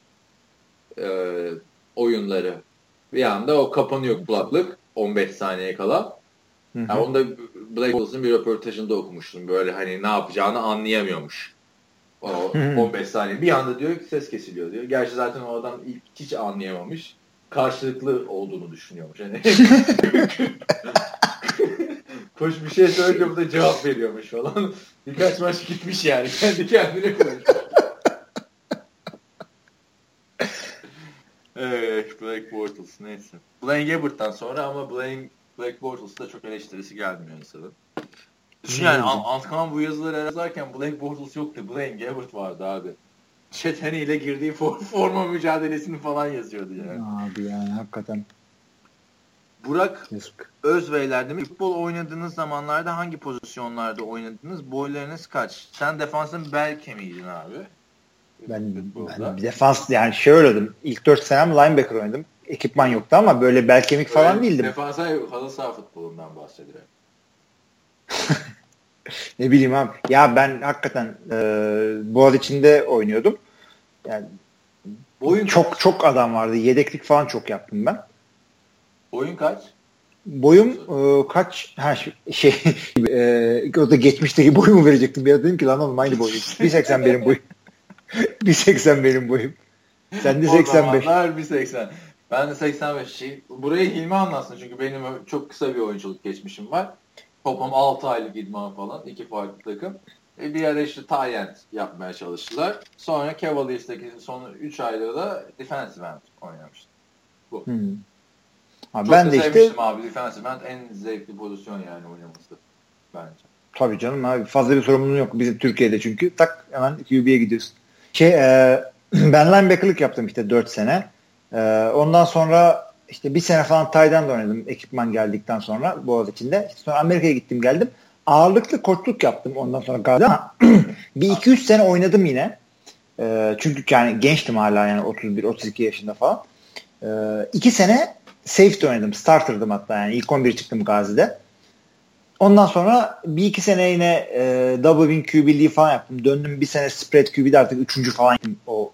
Oyunları. Bir anda o kapanıyor kulaklık 15 saniye kala. Yani onu da Blake Bortles'ın bir röportajında okumuştum. Böyle hani ne yapacağını anlayamıyormuş. O 15 saniye. Bir anda diyor ki ses kesiliyor diyor. Gerçi zaten o adam hiç anlayamamış. Karşılıklı olduğunu düşünüyormuş. Yani koş bir şey söyleyince bu da cevap veriyormuş falan. Birkaç maç gitmiş yani. Kendi kendine konuşuyor. Blake Bortles neyse. Blaine Gabbert'tan sonra ama Blaine Blake Bortles'ta çok eleştirisi gelmiyor insanın. Düşün yani Antkan bu yazıları yazarken Blake Bortles yoktu. Blaine Gabbert vardı abi. Chet Haney ile girdiği forma mücadelesini falan yazıyordu yani. Abi yani hakikaten. Burak Özbeyler demiş. Futbol oynadığınız zamanlarda hangi pozisyonlarda oynadınız? Boylarınız kaç? Sen defansın bel kemiğiydin abi. Ben defans yani şöyle oynadım. İlk 4 senem linebacker oynadım. Ekipman yoktu ama böyle bel kemik falan değildim. Defansa halı saha futbolundan bahsediyorum. Ne bileyim abi. Ya ben hakikaten Boğaziçi'nde oynuyordum. Yani boyun çok adam vardı. Yedeklik falan çok yaptım ben. Boyun kaç? Boyum kaç? O da geçmişteki boyumu verecektim. Bir dedim ki lan oğlum aynı boyum. 1.80 benim boyum. 1.80 benim boyum. Sen de 85. O zamanlar 1.80. Ben de 85. Burayı Hilmi anlatsın çünkü benim çok kısa bir oyunculuk geçmişim var. Toplam 6 aylık idman falan. 2 farklı takım. Bir ara işte tight end yapmaya çalıştılar. Sonra Cavaliers'taki son 3 ayda da defensive end oynamıştım. Bu. Abi çok ben da de sevmiştim işte, abi. Defensive end en zevkli pozisyon yani oynaması bence. Tabii canım abi. Fazla bir sorumluluğun yok bizim Türkiye'de çünkü. Tak hemen QB'ye gidiyorsun. Ben linebacker'lık yaptım işte 4 sene. Ondan sonra işte bir sene falan tight end oynadım ekipman geldikten sonra Boğaziçi'nde. İşte sonra Amerika'ya gittim geldim. Ağırlıklı koçluk yaptım ondan sonra galiba ama bir 2-3 sene oynadım yine. Çünkü yani gençtim hala yani 31-32 yaşında falan. 2 sene safety oynadım. Starter'dım hatta yani. İlk 11 çıktım Gazi'de. Ondan sonra bir iki sene yine double wing QB'liği falan yaptım. Döndüm bir sene spread QB'de artık 3. falan yaptım o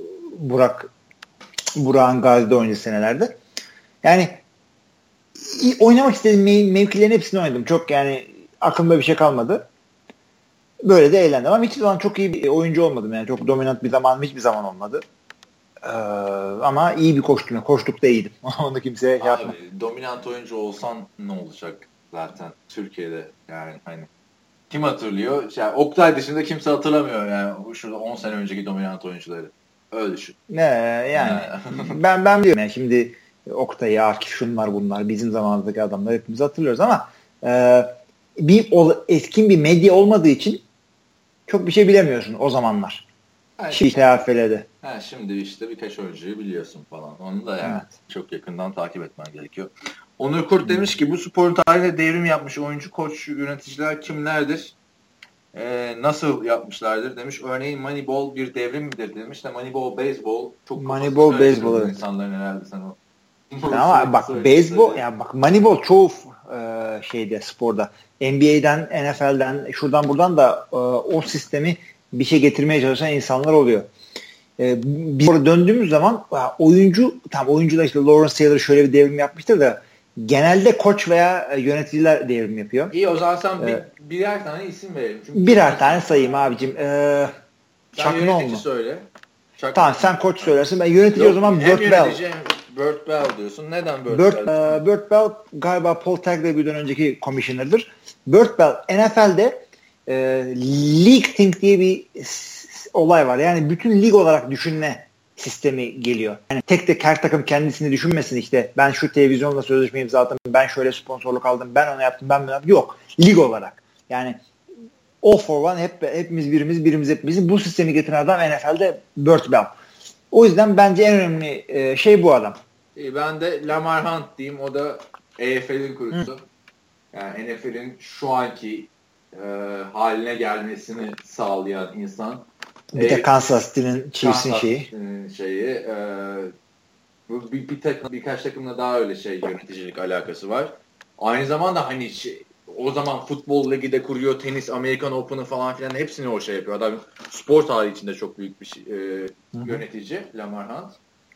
Burak'ın Gazi'de oynadığı senelerde. Yani oynamak istediğim mevkilerin hepsini oynadım. Çok yani aklımda bir şey kalmadı. Böyle de eğlendim ama hiçbir zaman çok iyi bir oyuncu olmadım. Yani çok dominant bir zamanım hiçbir zaman olmadı. Ama iyi bir koştum. Koştukta iyiydim. Onu kimseye şey yapma. Dominant oyuncu olsan ne olacak zaten Türkiye'de yani hani kim hatırlıyor? Yani Oktay dışında kimse hatırlamıyor yani şurada 10 sene önceki dominant oyuncuları. Öyle düşün. Yani ben biliyorum yani şimdi Oktay, Akif şunlar bunlar bizim zamanımızdaki adamlar hepimiz hatırlıyoruz ama etkin bir medya olmadığı için çok bir şey bilemiyorsun o zamanlar. TFL'de. Şimdi işte birkaç oyuncuyu biliyorsun falan. Onu da yani çok yakından takip etmen gerekiyor. Onur Kurt demiş ki bu sporun tarihinde devrim yapmış oyuncu, koç, yöneticiler kimlerdir? Nasıl yapmışlardır demiş. Örneğin Moneyball bir devrim midir demiş de Moneyball Baseball çok Moneyball Baseball evet. İnsanların herhalde sen o. Ama bak baseball yani bak Moneyball çoğu şeyde sporda NBA'den NFL'den şuradan buradan da o sistemi bir şey getirmeye çalışan insanlar oluyor. Biz orada döndüğümüz zaman oyuncular işte Lawrence Taylor şöyle bir devrim yapmıştır da genelde koç veya yöneticiler devrim yapıyor. İyi o zaman sen birer tane isim verelim. Çünkü birer tane sayayım abicim. Sen yönetici söyle. Tamam sen koç söylersin. Ben yönetici o zaman Burt Bell. Burt Bell diyorsun. Neden Burt Bell? Burt Bell galiba Paul Tagliabue'den önceki commissioner'dır. Burt Bell NFL'de league think diye bir olay var. Yani bütün lig olarak düşünme sistemi geliyor. Yani tek her takım kendisini düşünmesin işte ben şu televizyonla sözleşme imzaladım, ben şöyle sponsorluk aldım, ben onu yaptım, ben bunu yaptım. Yok. Lig olarak. Yani all for one hepimiz birimiz hepimiz. Bu sistemi getiren adam NFL'de Burt Bell. O yüzden bence en önemli şey bu adam. Ben de Lamar Hunt diyeyim. O da EFL'in kurucusu. Yani NFL'in şu anki haline gelmesini sağlayan insan. Bir de Kansas City'nin Chiefs'in şeyi. Birkaç takımla daha öyle yöneticilik alakası var. Aynı zamanda hani o zaman futbol ligi de kuruyor, tenis, Amerikan Open'ı falan filan hepsini o yapıyor. Adam spor tarihi içinde çok büyük bir yönetici Lamar Hunt.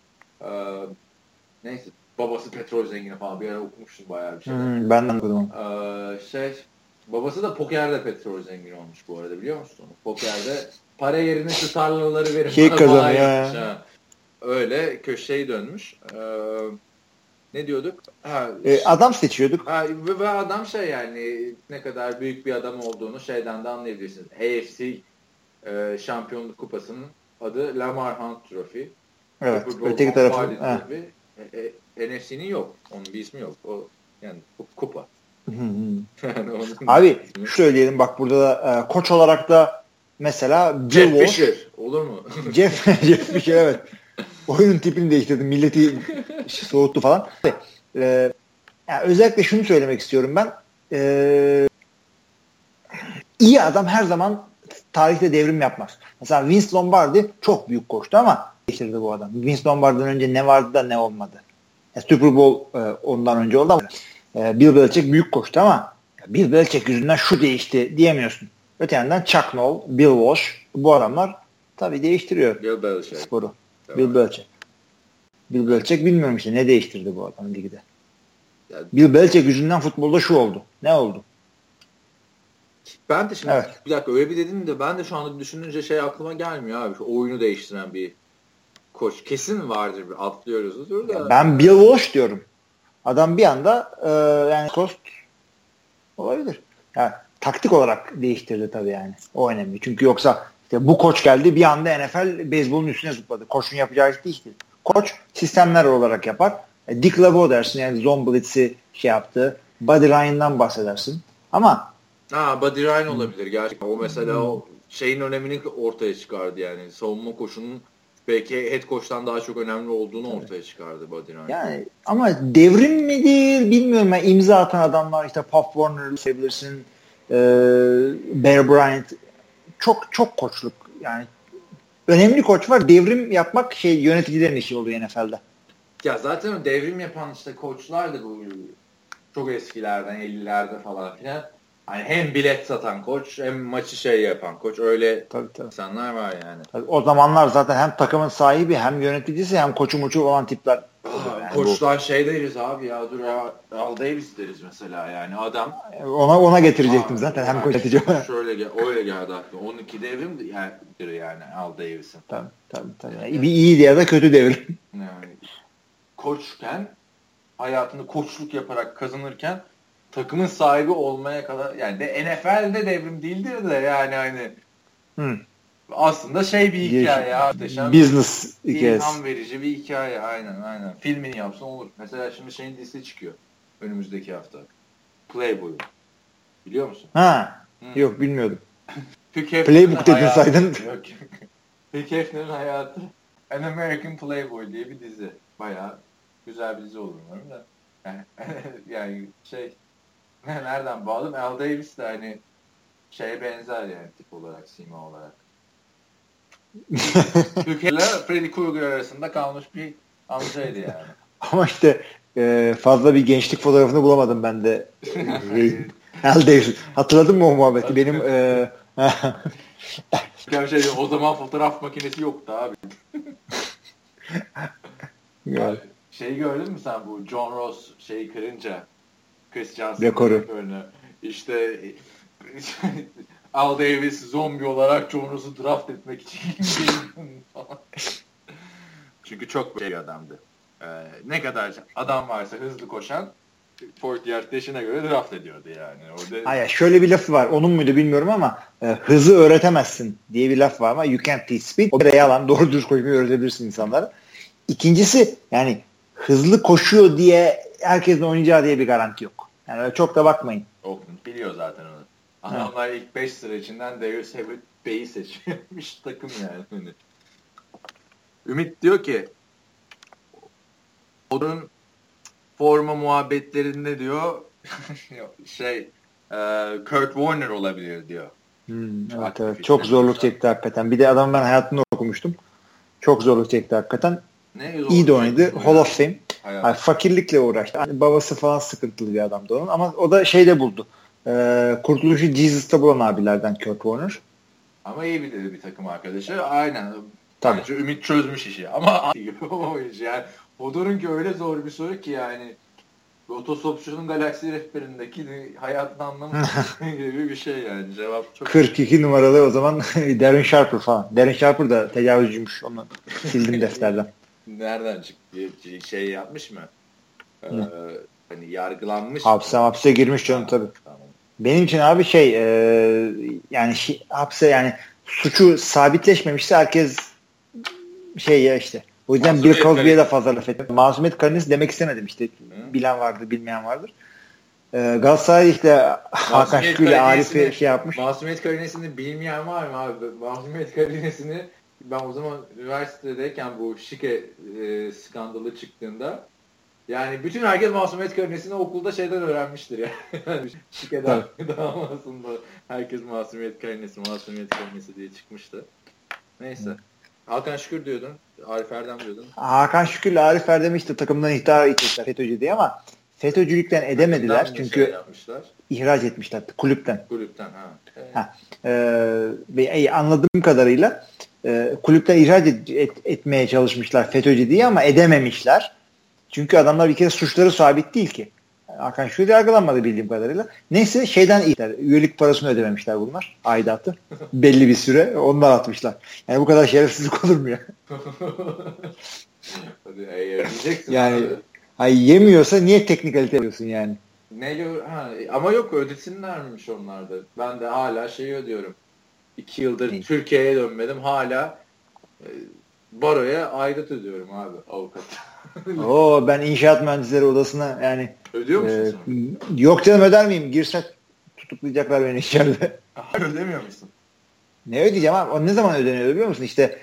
Neyse babası petrol zengini falan bir ara okumuştum bayağı bir şey. Ben de okudum. Babası da pokerde petrol zengini olmuş bu arada biliyor musun? Pokerde para yerine şu tarlaları verin bana falan yapmış. Öyle köşeyi dönmüş. Ne diyorduk? Adam seçiyorduk. Ve adam yani ne kadar büyük bir adam olduğunu şeyden de anlayabilirsiniz. AFC Şampiyonluk Kupası'nın adı Lamar Hunt Trophy. Evet. Öteki tarafı. NFC'nin yok. Onun bir ismi yok. O Yani kupa. Yani abi söyleyelim bak burada da koç olarak da mesela Jeff Fisher olur mu? Jeff Fisher evet. Oyunun tipini değiştirdi. Milleti soğuttu falan. Yani özellikle şunu söylemek istiyorum ben. İyi adam her zaman tarihte devrim yapmaz. Mesela Vince Lombardi çok büyük koştu ama değiştirdi bu adam. Vince Lombardi'den önce ne vardı da ne olmadı. Super Bowl ondan önce oldu ama Bill Belichick büyük koştu ama Bill Belichick yüzünden şu değişti diyemiyorsun. Öte yandan Chuck Noll, Bill Walsh bu adamlar tabii değiştiriyor Bill Belichick. sporu. Tamam. Bill Belichick bilmiyorum işte ne değiştirdi bu adam ligde. Yani, Bill Belichick yüzünden futbolda şu oldu. Ne oldu? Ben de şimdi bir dakika öyle bir dedin de ben de şu anda düşününce aklıma gelmiyor abi. Şu oyunu değiştiren bir koç. Kesin vardır. Atlıyoruz. Da. Ben Bill Walsh diyorum. Adam bir anda yani Cost olabilir. Yani taktik olarak değiştirdi tabii yani. O önemli. Çünkü yoksa işte bu koç geldi bir anda NFL beyzbolun üstüne zıpladı. Koçun yapacağı iş değil. Koç sistemler olarak yapar. Dick LeBeau dersin yani zone blitz'i yaptı. Buddy Ryan'dan bahsedersin. Ama Buddy Ryan olabilir gerçekten. O mesela o şeyin önemini ortaya çıkardı yani. Savunma koşunun belki head coach'tan daha çok önemli olduğunu ortaya çıkardı Buddy Ryan. Yani ama devrim midir bilmiyorum. Yani imza atan adamlar işte Pop Warner'ı sevebilirsin. Bear Bryant çok koçluk yani önemli koç var. Devrim yapmak yöneticilerin işi oluyor NFL'de. Ya zaten o devrim yapan işte koçlar da bu çok eskilerden 50'lerde falan filan. Hani hem bilet satan koç hem maçı yapan koç öyle tabii. İnsanlar var yani. Tabii, o zamanlar zaten hem takımın sahibi hem yöneticisi hem koçu olan tipler. Yani koçlar deriz abi ya dur ya Al Davis deriz mesela yani adam. Ona getirecektim zaten hem yönetici. Öyle geldi aklıma. 12 devrim yani Al Davis'in. Tabii. Yani bir iyi ya da kötü devrim. Yani koçken hayatını koçluk yaparak kazanırken takımın sahibi olmaya kadar yani de NFL'de devrim değildir de yani hani aslında bir hikaye ya. Business hikayesi. İlham verici bir hikaye aynen. Filmini yapsan olur. Mesela şimdi dizisi çıkıyor önümüzdeki hafta. Playboy. Biliyor musun? Yok bilmiyordum. Playbook dedin saydın. Hugh Hefner'in hayatı An American Playboy diye bir dizi. Bayağı güzel bir dizi olur umarım da. Yani nereden bağladım? Al Davis de hani benzer yani tip olarak, sima olarak. Türkiye'yle Freddy Krueger arasında kalmış bir amcaydı yani. Ama işte fazla bir gençlik fotoğrafını bulamadım ben de. Al Davis. Hatırladın mı o muhabbeti? Benim o zaman fotoğraf makinesi yoktu abi. Yani. Gördün mü sen bu John Ross kırınca Chris Johnson'ın rekorunu işte Al Davis zombi olarak John Ross'u draft etmek için falan. Çünkü çok bir adamdı. Ne kadar adam varsa hızlı koşan 40 yard dash'ine göre draft ediyordu yani. Hayır, şöyle bir lafı var. Onun muydu bilmiyorum ama hızı öğretemezsin diye bir laf var ama you can't teach speed. O da yalan. Doğru düz koşmayı öğretebilirsin insanlara. İkincisi yani hızlı koşuyor diye herkesin oynayacağı diye bir garanti yok. Yani öyle çok da bakmayın. Oakland biliyor zaten onu. Adamlar ilk 5 sıra içinden Darius Bey'i seçmiş takım yani. Ümit diyor ki onun forma muhabbetlerinde diyor Kurt Warner olabilir diyor. Evet. Çok zorluk çekti hakikaten. Bir de adamı ben hayatımda okumuştum. Çok zorluk çekti hakikaten. İyi de oynadı. Hall of Fame. Yani fakirlikle uğraştı. Yani babası falan sıkıntılı bir adamdı onun. Ama o da buldu. Kurtuluşu Jesus'ta bulan abilerden Kurt Warner. Ama iyi bir takım arkadaşı. Aynen. Bence Ümit çözmüş işi. Ama yani Hodor'unki öyle zor bir soru ki yani Otostopçunun Galaksi rehberindeki hayatın anlamı gibi bir şey yani. Cevap çok 42 numaralı o zaman Darren Sharper falan. Darren Sharper da tecavüzcüymüş. Onu sildim defterden. Nereden çıktı? Yapmış mı? Hani yargılanmış. Hapse girmiş canım tabii. Tamam. Benim için abi yani hapse yani suçu sabitleşmemişse herkes işte O yüzden Bill Cosby'ye de fazla laf ettim. Masumiyet karinesi demek istemedim işte. Bilen vardır, bilmeyen vardır. Galatasaray işte Hakan Şükür ile Arif'i şey yapmış. Masumiyet karinesini bilmeyen var mı abi? Masumiyet karinesini ben o zaman üniversitedeyken bu şike skandalı çıktığında yani bütün herkes masumiyet karinesini okulda şeyden öğrenmiştir ya. Yani şikeden davasında herkes masumiyet karinesi diye çıkmıştı. Neyse. Hakan Şükür diyordun. Arif Erdem diyordun. Hakan Şükür ile Arif Erdem işte takımdan ihtar etmişler FETÖ'cü diye ama FETÖ'cülükten edemediler çünkü ihraç etmişler kulüpten. Kulüpten ha. Anladığım kadarıyla kulüpten ihraç etmeye çalışmışlar FETÖ'cü diye ama edememişler. Çünkü adamlar bir kere suçları sabit değil ki. Hakan Şükür yargılanmadı bildiğim kadarıyla. Neyse şeyden ihtar, üyelik parasını ödememişler bunlar. Aidatı. Belli bir süre ondan atmışlar. Yani bu kadar şerefsizlik olur mu ya? Yani yemiyorsa niye teknikalite yapıyorsun yani? Ama yok ödesinlermiş onlar da. Ben de hala şeyi ödüyorum. 2 yıldır Türkiye'ye dönmedim. Hala baroya aidat ödüyorum abi avukat. Ben inşaat mühendisleri odasına yani ödüyor musun sen? Yok canım öder miyim? Girsek tutuklayacaklar beni içeride. Ödemiyor musun? Ne ödeyeceğim abi? O ne zaman ödeniyor biliyor musun? İşte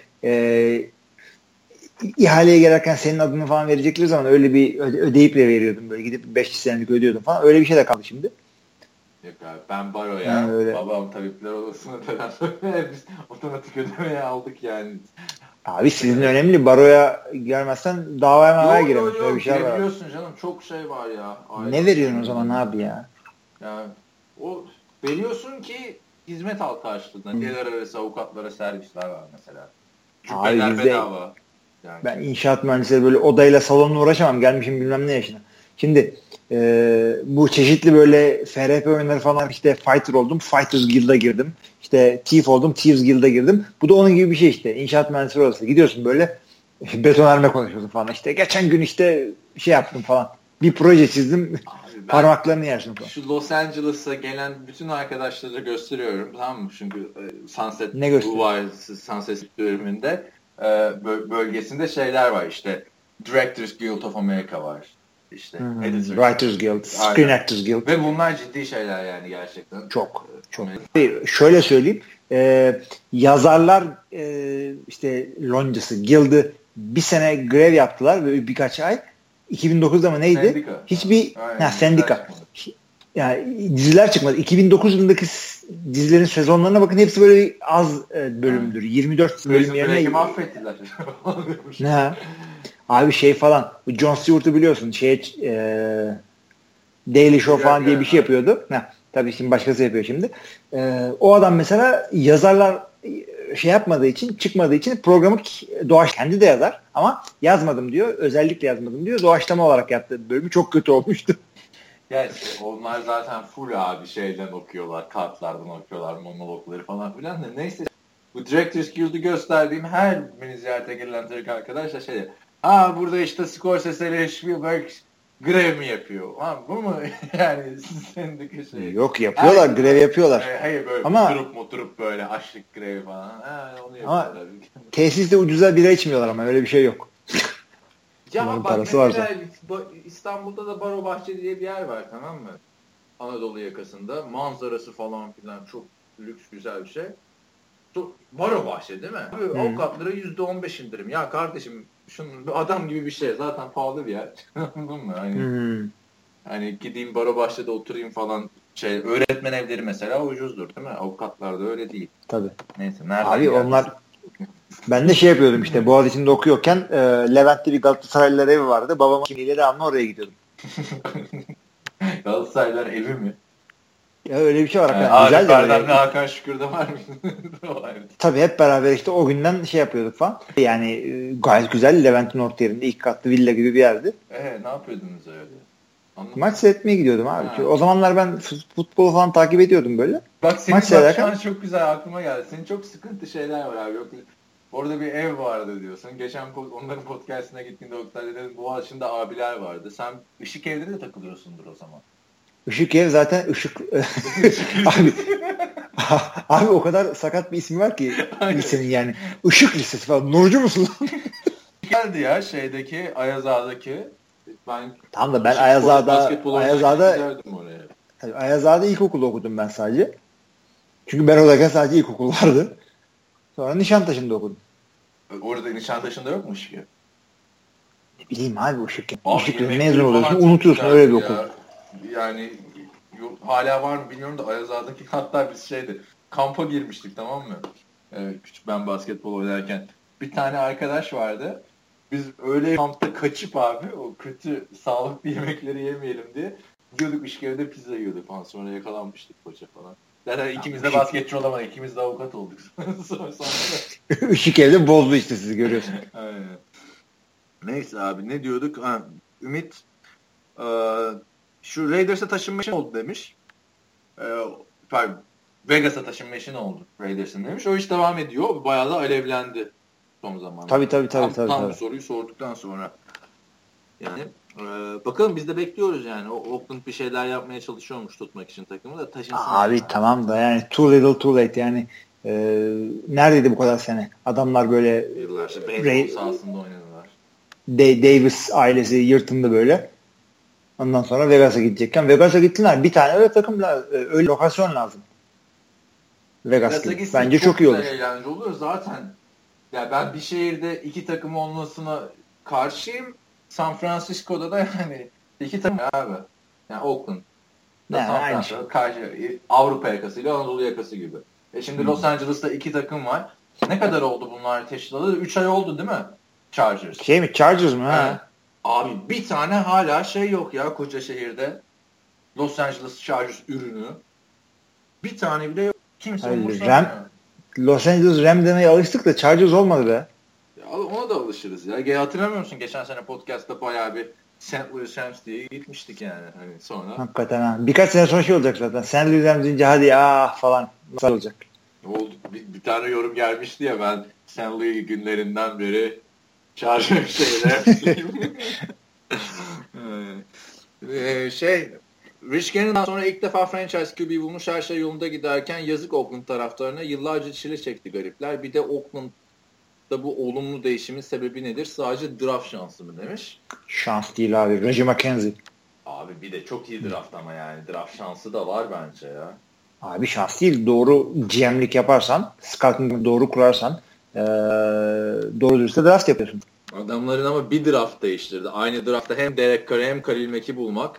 ihaleye gelirken senin adını falan verecekleri zaman öyle bir ödeyip de veriyordum. Böyle gidip 5 senelik ödüyordum falan. Öyle bir şey de kaldı şimdi. Yok abi ben baroya babam tabipler odasına biz otomatik ödemeye aldık yani. Abi sizin önemli baroya gelmezsen davaya giremiş. Yok, bir şey var. Biliyorsun canım çok şey var ya. Ne veriyorsun o zaman abi ya? Ya o veriyorsun ki hizmet al karşılığında. Diğer arası avukatlara servisler var mesela. Cübbeler bedava. Yani. Ben inşaat mühendisleri böyle odayla salonla uğraşamam. Gelmişim bilmem ne yaşına. Şimdi bu çeşitli böyle FRP oyunları falan işte Fighter oldum. Fighters Guild'a girdim. İşte Thief oldum. Thieves Guild'a girdim. Bu da onun gibi bir şey işte. İnşaat mühendisleri odası. Gidiyorsun böyle betonarme konuşuyorsun falan. İşte geçen gün işte şey yaptım falan. Bir proje çizdim. Parmaklarını yersin falan. Şu Los Angeles'a gelen bütün arkadaşlara gösteriyorum. Tamam mı? Çünkü Sunset Sunset bölümünde bölgesinde şeyler var işte. Directors Guild of America var. İşte Writers Guild, Screen Actors Guild. Ve bunlar ciddi şeyler yani gerçekten. Çok. Şöyle söyleyeyim. Yazarlar işte loncası, guild'ı bir sene grev yaptılar ve birkaç ay. 2009'da mı neydi? Sendika. Hiçbir sendika. Yani diziler çıkmadı. 2009 yılındaki dizilerin sezonlarına bakın hepsi böyle az bölümdür. 24 bölüm yerine mahvettiler. Ne? Abi şey falan. Jon Stewart'u biliyorsun. Daily Show falan diye bir şey yapıyordu. Tabii şimdi başkası yapıyor şimdi. O adam mesela yazarlar şey yapmadığı için, çıkmadığı için programı kendi de yazar ama yazmadım diyor. Özellikle yazmadım diyor. Doğaçlama olarak yaptığı bölümü çok kötü olmuştu. Yani onlar zaten full abi şeyden okuyorlar, kartlardan okuyorlar, monologları falan filan da neyse. Bu Directors Guild'u gösterdiğim her beni ziyarete gelen Türk arkadaşlar burada işte Scorsese ile Spielberg grev mi yapıyor? Bu mu yani sendeki şey? Yok yapıyorlar, grev yapıyorlar. Hayır böyle ama oturup böyle açlık grevi falan. Onu yapıyorlar. Ama tesiste ucuza bira içmiyorlar ama öyle bir şey yok. Ya bak mesela İstanbul'da da Baro Bahçe diye bir yer var tamam mı? Anadolu yakasında. Manzarası falan filan çok lüks güzel bir şey. Baro Bahçe değil mi? Avukatlara %15 indirim. Ya kardeşim şunun adam gibi bir şey. Zaten pahalı bir yer. Anladın mı? Hani gideyim Baro Bahçe'de oturayım falan. Öğretmen evleri mesela ucuzdur değil mi? Avukatlar da öyle değil. Tabii. Neyse. Nereden abi onlar ben de şey yapıyordum işte Boğaziçi'nde okuyorken Levent'te bir Galatasaraylılar evi vardı. Babamın kimliğiyle devamlı oraya gidiyordum. Galatasaraylılar evi mi? Ya öyle bir şey var. Arif Erdem'le Hakan Şükür'de var mı? Tabii hep beraber işte o günden şey yapıyorduk falan. Yani gayet güzel Levent'in orta yerinde ilk katlı villa gibi bir yerdi. Ne yapıyordunuz öyle? Anladım. Maç seyretmeye gidiyordum abi. O zamanlar ben futbolu falan takip ediyordum böyle. Bak senin şu an çok güzel aklıma geldi. Senin çok sıkıntı şeyler var abi. Yok, orada bir ev vardı diyorsun. Geçen onların podcast'ine gittiğinde Oktay dedim Boğaziçi'nde abiler vardı. Sen Işık Ev'de de takılıyorsundur o zaman. Işık Ev zaten ışık abi o kadar sakat bir ismi var ki lisenin yani. Işık Lisesi falan. Nurcu musun? geldi ya şeydeki Ayaz Ağa'daki. Tamam da ben Ayaz Ağa'da ilkokulu okudum ben sadece. Çünkü ben oradayken sadece ilkokul vardı. Sonra Nişantaşı'nda okudum. Orada Nişantaşı'nda yokmuş ki. Ne bileyim abi o şirket. Mezun oluyorsun unutuyorsun öyle bir okul. Yani hala var mı bilmiyorum da Ayaz Ağa'daki hatta biz kampa girmiştik, tamam mı? Küçük ben basketbol oynarken. Bir tane arkadaş vardı. Biz öyle kampta kaçıp abi o kötü sağlıklı yemekleri yemeyelim diye gidiyorduk İşkev'de pizza yiyorduk falan. Sonra yakalanmıştık koça falan. Zaten ikimiz de basketçi olamadık. İkimiz de avukat olduk. Sonra İşkev'de bozdu işte sizi görüyorsun. Aynen. Neyse abi ne diyorduk? Ümit şu Raiders'a taşınma işi oldu demiş. Pardon. Vegas'a taşınma işi oldu Raiders'ın demiş. O iş devam ediyor. Bayağı da alevlendi son zamanlarda. Tabii. Tam bu soruyu sorduktan sonra. Yani bakalım biz de bekliyoruz yani. Oakland bir şeyler yapmaya çalışıyormuş tutmak için takımı da taşınsın. Abi yani. Tamam da yani too little too late yani neredeydi bu kadar sene? Adamlar böyle yıllarca beyzbol sahasında oynadılar. Davis ailesi yırtındı böyle. Ondan sonra Vegas'a gidecekken Vegas'a gittiler. Bir tane öyle takım öyle lokasyon lazım. Vegas'a bence çok iyi olur. Eğlenceli oluyor zaten. Ya ben bir şehirde iki takım olmasına karşıyım. San Francisco'da da yani iki takım abi. Yani Oakland. Yani San Francisco karşı Avrupa yakasıyla Anadolu yakası gibi. Şimdi Los Angeles'ta iki takım var. Ne kadar oldu bunlar teşkilatı? 3 ay oldu değil mi? Chargers. Chargers mı? Ha. Abi bir tane hala yok ya koca şehirde. Los Angeles Chargers ürünü. Bir tane bile yok. Kimse umursamıyor. Los Angeles Ram demeye alıştık da Chargers olmadı be. Ya ona da alışırız ya. Hatırlamıyor musun? Geçen sene podcast'ta bayağı bir St. Louis Rams diye gitmiştik yani. Hani sonra. Hakikaten ha. Birkaç sene sonra olacak zaten. St. Louis Rams deyince hadi falan. Nasıl olacak? Oldu. Bir tane yorum gelmişti ya ben St. Louis günlerinden beri Chargers şeyler. Rich Gannon'dan sonra ilk defa franchise QB bulmuş, her şey yolunda giderken yazık Oakland taraftarına, yıllarca çile çekti garipler. Bir de Oakland'da bu olumlu değişimin sebebi nedir? Sadece draft şansı mı demiş? Şans değil abi. Reggie McKenzie. Abi bir de çok iyi draft ama yani draft şansı da var bence ya. Abi şans değil. Doğru GM'lik yaparsan, scouting doğru kurarsan doğru dürüst draft yapıyorsun. Adamların ama bir draft değiştirdi. Aynı draftta hem Derek Carr'ı hem Khalil Mack'i bulmak.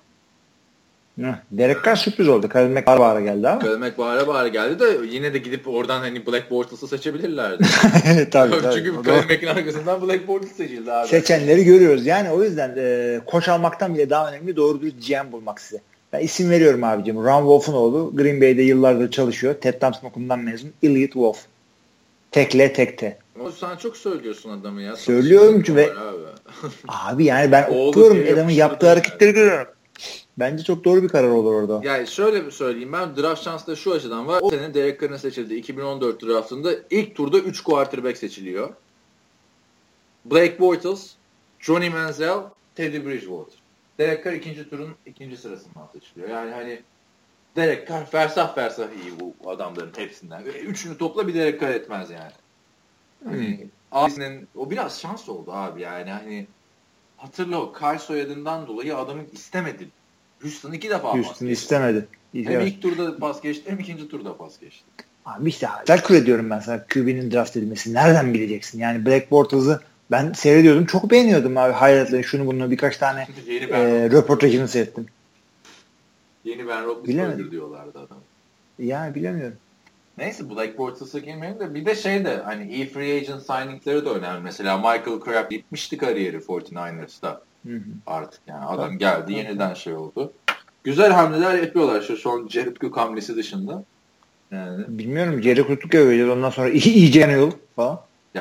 Derek Carr sürpriz oldu. Khalil Mack bağıra geldi ama. Khalil Mack bağıra geldi de yine de gidip oradan hani Black Bortles'ı seçebilirlerdi. tabii. Çünkü Khalil Mack'in arkasından Black Bortles seçildi abi. Seçenleri görüyoruz. Yani o yüzden koç almaktan bile daha önemli doğru dürüst GM bulmak size. Ben isim veriyorum abicim. Ron Wolf'un oğlu. Green Bay'de yıllardır çalışıyor. Ted Thompson okulundan mezun. Elliot Wolf. Tekle tekte. Sen çok söylüyorsun adamı ya. Söylüyorum çünkü abi yani ben okuyorum adamın yaptığı hareketleri görüyorum. Bence çok doğru bir karar olur orada. Yani şöyle bir söyleyeyim ben draft şansı da şu açıdan var. O sene Derek Carr'ın seçildi. 2014 draftında ilk turda 3 quarterback seçiliyor. Blake Bortles, Johnny Manziel, Teddy Bridgewater. Derek Carr ikinci turun ikinci sırasından seçiliyor. Yani hani Derek Carr fersah iyi bu adamların hepsinden. Üçünü topla bir Derek Carr etmez yani. Hani abisinin o biraz şans oldu abi yani hani hatırla o Carr soyadından dolayı adamı istemedi. Houston 2 defa pas geçti. Houston istemedi. Hem ilk turda pas geçti hem ikinci turda pas geçti. Abi işte teşekkür ediyorum ben sana QB'nin draft edilmesi. Nereden bileceksin? Yani Black Bortles'ı ben seyrediyordum. Çok beğeniyordum abi. Hayretle şunu bunu birkaç tane röportajını seyrettim. Yeni Ben Roethlisberger diyorlardı adam. Yani bilemiyorum. Neyse Black Bortles'a girmeyelim de bir de hani iyi free agent signing'leri de önemli. Mesela Michael Crabbe gitmişti kariyeri 49ers'ta. Artık yani adam geldi yeniden oldu. Güzel hamleler yapıyorlar şu son Jared Cook hamlesi dışında. Yani. Bilmiyorum Jared Cook'luk yapıyoruz ondan sonra iyice yanıyor falan. Ya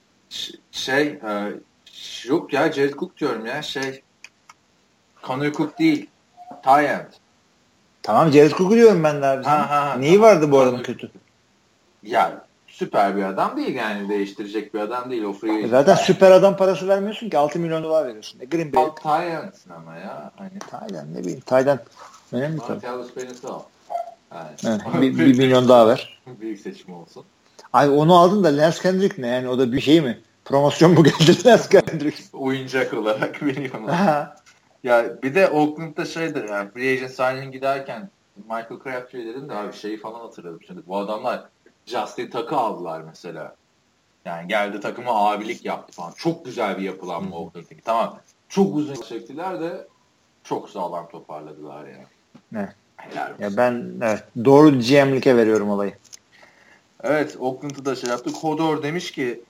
yok ya Jared Cook diyorum ya Connor Cook değil. Ty End. Tamam Jared Cook'u diyorum ben de abi. Neyi vardı bu adamın kötü? Ya süper bir adam değil yani değiştirecek bir adam değil o free. Zaten süper adam parası vermiyorsun ki 6 milyon dolar veriyorsun. Green Bay. Tyent'sin ama ya. Hani. Tyent ne bileyim. Tyent önemli tabii. Martellus Bennett'i al. Evet, bir milyon daha ver. Büyük seçim olsun. Ay onu aldın da Lance Kendrick ne yani o da bir şey mi? Promosyon mu geldirmez Kendricks? Oyuncak olarak veriyorum. Ya bir de Oakland'da şeydir yani free agent signing giderken Michael Crabtree dedim de abi şeyi falan hatırladım şimdi. Bu adamlar Justin Tuck'ı aldılar mesela. Yani geldi takıma abilik yaptı falan. Çok güzel bir yapılanma Oakland'daki. Tamam. Çok uzun çektiler de çok sağlam toparladılar yani. Evet. Ya ben doğru GM'like veriyorum olayı. Evet, Oakland'ı da şey yaptık. Hodor demiş ki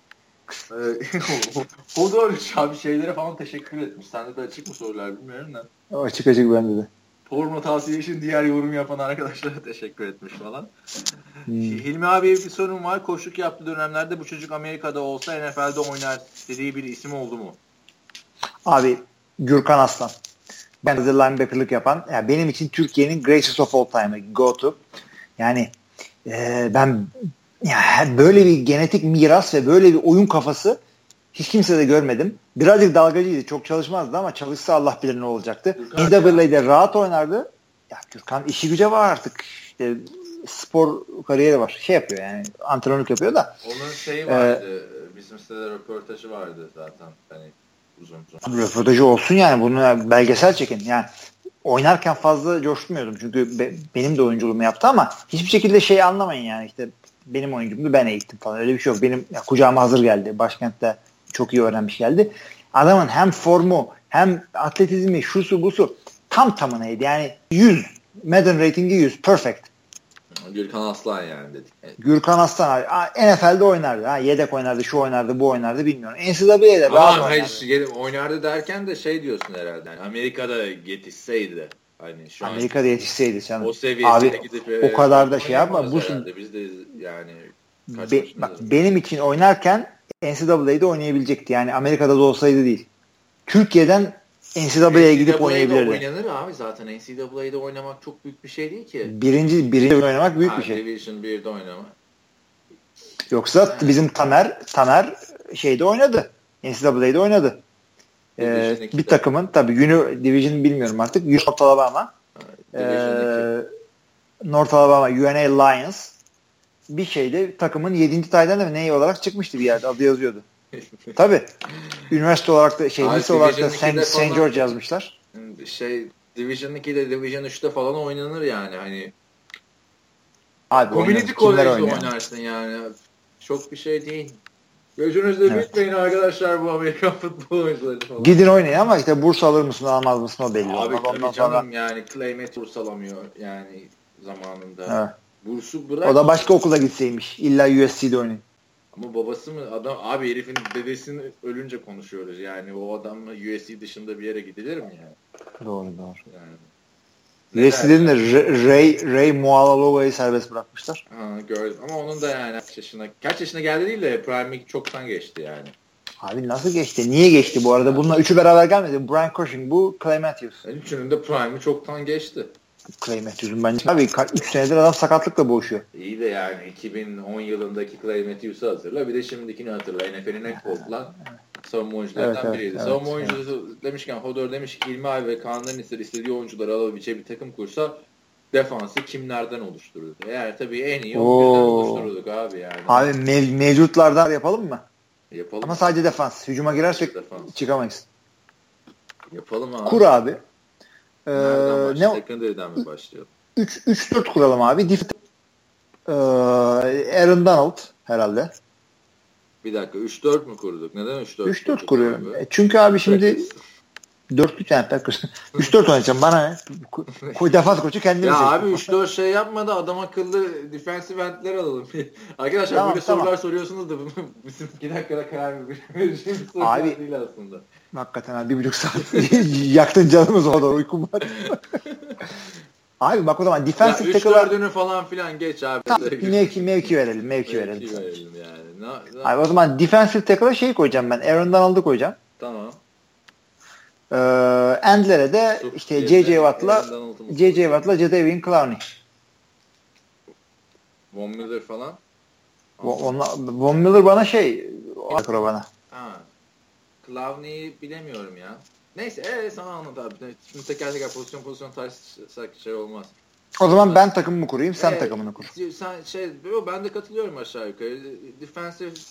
Hodor abi şeylere falan teşekkür etmiş. Sende de açık mı sorular bilmiyorum da. Açık bende de. Porno tavsiye için diğer yorum yapan arkadaşlara teşekkür etmiş falan. Hilmi abiye bir sorun var. Koçluk yaptığı dönemlerde bu çocuk Amerika'da olsa NFL'de oynar dediği bir isim oldu mu? Abi Gürkan Aslan. Ben de linebacker'lık yapan. Yani benim için Türkiye'nin greatest of all time. Go to. Yani ben yani böyle bir genetik miras ve böyle bir oyun kafası hiç kimsede görmedim. Birazcık dalgacıydı. Çok çalışmazdı ama çalışsa Allah bilir ne olacaktı. NCAA'de rahat oynardı. Ya Gürkan işi güce var artık. İşte spor kariyeri var. Şey yapıyor yani. Antrenörlük yapıyor da. Onun şeyi vardı. Bizim sitede röportajı vardı zaten. Hani uzun. Röportajı olsun yani. Bunu belgesel çekin. Yani oynarken fazla coşturmuyordum. Çünkü benim de oyunculuğumu yaptı ama hiçbir şekilde şeyi anlamayın yani. İşte benim oyuncumdu ben eğittim falan. Öyle bir şey yok. Benim kucağıma hazır geldi. Başkentte çok iyi öğrenmiş geldi. Adamın hem formu hem atletizmi şusu busu tam tamınaydı. Yani 100. Madden ratingi 100. Perfect. Gürkan Aslan yani dedik. Evet. Gürkan Aslan NFL'de oynardı. Yedek oynardı, şu oynardı, bu oynardı bilmiyorum. NCAA'de rahat oynardı. Oynardı derken de şey diyorsun herhalde. Yani Amerika'da yetişseydi. Hani şu Amerika'da yetişseydi sen. O seviyesine gidip o kadar da şey yapma. Bu biz de yani bak benim için oynarken NCAA'de oynayabilecekti. Yani Amerika'da da olsaydı değil. Türkiye'den NCAA'ye gidip oynayabilirdi. Oynanır abi zaten. NCAA'de oynamak çok büyük bir şey değil ki. Birinci oynamak büyük bir şey. Division 1'de oynamak. Yoksa bizim Tamer şeyde oynadı. NCAA'de oynadı. Bir takımın tabii Division bilmiyorum artık. North Alabama. North Alabama UNA Lions bir şeyde takımın 7. taydan da neyi olarak çıkmıştı bir yerde. Adı yazıyordu. Tabii. Üniversite olarak da lise olarak da St. George yazmışlar. Division 2'de Division 3'te falan oynanır yani. Hani abi Community College'de oynarsın yani. Çok bir şey değil. Gözünüzde bitmeyin arkadaşlar bu Amerikan futbol oyuncuları falan. Gidin oynayın ama işte burs alır mısın almaz mısın o belli. Abi tabii canım yani Clay Matthews burs alamıyor yani zamanında. Evet. Bursu bırak. O da başka okula gitseymiş. İlla USC'de oynayın. Ama babası mı adam abi herifin dedesini ölünce konuşuyoruz yani o adamla USC dışında bir yere gidilir mi yani? Doğru. Yani. USC'den de Ray Mualalova'yı serbest bırakmışlar. Ha gördüm ama onun da yani kaç yaşına geldi değil de Prime çoktan geçti yani. Abi nasıl geçti? Niye geçti bu arada? Bunlar üçü beraber gelmedi. Brian Cushing bu, Clay Matthews. Üçünün de Prime'i çoktan geçti. Clay Matthews'un bence. Abi 3 senedir adam sakatlıkla boğuşuyor. İyi de yani 2010 yılındaki Clay Matthews'u hatırla. Bir de şimdikini hatırla. NFL'in en korkulan savunma oyuncularından biriydi. Evet, savunma oyuncusu demişken Hodor demiş ki İlmi abi ve Kaan'dan istediği oyuncuları alabileceği bir takım kursa defansı kimlerden oluştururdu? Eğer tabii en iyi 11'den oluştururduk abi yani. Abi mevcutlardan yapalım mı? Yapalım. Ama sadece defans. Hücuma girersek çıkamayız. Yapalım abi. Kur abi. Secondary'den mi başlayalım? 3-4 kuralım abi. Aaron Donald herhalde. Bir dakika 3-4 mü kurduk? Neden 3-4? 3-4 kuruyorum. Çünkü abi şimdi 4'lü yani Packers. 3-4 oynayacağım bana ne? Defans koçu kendimiz. Ya abi 3-4 şey yapmadı adam akıllı defensive endler alalım. Arkadaşlar tamam, böyle sorular soruyorsunuz da bizim 2 dakikada karar vereceğimiz sorular değil aslında. Hakikaten abi 1,5 saat yaktın canımız o da uykum var. Abi bak o zaman defensive tackle'lar 3-4'ünü falan filan geç abi. Mevki verelim. Mevki verelim yani. Abi o zaman defensive tackle'a koyacağım ben. Aaron Donald'ı koyacağım. Tamam. Endlere de işte J.J. Watt'la Jadavion Clowney. Von Miller falan. Von Miller bana bana. Ha. Clowney'i bilemiyorum ya. Neyse sana anlat abi. Şimdi teker pozisyon tartışsak olmaz. O zaman ben takımımı kurayım, sen takımını kur. Ben de katılıyorum aşağı yukarı. Defensive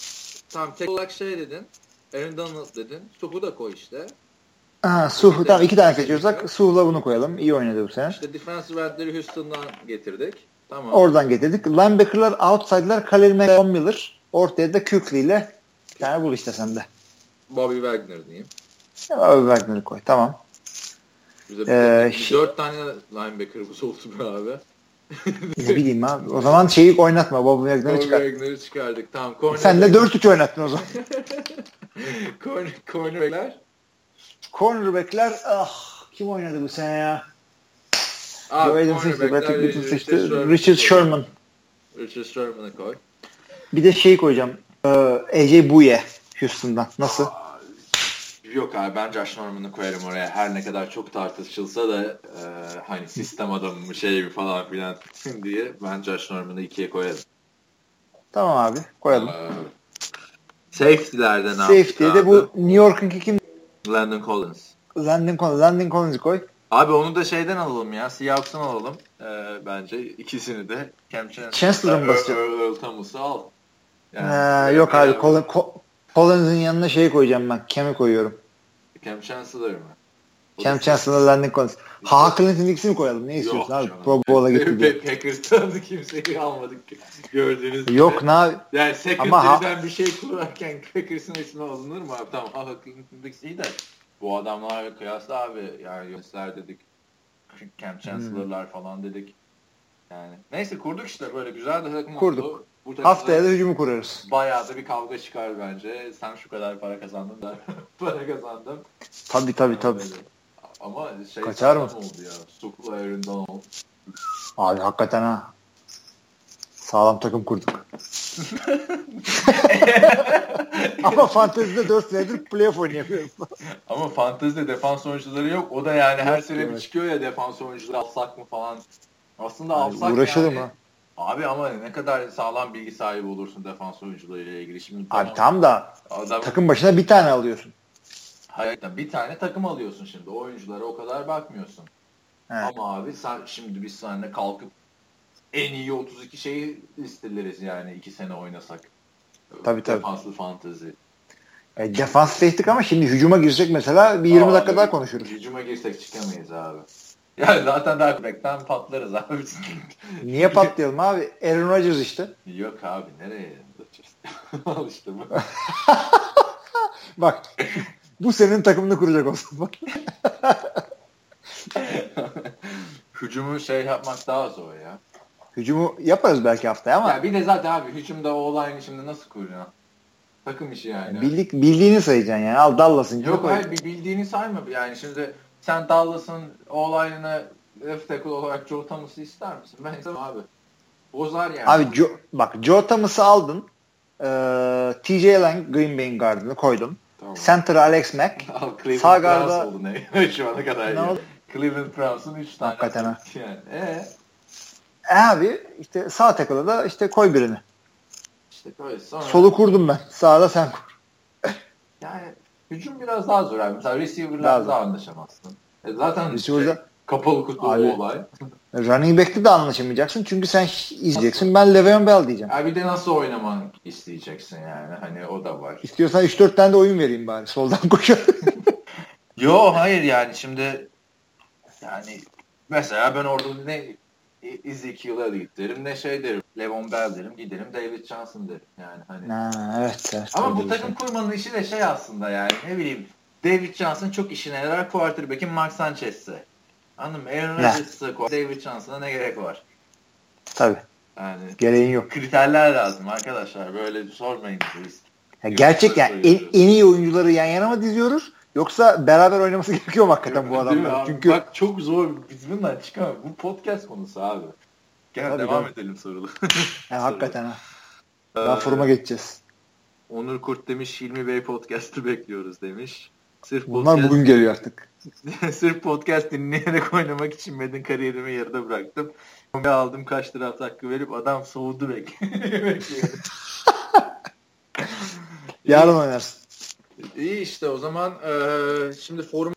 Tamam tek olarak şey dedin. Aaron Donald dedin. Suh'u da koy işte. Suh. Tamam 2 tane kaçırıyorsak Suh'la bunu koyalım. İyi oynadı bu sene. İşte defensive endleri Houston'dan getirdik. Tamam. Oradan getirdik. Linebacker'lar outside'lar Khalil Mack, Von Miller. Ortaya da Kuechly ile bir tane bul işte sende. Bobby Wagner diyeyim. Bobby Wagner'ı koy. Tamam. Bize 4 tane linebacker'ımız oldu be abi. Ne bileyim abi. O zaman şeyi oynatma. Bobby Wagner'ı çıkar. Bobby Wagner'ı çıkardık. Tamam. Sen de 4-3 oynattın o zaman. Cornerback'ler. Cornerback'ler kim oynadı bu sene ya? Abi Richard Sherman. Richard Sherman'ı koy. Bir de şey koyacağım. AJ Bouye Houston'dan. Nasıl? Yok abi ben Josh Norman'ı koyarım oraya. Her ne kadar çok tartışılsa da hani sistem adamı mı şey mi falan filan diye ben Josh Norman'ı 2'ye koyarım. Tamam abi. Koyalım. Safety'lerde ne yaptık Safety'de de bu New York'un kim? Landon Collins. Landon Collins'i koy. Abi onu da şeyden alalım ya. Seahawks'tan alalım. Bence ikisini de. Cam Chancellor'ın basacak. Earl Thomas'ı al. Yani, yok abi. Collins'in yanına şey koyacağım ben. Cam'i koyuyorum. Cam Chancellor mı? Cam Chancellor, Landon Collins. Clinton ikisini mi koyalım? Ne istiyorsun abi? Pro Bowl'a gitti. Packers'tan da kimseyi almadık. Gördüğünüz gibi. Yok ne abi? Yani secondary'den bir şey kurarken Packers'ın ismi alınır mı abi? Tamam. Clinton'daki iyi de bu adamlar kıyasla abi. Yani Yunuslar dedik. Cam Chancellor'lar falan dedik. Yani neyse kurduk işte böyle güzel de takım oldu. Haftaya da hücumu kurarız. Bayağı da bir kavga çıkar bence. Sen şu kadar para kazandın da para kazandım. Tabii. Ama şey kaçar mı? Oldu ya. Sukla Aaron Donald. Abi hakikaten ha. Sağlam takım kurduk. Ama fantezide 4 senedir playoff oynayamıyoruz. Ama fantezide defans oyuncuları yok. O da yani her sene bir çıkıyor ya defans oyuncuları alsak mı falan. Aslında alsak uğraşalım yani. Ha. Abi ama ne kadar sağlam bilgi sahibi olursun defans oyuncularıyla ilgili. Şimdi abi tam da takım başına bir tane alıyorsun. Hayır bir tane takım alıyorsun şimdi. O oyunculara o kadar bakmıyorsun. Evet. Ama abi şimdi biz seninle kalkıp en iyi 32 şeyi listeleriz yani 2 sene oynasak. Tabii. Defanslı fantezi. Defans seçtik ama şimdi hücuma girsek mesela bir 20 dakika daha konuşuruz. Hücuma girsek çıkamayız abi. Yani zaten daha bekten patlarız abi. Niye patlayalım abi? Aaron Rodgers işte. Yok abi nereye? Al işte bu. Bak bu senin takımını kuracak olsun bak. Hücumu şey yapmak daha zor ya. Hücumu yaparız belki haftaya ama. Ya bir de zaten abi hücumda o olayını şimdi nasıl kuruyor? Takım işi yani. Bildiğini sayacaksın yani. Al Dallas'ın. Yok hayır bildiğini sayma. Yani şimdi sen Dallas'ın olayını left tackle olarak Joe Thomas'ı ister misin? Ben istemem abi. Bozar yani. Abi Joe Thomas'ı aldın. TJ Lang Green Bay'in gardını koydun. Tamam. Center'ı Alex Mack. Sağ garda oldu ne? Şu ana kadar iyi. Cleveland Browns'un 3 tane. Hakikaten yani. Abi işte sağ tackle'a da işte koy birini. İşte böyle sonra. Solu kurdum ben. Sağda sen kur. Yani hücum biraz daha zor abi. Mesela receiver'la daha anlaşamazsın. Zaten kapalı kutu abi, o olay. Running back'te de anlaşamayacaksın. Çünkü sen izleyeceksin. Ben Le'Veon Bell diyeceğim. Abi bir de nasıl oynaman isteyeceksin yani. Hani o da var. İstiyorsan 3-4 tane de oyun vereyim bari. Soldan koşar. Yo hayır yani şimdi yani mesela ben orada ne Ezekiel Elliott derim ne şey derim. Le'Veon Bell derim. Giderim David Johnson derim. Yani hani. Evet. Ama bu takım kurmanın işi de şey aslında yani ne bileyim David Johnson çok işine yarar quarterback'in Mark Sanchez'se. Anladın mı? Aaron Rodgers'ı David Johnson'a ne gerek var? Tabii. Yani gereğin yok. Kriterler lazım arkadaşlar. Böyle sormayın biz. Gerçek yani en iyi oyuncuları yan yana mı diziyoruz? Yoksa beraber oynaması gerekiyor mu hakikaten bu adamlar? Çünkü bak çok zor. Biz bundan çıkamam. Bu podcast konusu abi. Gel devam edelim sorulu. Hakikaten ha. Daha foruma geçeceğiz. Onur Kurt demiş Hilmi Bey podcast'ı bekliyoruz demiş. Bunlar bugün geliyor artık. Sırf podcast dinleyerek oynamak için Madden kariyerimi yarıda bıraktım. Aldım kaç draft hakkı verip adam soğudu bekliyor. Yarın oynarsın. İyi işte o zaman şimdi forum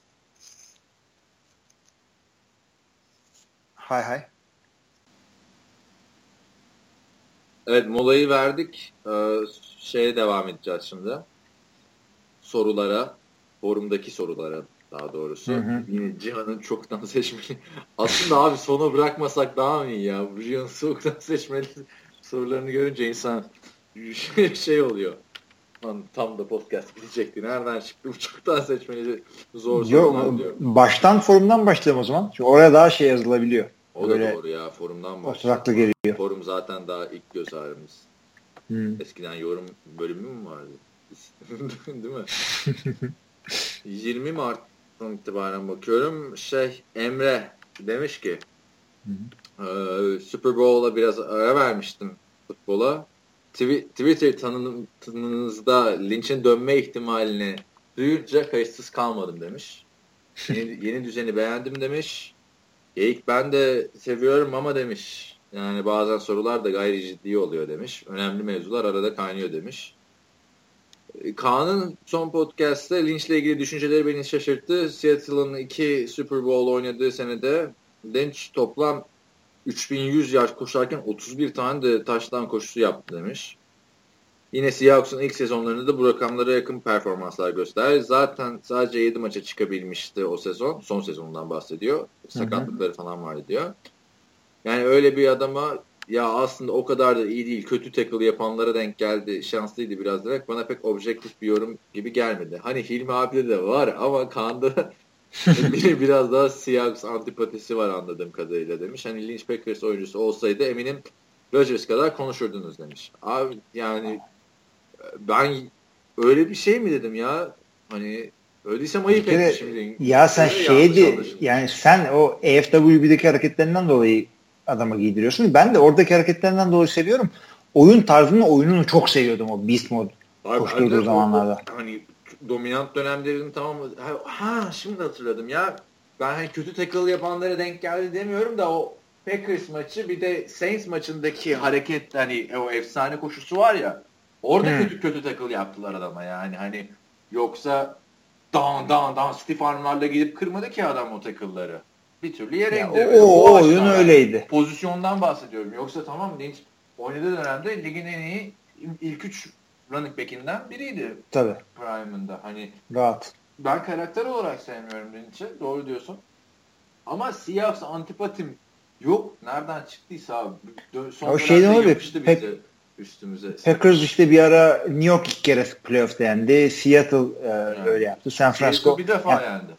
hay. Evet, molayı verdik. Şeye devam edeceğiz şimdi. Sorulara. Forumdaki sorulara daha doğrusu. Yine Cihan'ın çoktan seçmeli. Aslında abi sona bırakmasak daha mı iyi ya? Bu Cihan'ın çoktan seçmeli sorularını görünce insan şey oluyor. Lan tam da podcast gidecekti. Nereden çıktı? Bu çoktan seçmeli zor sorular diyor. Baştan forumdan başlayalım o zaman. Çünkü oraya daha şey yazılabiliyor. O da doğru ya. Forumdan başlayalım. Geliyor. Forum zaten daha ilk göz ağrımız. Eskiden yorum bölümü mü vardı? Değil mi? 20 Mart'tan itibaren bakıyorum. Emre demiş ki Super Bowl'a biraz ara vermiştim futbola. Twitter tanınızda linçin dönme ihtimalini duyunca kayıtsız kalmadım demiş. Yeni düzeni beğendim demiş. İlk ben de seviyorum ama demiş. Yani bazen sorular da gayri ciddi oluyor demiş. Önemli mevzular arada kaynıyor demiş. Kaan'ın son podcast'ta Lynch'le ilgili düşünceleri beni şaşırttı. Seattle'ın 2 Super Bowl oynadığı senede Lynch toplam 3100 yard koşarken 31 tane de touchdown koşusu yaptı demiş. Yine Seahawks'ın ilk sezonlarında da bu rakamlara yakın performanslar gösterdi. Zaten sadece 7 maça çıkabilmişti o sezon. Son sezonundan bahsediyor. Sakatlıkları falan vardı diyor. Yani öyle bir adama ya aslında o kadar da iyi değil. Kötü tackle yapanlara denk geldi. Şanslıydı biraz demek. Bana pek objektif bir yorum gibi gelmedi. Hani Hilmi abi'de de var ama Kaan'da biraz daha Seahawks antipatisi var anladığım kadarıyla demiş. Hani Lynch Packers oyuncusu olsaydı eminim Rodgers kadar konuşurdunuz demiş. Abi yani ben öyle bir şey mi dedim ya? Hani öyleysem ayıp etmişim. Ya sen yani sen o AFWB'deki hareketlerinden dolayı adama giydiriyorsun. Ben de oradaki hareketlerinden dolayı seviyorum. Oyununu çok seviyordum o Beast Mode koşturduğu zamanlarda. Hani dominant dönemlerini tamam şimdi hatırladım ya. Ben hani kötü tackle yapanlara denk geldi demiyorum da o Packers maçı bir de Saints maçındaki hareket hani o efsane koşusu var ya orada kötü tackle yaptılar adama yani hani yoksa down stiff armlarla gidip kırmadı ki adam o tackle'ları. Bir türlü yere indi. O oyun öyleydi. Pozisyondan bahsediyorum. Yoksa tamam Lynch oynadığı dönemde ligin en iyi ilk 3 running back'inden biriydi. Tabii. Prime'ında. Hani rahat. Ben karakter olarak sevmiyorum Lynch'i. Doğru diyorsun. Ama Seahawks antipatim yok. Nereden çıktıysa abi. O şeyden olabilir. Üstümüze. Packers işte bir ara New York ilk kere playoff'ta yendi. Seattle öyle yaptı. San Francisco bir defa yendi.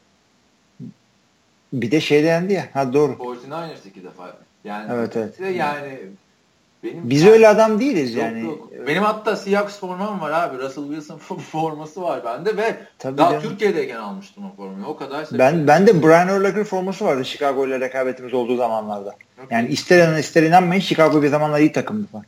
Bir de şeyde yendi ya. Ha doğru. 49ers 2 defa. Yani evet. Yani biz öyle adam değiliz yani. Yok. Benim hatta Seahawks formam var abi. Russell Wilson forması var bende ve tabii daha Türkiye'deyken almıştım o formayı. O kadar ben de Brian Urlacher forması vardı Chicago ile rekabetimiz olduğu zamanlarda. Okay. Yani ister inanmayın Chicago bir zamanlar iyi takımdı falan.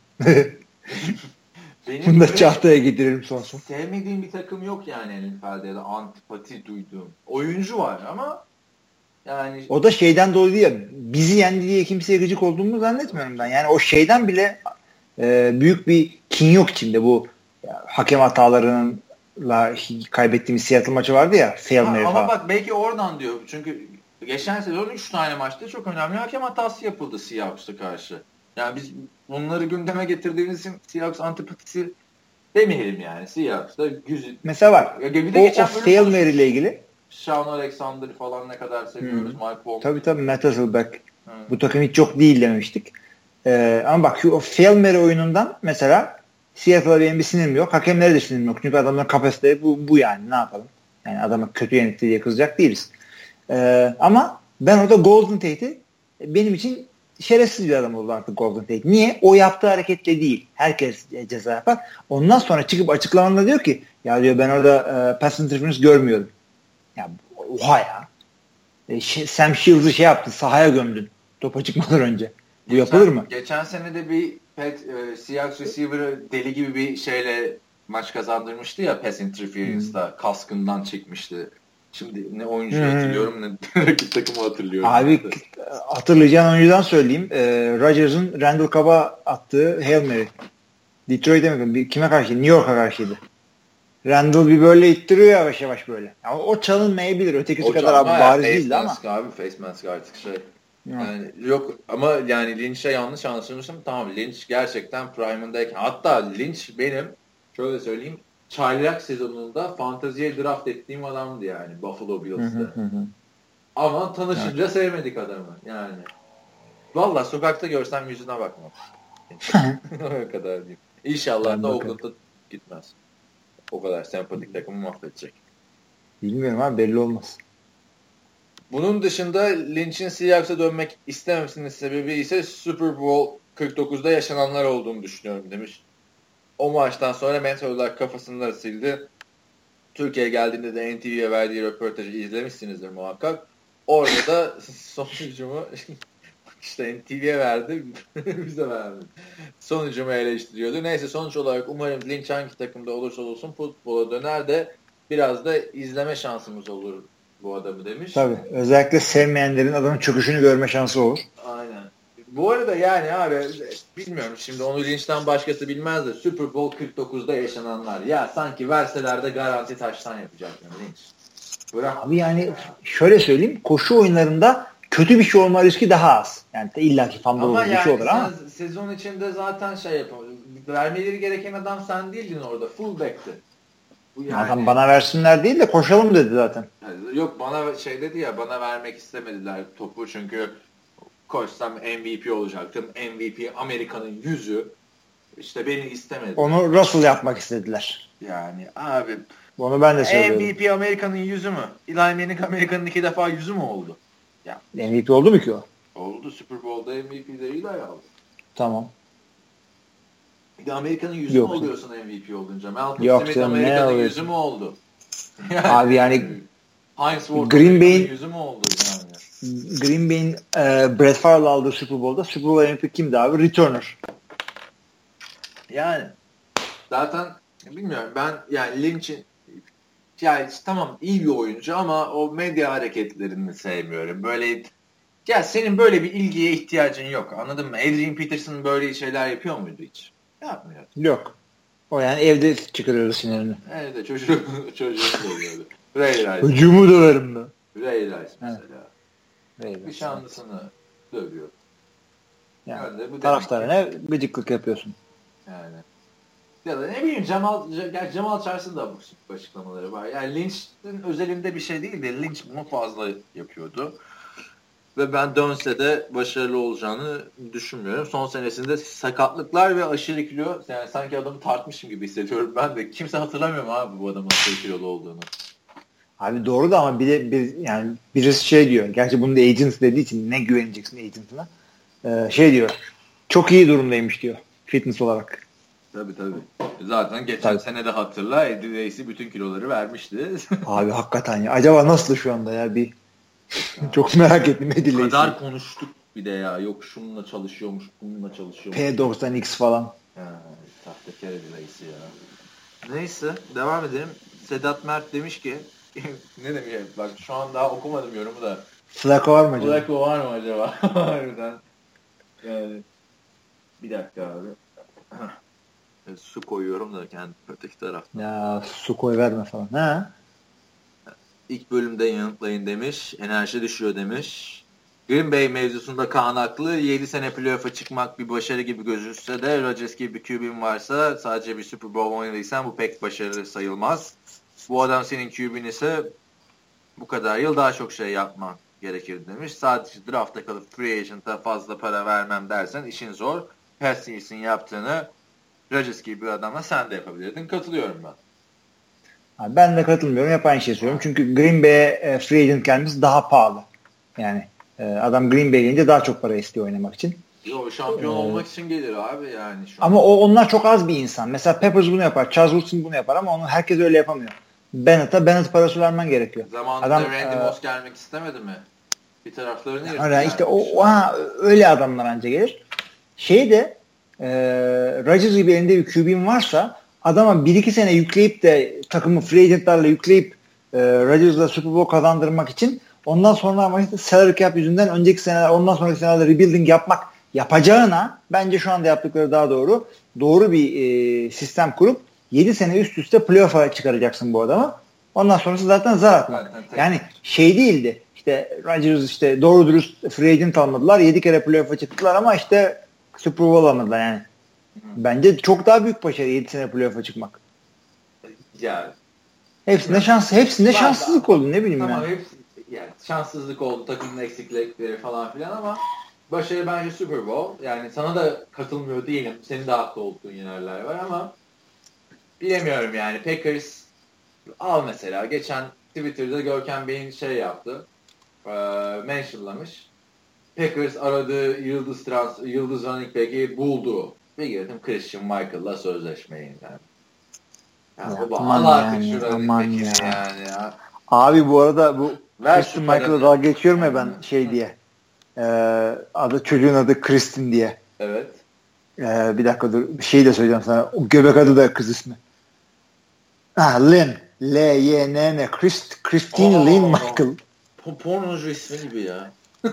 Bunu da çahtaya getiririm son. Sevmediğim bir takım yok yani NFL'de ya da antipati duyduğum. Oyuncu var ama yani o da şeyden dolayı değil ya. Bizi yendi diye kimseye gıcık olduğumu zannetmiyorum ben. Yani o şeyden bile büyük bir kin yok içinde. Bu hakem hatalarıyla kaybettiğimiz Seattle maçı vardı ya. Ama bak belki oradan diyor. Çünkü geçen sezon 3 tane maçta çok önemli hakem hatası yapıldı Seahawks'a karşı. Yani biz bunları gündeme getirdiğimiz için Seahawks antipatisi demeyelim yani. Seahawks'ta mesela var. O Hail Mary ile ilgili Sean Alexander falan ne kadar seviyoruz. Mike Paul. Tabii Matt Hasselbeck. Bu takım hiç çok değil demiştik. Ama bak o Hail Mary oyunundan mesela Seattle'a benim bir sinirim yok. Hakemlere de sinirim yok. Çünkü adamların kapasiteleri bu yani. Ne yapalım? Yani adamı kötü yönetti diye kızacak değiliz. Ama ben orada Golden Tate'i benim için şerefsiz bir adam oldu artık Golden Tate. Niye? O yaptığı hareketle değil. Herkes ceza yapar. Ondan sonra çıkıp açıklamanda diyor ki ya diyor ben orada pass interference görmüyorum. Ya oha ya. Sam Shields'ı yaptı. Sahaya gömdün. Topa çıkmadan önce. Bu yapılır mı? Geçen sene de bir Seahawks receiver'ı deli gibi bir şeyle maç kazandırmıştı ya pass interference'da. Kaskından çekmişti. Şimdi ne oyuncuyu hatırlıyorum ne rakip takımı hatırlıyorum. Abi hatırlayacağın oyuncudan söyleyeyim. Rodgers'ın Randall Cobb'a attığı Hail Mary. Detroit'e mi? Kime karşı? New York'a karşıydı. Randall bir böyle ittiriyor yavaş yavaş böyle. Yani o çalınmayabilir. Ötekisi kadar abi bariz değildi ama. Abi face mask artık şey. Yani yok ama yani Lynch'e yanlış anlaşılmışım. Tamam, Lynch gerçekten prime'ındayken, hatta Lynch benim şöyle söyleyeyim çaylak sezonunda fanteziye draft ettiğim adamdı yani Buffalo Bills'te. Ama tanışınca sevmedik adamı yani. Valla sokakta görsem yüzüne bakmam. O kadar diyeyim. İnşallah da Oakland'a gitmez. O kadar sempatik takımı mahvedecek. Bilmiyorum abi, belli olmaz. Bunun dışında Lynch'in Seahawks'a dönmek istememesinin sebebi ise Super Bowl 49'da yaşananlar olduğunu düşünüyorum demiş. O maçtan sonra mental olarak kafasını sildi. Türkiye'ye geldiğinde de NTV'ye verdiği röportajı izlemişsinizdir muhakkak. Orada da sonucumu işte NTV'ye verdi, bize verdi. Sonucumu eleştiriyordu. Neyse, sonuç olarak umarım Lynch hangi takımda olursa olsun futbola döner de biraz da izleme şansımız olur bu adamı demiş. Tabii. Özellikle sevmeyenlerin adamın çöküşünü görme şansı olur. Aynen. Bu arada yani abi bilmiyorum şimdi onu Lynch'ten başkası bilmez de Super Bowl 49'da yaşananlar. Ya sanki verseler de garanti taştan yapacaklar Lynch. Bırak. Abi yani şöyle söyleyeyim. Koşu oyunlarında kötü bir şey olma riski daha az. Yani illaki fumble olur, bir şey olur ama. Sezon içinde zaten şey yapalım. Vermeleri gereken adam sen değildin orada. Fullback'ti. Yani, adam bana versinler değil de koşalım dedi zaten. Yok bana şey dedi ya, bana vermek istemediler topu çünkü koşsam MVP olacaktım. MVP Amerika'nın yüzü. İşte beni istemediler. Onu Russell yapmak istediler. Yani abi. Onu ben de söylüyorum. MVP Amerika'nın yüzü mü? Eli Manning Amerika'nın 2 defa yüzü mü oldu? Ya. MVP oldu mu ki o? Oldu. Super Bowl'da MVP'de Eli aldı. Tamam. Bir de Amerika'nın yüzü mü oluyorsun MVP olunca? Malcolm Yok Smith canım, Amerika'nın yüzü mü oldu? Yani, abi yani Heinz Ward Green Bay'in yüzü mü oldu yani? Green Bay'in Brett Favre'la aldığı Super Bowl'da Super Bowl MVP kimdi abi? Returner. Yani zaten bilmiyorum ben yani Lynch'in yani tamam iyi bir oyuncu ama o medya hareketlerini sevmiyorum. Böyle ya senin böyle bir ilgiye ihtiyacın yok. Anladın mı? Adrian Peterson böyle şeyler yapıyor muydu hiç? Yapmıyor. Yok. O yani evde çıkarıyordu sinirini. Evde çocuğu dövüyordu. Ray Rice. Çocuğumu döverim ben. Ray Rice mesela. Evet. Bir şanlısını dövüyor. Yani taraftarına gıcıklık yapıyorsun. Yani. Ya da ne bileyim Cemal Charles'ın da bu açıklamaları var. Yani Lynch'in özelinde bir şey değil de Lynch bunu fazla yapıyordu. Ve ben dönse de başarılı olacağını düşünmüyorum. Son senesinde sakatlıklar ve aşırı kilo. Yani sanki adamı tartmışım gibi hissediyorum ben de. Kimse hatırlamıyor mu abi bu adamın aşırı kilolu olduğunu? Abi doğru da ama yani birisi şey diyor. Gerçi bunu da agent dediği için ne güveneceksin agent'ına? Şey diyor. Çok iyi durumdaymış diyor. Fitness olarak. Tabii. Zaten geçen sene de hatırla Eddie Lacy bütün kiloları vermişti. Abi hakikaten ya. Acaba nasıl şu anda ya bir çok merak ettim Eddie Lacy. kadar konuştuk bir de ya. Yok şununla çalışıyormuş, bununla çalışıyormuş. P90X falan. Tahtekar Eddie Lacy ya. Neyse devam edelim. Sedat Mert demiş ki ne demiş? Bak şu an daha okumadım yorumu da. Flacco var mı acaba? Flacco var mı acaba? Harbiden. Yani bir dakika abi. Su koyuyorum da kendi öteki taraftan. Ya su koy verme falan. Ha? İlk bölümde yanıtlayın demiş. Enerji düşüyor demiş. Green Bay mevzusunda Kaan haklı. 7 sene playoff'a çıkmak bir başarı gibi gözükse de Rodgers gibi bir QB'in varsa sadece bir Super Bowl oynadıysan bu pek başarılı sayılmaz. Bu adam senin QB'in ise bu kadar yıl daha çok şey yapman gerekir demiş. Sadece draft'ta kalıp free agent'a fazla para vermem dersen işin zor. Pass season yaptığını Rodgers gibi bir adamla sen de yapabilirdin. Katılıyorum ben. Ben de katılmıyorum. Hep aynı şeyi söylüyorum. Çünkü Green Bay'e free agent gelmesi daha pahalı. Yani adam Green Bay'e gelince daha çok para istiyor oynamak için. Yo şampiyon olmak için gelir abi yani. Şu ama onlar çok az bir insan. Mesela Peppers bunu yapar. Charles Woodson bunu yapar ama onu herkes öyle yapamıyor. Bennett parası vermen gerekiyor. Zamanında Randy Moss gelmek istemedi mi? Bir taraflarını yırttı. Yani. İşte öyle adamlar anca gelir. Rodgers gibi elinde bir QB'in varsa adama 1-2 sene yükleyip de takımı free agentlarla yükleyip Rodgers'la Super Bowl kazandırmak için ondan sonra ama işte salary cap yüzünden önceki seneler ondan sonraki senelerde rebuilding yapacağına bence şu anda yaptıkları daha doğru. Doğru bir sistem kurup 7 sene üst üste playoff'a çıkaracaksın bu adamı. Ondan sonrası zaten zar atmak. Yani şey değildi. İşte Rodgers işte doğru dürüst free agent almadılar. 7 kere playoff'a çıktılar ama işte Super Bowl alamadılar yani. Bence çok daha büyük başarı 7 sene playoff'a çıkmak. Yani. Hepsinde şanssızlık oldu ne bileyim tamam, ben. Yani şanssızlık oldu, takımın eksiklikleri falan filan ama başarı bence Super Bowl. Yani sana da katılmıyor değilim. Senin de haklı olduğun yerler var ama bilemiyorum yani. Packers al mesela. Geçen Twitter'da Görkem Bey'in şey yaptı. Mentionlamış. Packers aradığı yıldız running back'i buldu. Ve girdim Christian Michael'la sözleşmeyi. Yani baba al artık şu running back'ini yani ya. Abi bu arada bu Christian Michael'la dalga geçiyorum ya ben şey diye. Çocuğun adı Kristin diye. Evet. Bir dakika dur. Bir şey de söyleyeceğim sana. O göbek adı da kız ismi. Lynn. L-Y-N-N. Christine Lynn Michael. Pornocu ismi gibi ya.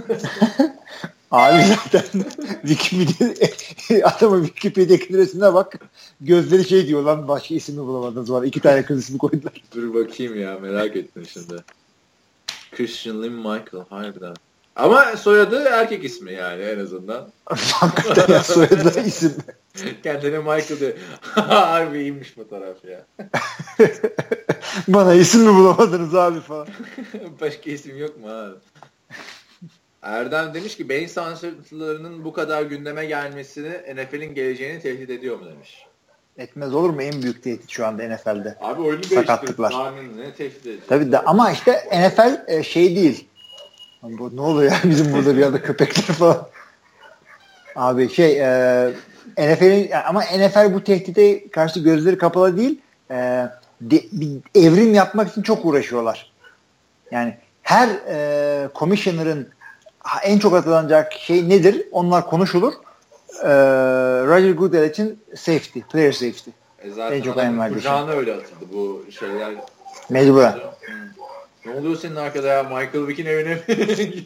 Abi zaten adamın Wikipedia resmine bak. Gözleri şey diyor lan başka ismi bulamadınız var. 2 tane kız ismi koydular. Dur bakayım ya merak ettim şimdi. Christian Lynn Michael harbiden. Ama soyadı erkek ismi yani en azından. Hakikaten ya soyadı isim. Kendine Michael diyor. Harbi iyiymiş bu taraf ya. Bana isim mi bulamadınız abi falan. Başka isim yok mu abi? Erdem demiş ki beyin sarsıntılarının bu kadar gündeme gelmesini NFL'in geleceğini tehdit ediyor mu demiş. Etmez olur mu? En büyük tehdit şu anda NFL'de. Abi oyunu sakatlıklar. Ne tehdit edecek? Tabii de ama işte NFL şey değil. Bu ne oluyor ya bizim burada bir anda köpekler falan. Abi NFL'in ama NFL bu tehdide karşı gözleri kapalı değil. Bir evrim yapmak için çok uğraşıyorlar. Yani her commissioner'ın en çok atılacak şey nedir? Onlar konuşulur. Roger Goodell için safety, player safety. Zaten en çok kucağına öyle atıldı bu şeyler. Mecburen. Ne oluyor senin arkada ya? Michael Vick'in evine mi gittin?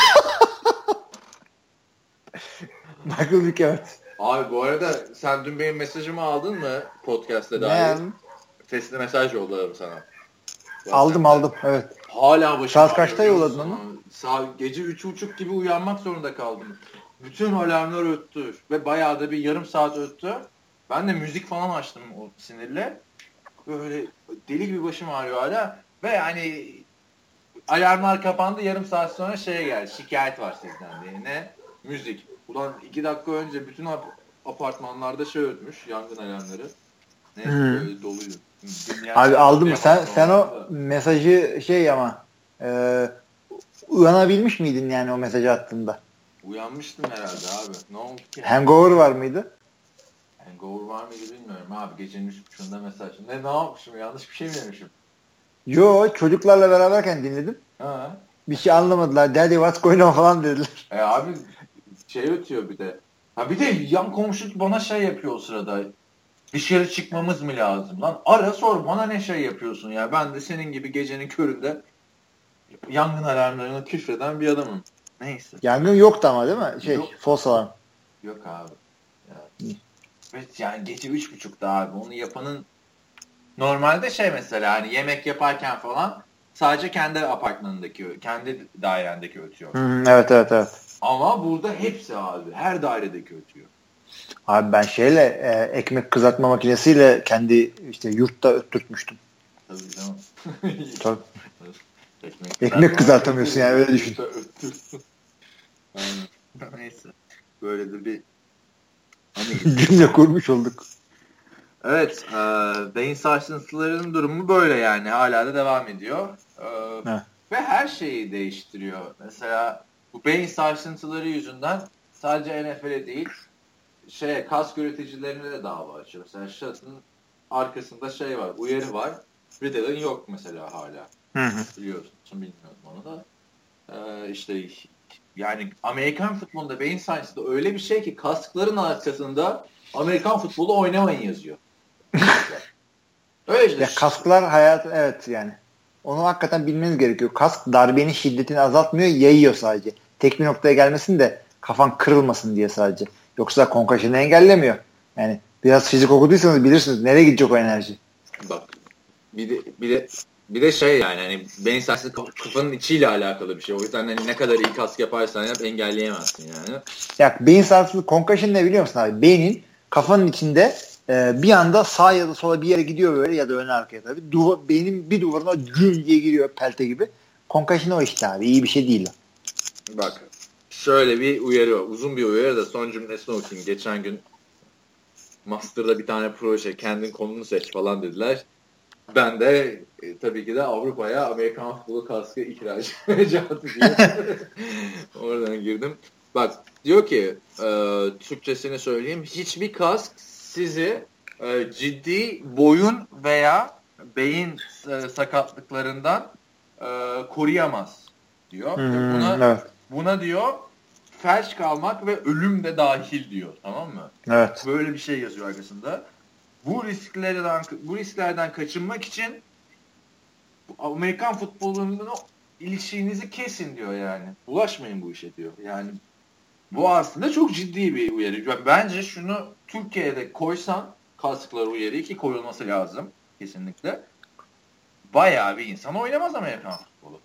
Michael Vick evet. Abi bu arada sen dün benim mesajımı aldın mı podcast'te dair? Sesli mesaj yolladım sana. Aldım evet. Hala başım. Saat kaçta yolladın onu? Gece 3.30 gibi uyanmak zorunda kaldım. Bütün alarmlar öttü ve bayağı da bir yarım saat öttü. Ben de müzik falan açtım o sinirle. Böyle deli gibi başım ağrıyor hala. Ve yani alarmlar kapandı, yarım saat sonra geldi. Şikayet var sizden diye. Ne? Müzik. Ulan 2 dakika önce bütün apartmanlarda ötmüş, yangın alarmları. Ne? Böyle doluydu. Abi aldın mı? Sen o mesajı ama uyanabilmiş miydin yani o mesajı attığında? Uyanmıştım herhalde abi. Ne oldu ki? Hangover var mıydı? Hangover var mıydı bilmiyorum abi. Gecenin 3.30'unda mesaj. Ne yapmışım? Yanlış bir şey mi demişim? Yo, çocuklarla beraberken dinledim. Ha. Bir şey anlamadılar. Daddy what's going on falan dediler. Abi ötüyor bir de. Ha bir de yan komşu bana yapıyor o sırada. Dışarı çıkmamız mı lazım lan? Ara sor bana ne yapıyorsun ya. Ben de senin gibi gecenin köründe yangın alarmlarına küfreden bir adamım. Neyse. Yangın yoktu ama değil mi? Yok. False alarm. Yok abi. Evet yani gece 3.30'da abi. Onu yapanın normalde mesela hani yemek yaparken falan sadece kendi apartmanındaki, kendi dairendeki ötüyor. Evet. Ama burada hepsi abi. Her dairedeki ötüyor. Abi ben ekmek kızartma makinesiyle kendi yurtta öttürtmüştüm. Tabii canım. Tabii. Ekmek kızartamıyorsun yani öyle düşün. Neyse. Böyle de bir cümle kurmuş olduk. Evet. Beyin sarsıntılarının durumu böyle yani. Hala da devam ediyor. Ve her şeyi değiştiriyor. Mesela bu beyin sarsıntıları yüzünden sadece NFL'e değil kask üreticilerine de dava açıyor. Mesela Shot'ın arkasında var. Uyarı var. Riddle'ın yok mesela hala. Biliyorsun. Bilmiyorum onu da. Yani Amerikan futbolunda beyin sarsıntısı öyle bir şey ki kaskların arkasında Amerikan futbolu oynamayın yazıyor. Öyle ya kasklar hayat evet yani. Onu hakikaten bilmeniz gerekiyor. Kask darbenin şiddetini azaltmıyor, yayıyor sadece. Tek bir noktaya gelmesin de kafan kırılmasın diye sadece. Yoksa konkaşını engellemiyor. Yani biraz fizik okuduysanız bilirsiniz nereye gidecek o enerji. Bak bir de Bir de şey yani hani beyin sarsıntı kafanın içiyle alakalı bir şey. O yüzden hani ne kadar iyi kask yaparsan yap engelleyemezsin yani. Ya beyin sarsıntısı concussion ne biliyor musun abi? Beynin kafanın içinde bir anda sağa ya da sola bir yere gidiyor böyle ya da ön arkaya tabii. Beynin bir duvarına güm diye giriyor pelte gibi. Concussion o işte abi. İyi bir şey değil. Bak şöyle bir uyarı var. Uzun bir uyarı da son cümlesini okuyayım. Geçen gün Master'da bir tane proje kendin konunu seç falan dediler. Ben de tabii ki de Avrupa'ya Amerikan futbolu kaskı ihracatı diye oradan girdim. Bak diyor ki Türkçesini söyleyeyim. Hiçbir kask sizi ciddi boyun veya beyin sakatlıklarından koruyamaz diyor. Buna diyor felç kalmak ve ölüm de dahil diyor. Tamam mı? Evet. Böyle bir şey yazıyor arkasında. Bu risklerden kaçınmak için Amerikan futbolunun ilişkinizi kesin diyor yani. Bulaşmayın bu işe diyor. Yani bu aslında çok ciddi bir uyarı. Bence şunu Türkiye'de koysan kasklar uyarı ki koyulması lazım kesinlikle. Bayağı bir insan oynamaz Amerikan futbolu.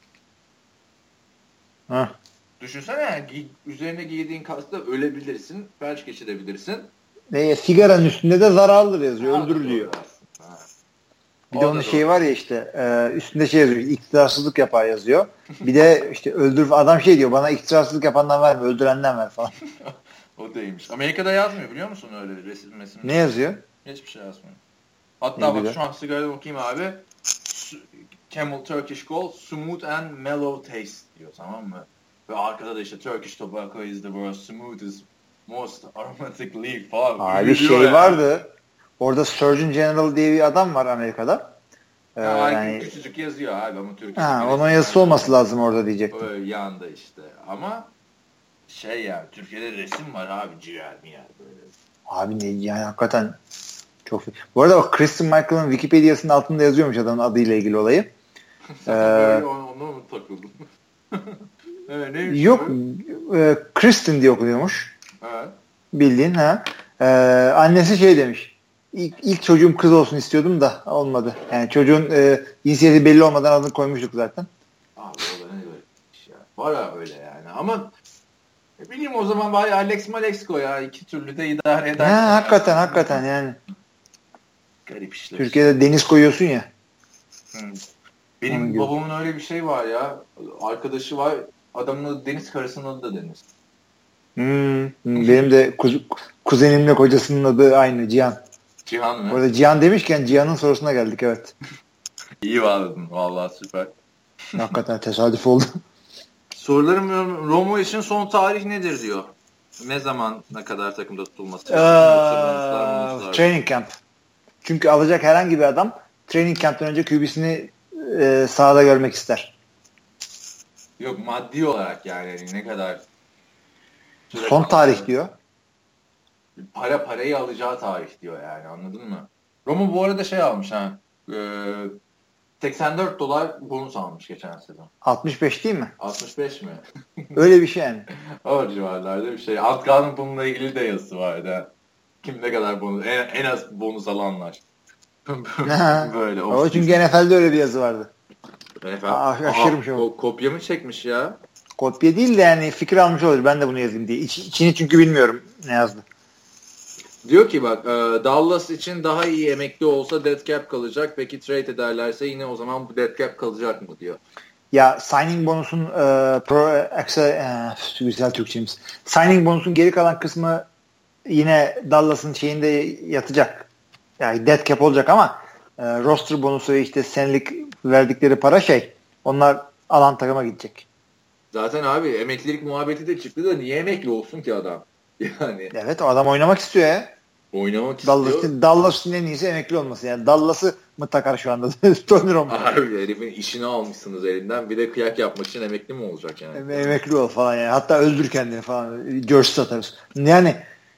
Heh. Düşünsene yani üzerine giydiğin kaskla ölebilirsin, felç geçirebilirsin. Sigaranın üstünde de zararlıdır yazıyor. Öldürür diyor. Bir de onun şeyi var ya işte üstünde şey yazıyor. İktidarsızlık yapar yazıyor. Bir de işte adam şey diyor. Bana iktidarsızlık yapandan verme. Öldürenden ver falan. O değilmiş. Amerika'da yazmıyor biliyor musun öyle bir resim? Ne yazıyor? Hiçbir şey yazmıyor. Hatta bak şu an sigaradan okuyayım abi. Camel Turkish Gold smooth and mellow taste diyor tamam mı? Ve arkada da işte Turkish tobacco is the world's smoothest, most aromatic leaf falan. Abi şey vardı. Orada Surgeon General diye bir adam var Amerika'da. Yani küçücük yazıyor abi ama Türkiye'de. Onun yazısı olması lazım orada diyecektim. Öyle yanda işte. Ama şey yani Türkiye'de resim var abi ciğer mi yani böyle. Abi ne yani hakikaten çok. Bu arada bak Christian Michael'ın Wikipedia'sının altında yazıyormuş adamın adıyla ilgili olayı. Ona mı takıldım? Evet, yok Kristen diye okunuyormuş. Evet. Bildiğin ha. Annesi şey demiş. İlk çocuğum kız olsun istiyordum da olmadı. Yani çocuğun cinsiyeti belli olmadan adını koymuştuk zaten. Abi o da ne böyle ya. Var ya öyle yani. Ama bileyim o zaman bari Alex koy ya. İki türlü de idare eder. Hakikaten yani. Garip işler. Türkiye'de deniz koyuyorsun ya. Benim babamın öyle bir şey var ya. Arkadaşı var. Adamın adı Deniz, karısının adı da Deniz. Benim de kuzenimle kocasının adı aynı Cihan. Cihan mı? Orada Cihan demişken Cihan'ın sorusuna geldik evet. İyi bağladın. Vallahi süper. Hakikaten tesadüf oldu. Sorularım Romo için son tarih nedir diyor. Ne zamana kadar takımda tutulması? Training camp. Çünkü alacak herhangi bir adam training camp'ten önce QB'sini sahada görmek ister. Yok maddi olarak yani ne kadar son tarih diyor. Parayı alacağı tarih diyor yani anladın mı? Roma bu arada şey almış ha. $84 bonus almış geçen sezon. 65 değil mi? 65 mi? Öyle bir şey yani. O civarlarda bir şey. Altkan'ın bununla ilgili de yazısı vardı. Kim ne kadar bonus, en az bonus alanlar. Böyle. O çünkü NFL'de öyle bir yazı vardı. Aşırı şey oldu. Kopya mı çekmiş ya? Kopya değil de yani fikir almış olur. Ben de bunu yazayım diye. İçini çünkü bilmiyorum ne yazdı. Diyor ki bak Dallas için daha iyi emekli olsa dead cap kalacak. Peki trade ederlerse yine o zaman bu dead cap kalacak mı diyor. Ya signing bonusun güzel Türkçemiz. Signing bonusun geri kalan kısmı yine Dallas'ın şeyinde yatacak. Yani dead cap olacak ama roster bonusu ve işte senelik verdikleri para onlar alan takıma gidecek. Zaten abi emeklilik muhabbeti de çıktı da niye emekli olsun ki adam? Yani. Evet o adam oynamak istiyor ya. Oynamak istiyor. Dallas'ın en iyisi emekli olması. Yani Dallas'ı mı takar şu anda? Abi herifin işini almışsınız elinden. Bir de kıyak yapmak için emekli mi olacak yani? Emekli ol falan yani. Hatta öldür kendini falan. George satarız. Yani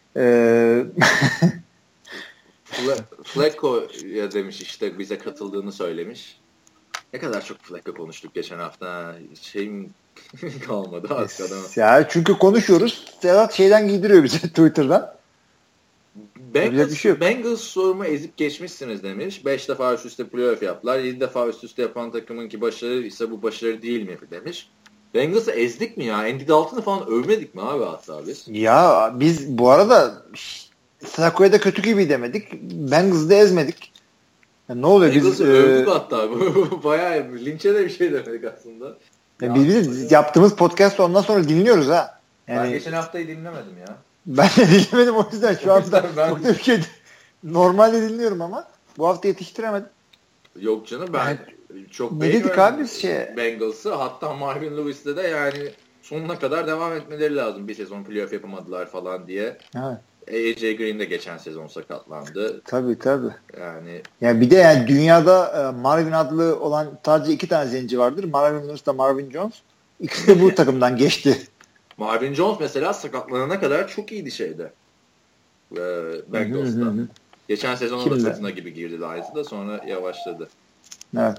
Flacco ya demiş işte bize katıldığını söylemiş. Ne kadar çok Flacco konuştuk geçen hafta. Şeyim kalmadı arkada. Ya çünkü konuşuyoruz. Sedat şeyden giydiriyor bize Twitter'dan. Bengals sorumu ezip geçmişsiniz demiş. 5 defa üst üste playoff yaptılar. 7 defa üst üste yapan takımın ki başarı ise bu başarı değil mi demiş. Bengals'ı ezdik mi ya? Andy Dalton'u falan övmedik mi abi hatta biz? Ya biz bu arada Flacco'ya da kötü gibi demedik. Bengals'ı da ezmedik. Ya ne oluyor Bengals'ı övdük hatta. Bayağı linçe de bir şey demedik aslında. Biz yaptığımız podcast ondan sonra dinliyoruz ha. Yani, ben geçen haftayı dinlemedim ya. Ben de dinlemedim o yüzden şu anda çok da bir şey normalde dinliyorum ama bu hafta yetiştiremedim. Yok canım ben yani, çok beğeniyorum Bengals'ı. Hatta Marvin Lewis'te de yani sonuna kadar devam etmeleri lazım. Bir sezon playoff yapamadılar falan diye. Evet. AJ Green de geçen sezon sakatlandı. Tabii. Yani bir de yani dünyada Marvin adlı olan sadece 2 tane zenci vardır. Marvin Lewis da Marvin Jones. İkisi de bu takımdan geçti. Marvin Jones mesela sakatlanana kadar çok iyiydi şeyde. Bengals'ta. Geçen sezon da fırtına gibi girdi Lions'da sonra yavaşladı. Evet.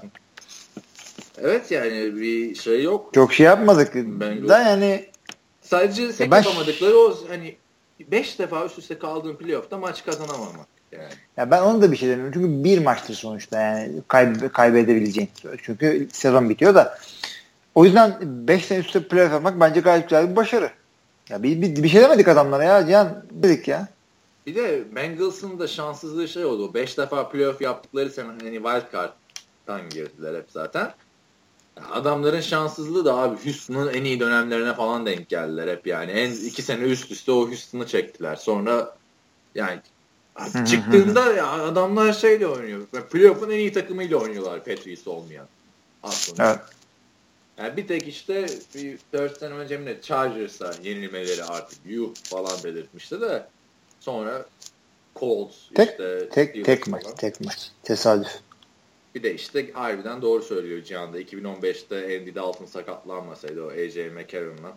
Evet yani bir şey yok. Çok şey yapmadık. Da yani sadece yapamadıkları o hani 5 defa üst üste kaldığın playoff'ta maç kazanamamak. Yani. Ya ben onu da bir şey demiyorum. Çünkü bir maçtır sonuçta yani kaybedebileceğin. Çünkü sezon bitiyor da. O yüzden 5 sene üstte playoff yapmak bence gayet güzel bir başarı. Ya bir şey demedik adamlara ya. Cihan dedik ya. Bir de Bengals'ın da şanssızlığı şey oldu. 5 defa playoff yaptıkları sene hani wild card'dan girdiler hep zaten. Adamların şanssızlığı da abi Houston'un en iyi dönemlerine falan denk geldiler hep yani. 2 sene üst üste o Houston'ı çektiler. Sonra yani çıktığında ya adamlar şeyle oynuyor. Playoff'un en iyi takımıyla oynuyorlar Patriots olmayan. Aslında. Evet. Yani bir tek işte bir 4 sene önce mi Chargers'a yenilmeleri artık yuh falan belirtmişti de sonra Colts işte tek maç tesadüf. Bir de işte harbiden doğru söylüyor Cihan'da. 2015'te Andy Dalton sakatlanmasaydı o AJ McCarron'la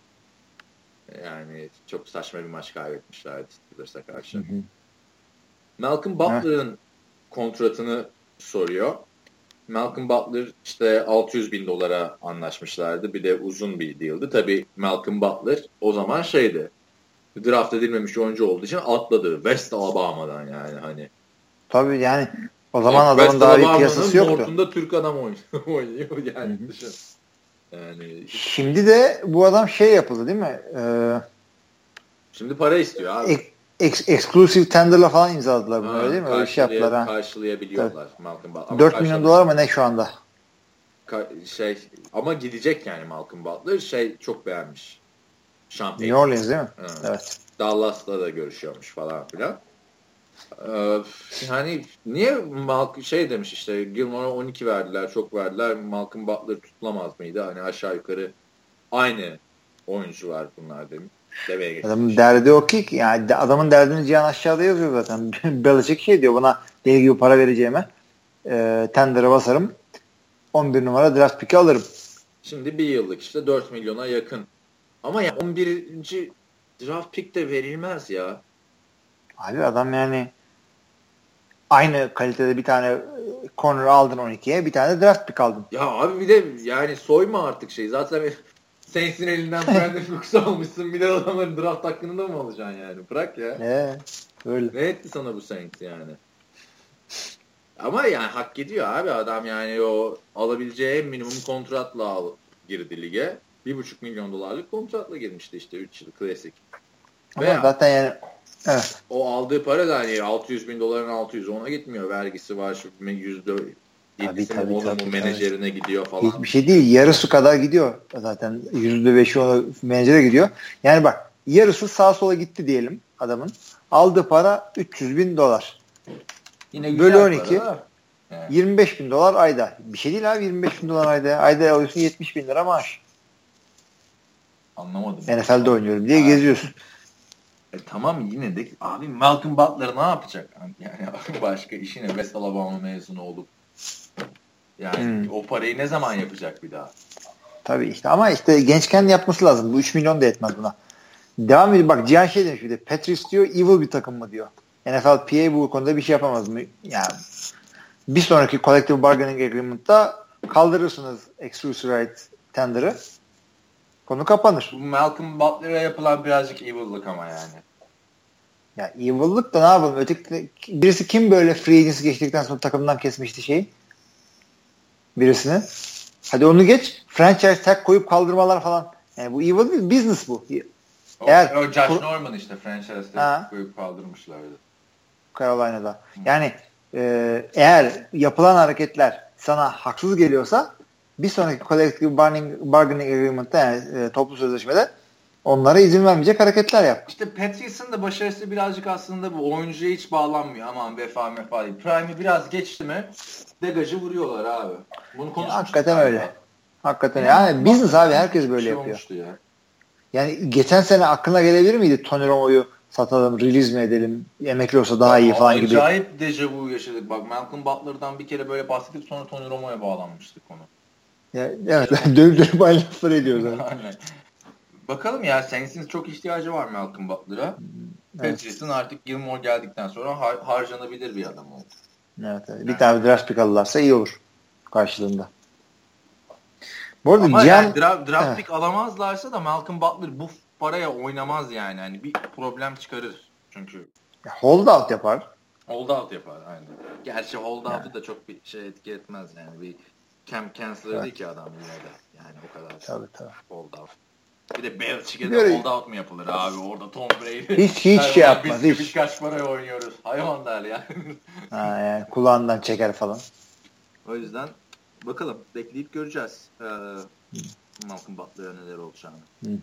yani çok saçma bir maç kaybetmişlerdi Steelers'a karşı. Malcolm Butler'ın kontratını soruyor. Malcolm Butler işte $600,000 anlaşmışlardı. Bir de uzun bir deal'di. Tabii Malcolm Butler o zaman şeydi. Draft edilmemiş oyuncu olduğu için atladı. West Alabama'dan yani hani. Tabii yani o zaman adamın daha bir piyasası yoktu. North'unda Türk adam oynuyor yani düşün. Yani şimdi de bu adam şey yapıldı değil mi? Şimdi para istiyor abi. Exclusive tender'la falan imzaladılar bunu öyle değil mi? Öyle şey yaptılar ha. Karşılayabiliyorlar Malcolm Butler. 4 milyon dolar mı ne şu anda? Ama gidecek yani Malcolm Butler çok beğenmiş. New Orleans değil mi? Evet. Dallas'la da görüşüyormuş falan filan. Hani niye demiş işte Gilmore'a 12 verdiler, çok verdiler. Malcolm Butler tutulamaz mıydı? Hani aşağı yukarı aynı oyuncu var bunlar demiş. Adamın derdi o ki yani adamın derdini Cihan aşağıda yazıyor zaten. Belichick diyor buna deli gibi para vereceğime tender'a basarım 11 numara draft pick'i alırım. Şimdi bir yıllık işte 4 milyona yakın. Ama ya 11. draft pick de verilmez ya. Abi adam yani aynı kalitede bir tane corner aldın 12'ye bir tane draft pick aldın. Ya abi bir de yani soyma artık zaten Saints'in elinden Brandon Cooks'u almışsın. Bir de adamların draft hakkını da mı alacaksın yani? Bırak ya. Öyle. Ne etti sana bu Saints yani? Ama yani hak ediyor abi adam yani o alabileceği minimum kontratla girdi lige. $1,5 milyon kontratla girmişti işte 3 yıl klasik. Ama zaten yani evet. O aldığı para da hani $600,000 600 ona gitmiyor. Vergisi var şu %7'sinin onun menajerine gidiyor falan. Hiçbir şey değil. Yarısı kadar gidiyor. Zaten %5'i ona menajere gidiyor. Yani bak yarısı sağa sola gitti diyelim adamın. Aldığı para $300,000. Yine bölü 12 $25,000 ayda. Bir şey değil abi $25,000 ayda. Ayda alıyorsun $70,000 maaş. Anlamadım. NFL'de oynuyorum diye geziyorsun. Tamam yine de abi Malcolm Butler ne yapacak? Yani başka işine West Alabama mezunu olup yani o parayı ne zaman yapacak bir daha? Tabii işte ama işte gençken yapması lazım. Bu 3 milyon da yetmez buna. Devam ediyor. Bak Cihan demiş bir de Patriots diyor evil bir takım mı diyor. NFLPA bu konuda bir şey yapamaz mı? Yani bir sonraki Collective Bargaining Agreement'ta kaldırırsınız exclusive right tender'ı. Konu kapanır. Bu Malcolm Butler'a yapılan birazcık evil'lık ama yani. Ya evil'lık da ne yapalım? Birisi kim böyle free agency geçtikten sonra takımdan kesmişti şeyi? Birisini. Hadi onu geç. Franchise tag koyup kaldırmalar falan. Yani bu evil değil, business bu. O Josh Norman işte franchise tag koyup kaldırmışlardı. Carolina'da. Yani eğer yapılan hareketler sana haksız geliyorsa bir sonraki collective bargaining agreement'ta yani toplu sözleşmede onlara izin vermeyecek hareketler yap. İşte Patrice'in de başarısı birazcık aslında bu oyuncuya hiç bağlanmıyor. Aman vefa değil. Prime'i biraz geçti mi degajı vuruyorlar abi. Bunu konuşmuştuk. Hakikaten öyle. Hakikaten yani business abi herkes böyle yapıyor. Ya. Yani geçen sene aklına gelebilir miydi Tony Romo'yu satalım, release mi edelim, emekli olsa daha iyi falan gibi. Acayip dejavu yaşadık. Bak Malcolm Butler'dan bir kere böyle bahsedip sonra Tony Romo'ya bağlanmıştık konu. Ya, evet dönüp aynı lafları ediyoruz. Aynen. Bakalım ya Saints'in çok ihtiyacı var Malcolm Butler'a. Evet. Patrice'in artık Gilmore geldikten sonra harcanabilir bir adam oldu. Evet. Bir tane draft pick alırlarsa iyi olur karşılığında. Bu arada ama yani draft pick alamazlarsa da Malcolm Butler bu paraya oynamaz yani. Hani bir problem çıkarır çünkü. Hold out yapar. Hold out yapar aynen. Gerçi hold out'u da çok bir şey etki etmez yani. Bir camp canceler değil ki adam yine de. Yani o kadar. Tabii. Hold out. Bir de Belichick'e hold out mu yapılır abi? Orada Tom Brady. Hiç şey yapmaz. Biz kaç paraya oynuyoruz. Hayvan der ya. Yani kulağından çeker falan. O yüzden bakalım. Bekleyip göreceğiz. Malcolm Butler'a neler olacağını.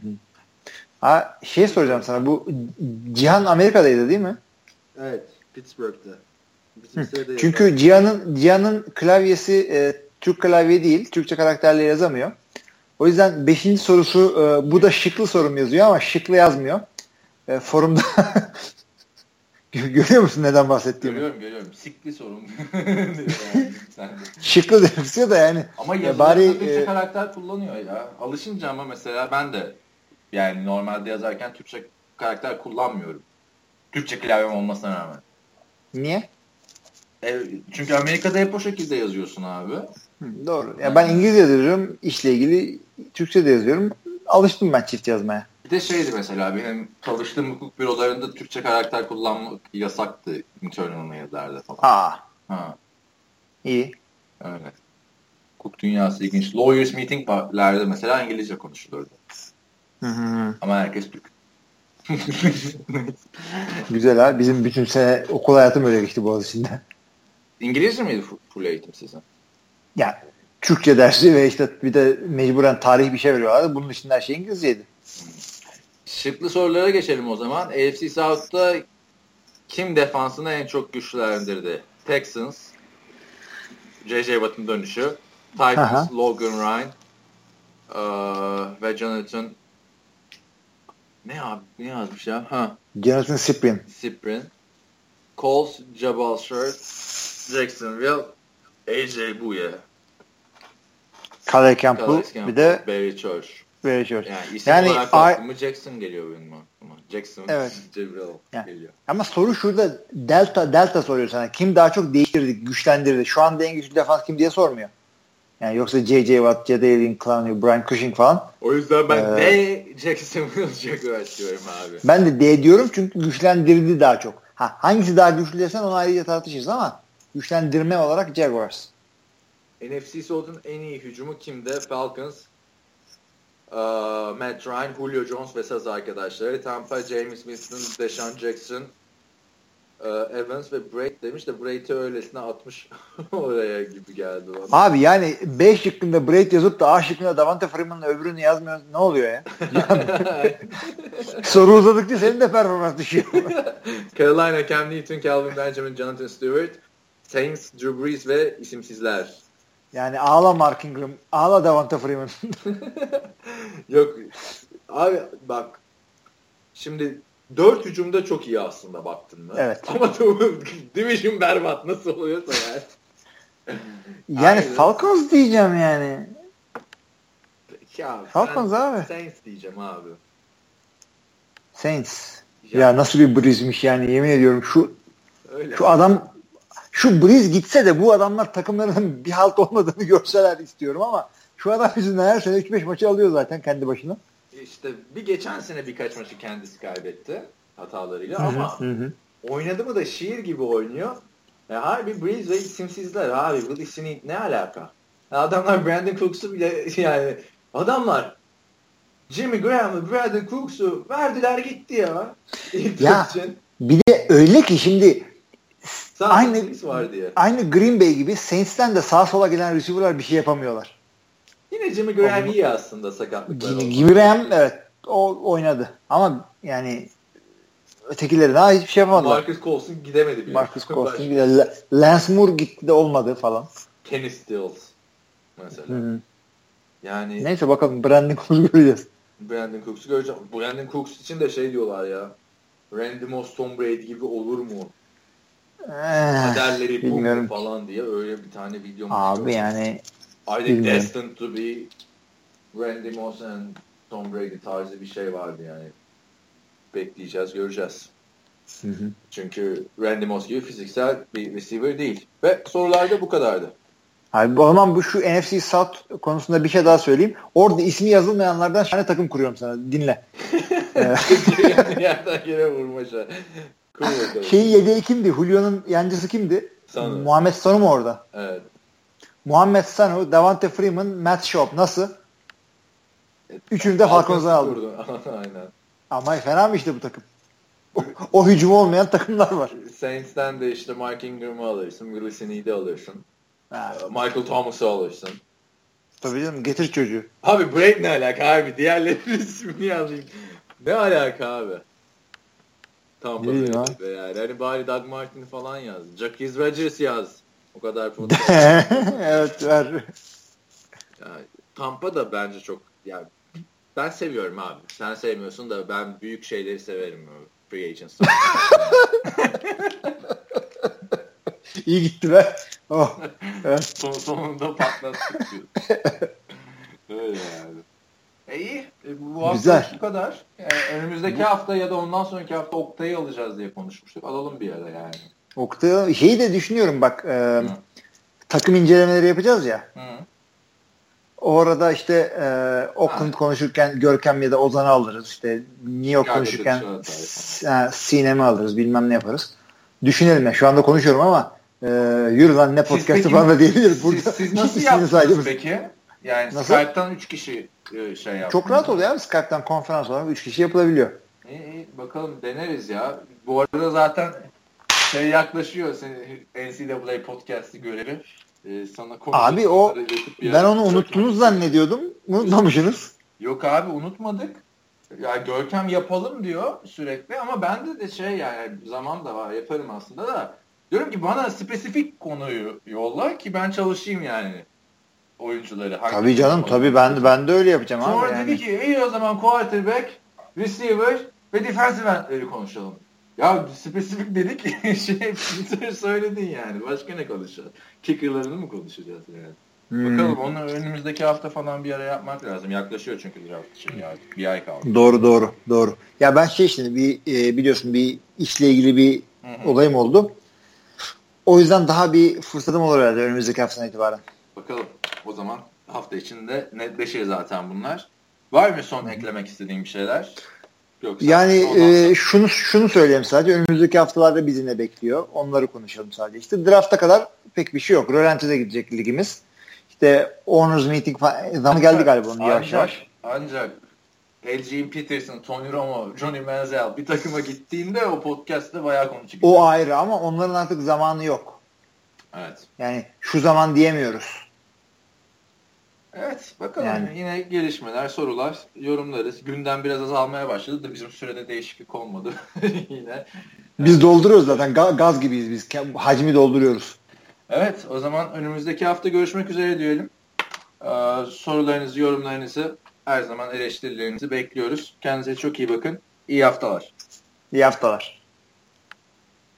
Soracağım sana. Bu Cihan Amerika'daydı değil mi? Evet. Pittsburgh'da. Çünkü Cihan'ın klavyesi Türk klavye değil. Türkçe karakterle yazamıyor. O yüzden 5. sorusu bu da şıklı sorum yazıyor ama şıklı yazmıyor. Forumda görüyor musun neden bahsettiğimi? Görüyorum. Sikli sorum. Şıklı demek istiyor da yani. Ama yazılarında Türkçe karakter kullanıyor ya. Alışınca ama mesela ben de yani normalde yazarken Türkçe karakter kullanmıyorum. Türkçe klavyem olmasına rağmen. Niye? Çünkü Amerika'da hep o şekilde yazıyorsun abi. Doğru. Ya ben İngilizce yazıyorum. İşle ilgili Türkçe de yazıyorum. Alıştım ben çift yazmaya. Bir de şeydi mesela benim çalıştığım hukuk bürolarında Türkçe karakter kullanmak yasaktı. Internal'ına yazardı falan. İyi. Öyle. Hukuk dünyası ilginç. Lawyers meetinglerde mesela İngilizce konuşulurdu. Ama herkes Türk. Güzel abi. Bizim bütün sene okul hayatım öyle geçti Boğaziçi'nde. İngilizce miydi full eğitim sizin? Yani Türkçe dersi ve işte bir de mecburen tarih bir şey veriyorlardı. Bunun dışında her şey İngilizceydi. Şıklı sorulara geçelim o zaman. AFC South'ta kim defansını en çok güçlendirdi? Texans, J.J. Watt'ın dönüşü, Titans, Logan Ryan ve Jonathan ne yazmış ya? Jonathan Cyprien. Colts, Jabal Shirt, Jacksonville, AJ Bouye. Calais Campbell bir de Barry Church. Yani isim olarak aklıma Jackson geliyor benim aklıma. Jackson, evet. Geliyor. Ama soru şurada Delta soruyor sana. Kim daha çok değiştirdi, güçlendirdi? Şu anda en güçlü defans kim diye sormuyor. Yani yoksa J.J. Watt, Jadavion Clowney, Brian Cushing falan. O yüzden ben D Jacksonville Jaguars diyorum abi. Ben de D diyorum çünkü güçlendirdi daha çok. Hangisi daha güçlü desen onu ayrıca tartışırız ama güçlendirme olarak Jaguars. NFC South'un en iyi hücumu kimde? Falcons, Matt Ryan, Julio Jones ve Saz arkadaşları. Tampa, James Winston, Deshaun Jackson, Evans ve Braid demiş de Braid'i öylesine atmış oraya gibi geldi bana. Abi yani B şıkkında Braid yazıp da A şıkkında Davante Freeman'la öbürünü yazmıyor. Ne oluyor ya? Soru uzadıkça senin de performans düşüyor. Carolina, Cam Newton, Calvin Benjamin, Jonathan Stewart, Saints, Drew Brees ve isimsizler. Yani ağla Mark Ingram, ağla Davante Freeman. Yok. Abi bak şimdi 4 hücumda çok iyi aslında baktın mı? Evet. Ama division berbat nasıl oluyorsa yani. Yani aynen. Falcons diyeceğim yani. Ya, Falcons abi. Saints diyeceğim abi. Saints. Ya nasıl bir Breeze'miş yani yemin ediyorum şu adam şu Breeze gitse de bu adamlar takımlarının bir halt olmadığını görseler istiyorum ama şu adam yüzünden her sene 3-5 maçı alıyor zaten kendi başına. İşte bir geçen sene birkaç maçı kendisi kaybetti. hatalarıyla ama oynadı mı da şiir gibi oynuyor. Harbi Breeze ve isimsizler abi. Willie Snead ne alaka? Adamlar Brandon Cooks'u bile yani adamlar Jimmy Graham'ı Brandon Cooks'u verdiler gitti ya. Ya bir de öyle ki şimdi aynı Green Bay gibi Saints'ten de sağa sola gelen receiver'lar bir şey yapamıyorlar. Yine Jimmy Graham iyi aslında sakatlıklar. Jimmy Graham evet o oynadı ama yani ötekileri daha hiçbir şey yapamadılar. Marcus Colston gidemedi bile. Marcus Colston gidemedi. Lance Moore gitti de olmadı falan. Kenny Stills mesela. Hı-hı. Yani neyse bakalım Brandon Cooks'u göreceğiz. Brandon Cooks'u göreceğim. Brandon Cooks için de şey diyorlar ya. Randy Moss, Tom Brady gibi olur mu? Kaderleri bu mu falan diye öyle bir tane video mu? Abi yani I think destined to be Randy Moss and Tom Brady tarzı bir şey vardı yani. Bekleyeceğiz, göreceğiz. Hı-hı. Çünkü Randy Moss gibi fiziksel bir receiver değil. Ve sorularda bu kadardı. Abi o zaman şu NFC South konusunda bir şey daha söyleyeyim. Orada ismi yazılmayanlardan şahane takım kuruyorum sana. Dinle. Yerden yere vurmaşa. Yedeği kimdi? Julio'nun yancısı kimdi? Sanu. Muhammed Sanu mu orada? Evet. Muhammed Sanu, Davante Freeman, Matt Schaub. Nasıl? Üçünü de Falcons'dan aldı. Aynen. Ama fena mı işte bu takım? O hücumu olmayan takımlar var. Saints'ten de işte Mark Ingram'ı alırsın. Willie Snead'i alırsın. Michael Thomas'ı alırsın. Tabii canım getir çocuğu. Abi Brady ne alaka abi? Diğerlerinin ismini yazayım. Ne alaka abi? Tamam be yani. Hani bari Doug Martin falan yaz. Jacquizz Rodgers yaz. O kadar fotoğraf. Evet ver. Yani, Tampa da bence çok yani ben seviyorum abi. Sen sevmiyorsun da ben büyük şeyleri severim. Free agents. İyi gitti be. Oh. Evet. Sonunda patlattık diyor. Öyle yani. İyi. Bu hafta güzel. Bu kadar. Önümüzdeki hafta ya da ondan sonraki hafta Oktay'ı alacağız diye konuşmuştuk. Alalım bir ara yani. Oktay'ı şeyi de düşünüyorum bak. Takım incelemeleri yapacağız ya. Hı. O arada işte Oakland konuşurken Görkem ya da Ozan'ı alırız. İşte New York konuşurken Sinem'i alırız. Bilmem ne yaparız. Düşünelim ya. Şu anda konuşuyorum ama yürü lan ne podcast'ı falan da diyebiliriz. Burada siz nasıl yaptınız peki? Yani nasıl? Skype'tan 3 kişi şey yaptı. Çok rahat oluyor abi. Skype'tan konferans olarak 3 kişi yapılabiliyor. İyi bakalım deneriz ya. Bu arada zaten yaklaşıyor. NCAA podcast'ı görevi. Sana abi o ben onu unuttunuz zannediyordum. Unutmamışsınız. Yok abi unutmadık. Ya Görkem yapalım diyor sürekli ama bende de yani zaman da var yaparım aslında da. Diyorum ki bana spesifik konuyu yolla ki ben çalışayım yani oyuncuları. Tabii canım tabii ben de öyle yapacağım sonra abi. Sonra dedi ki iyi o zaman quarterback, receiver ve defensive endleri konuşalım. Ya spesifik dedik söyledin yani. Başka ne konuşacağız? Kicker'larını mı konuşacağız yani? Bakalım onu önümüzdeki hafta falan bir ara yapmak lazım. Yaklaşıyor çünkü draft artık. Bir ay kaldı. Doğru. Ya ben şimdi biliyorsun bir işle ilgili bir olayım oldu. O yüzden daha bir fırsatım olur herhalde önümüzdeki haftadan itibaren. Bakalım. O zaman hafta içinde netleşir zaten bunlar. Var mı son eklemek istediğin bir şeyler? Yoksa yani şunu söyleyeyim sadece. Önümüzdeki haftalarda bizi ne bekliyor? Onları konuşalım sadece. İşte drafta kadar pek bir şey yok. Rölanti'de gidecek ligimiz. İşte Owners Meeting falan zamanı geldi galiba onun yavaş. Ancak Adrian Peterson, Tony Romo, Johnny Manziel bir takıma gittiğinde o podcast'te bayağı konuşacak. O ayrı ama onların artık zamanı yok. Evet. Yani şu zaman diyemiyoruz. Evet bakalım yine gelişmeler, sorular, yorumlarız. Gündem biraz azalmaya başladı da bizim sürede değişiklik olmadı yine. Biz dolduruyoruz zaten gaz gibiyiz biz. Hacmi dolduruyoruz. Evet o zaman önümüzdeki hafta görüşmek üzere diyelim. Sorularınızı, yorumlarınızı her zaman eleştirilerinizi bekliyoruz. Kendinize çok iyi bakın. İyi haftalar. İyi haftalar.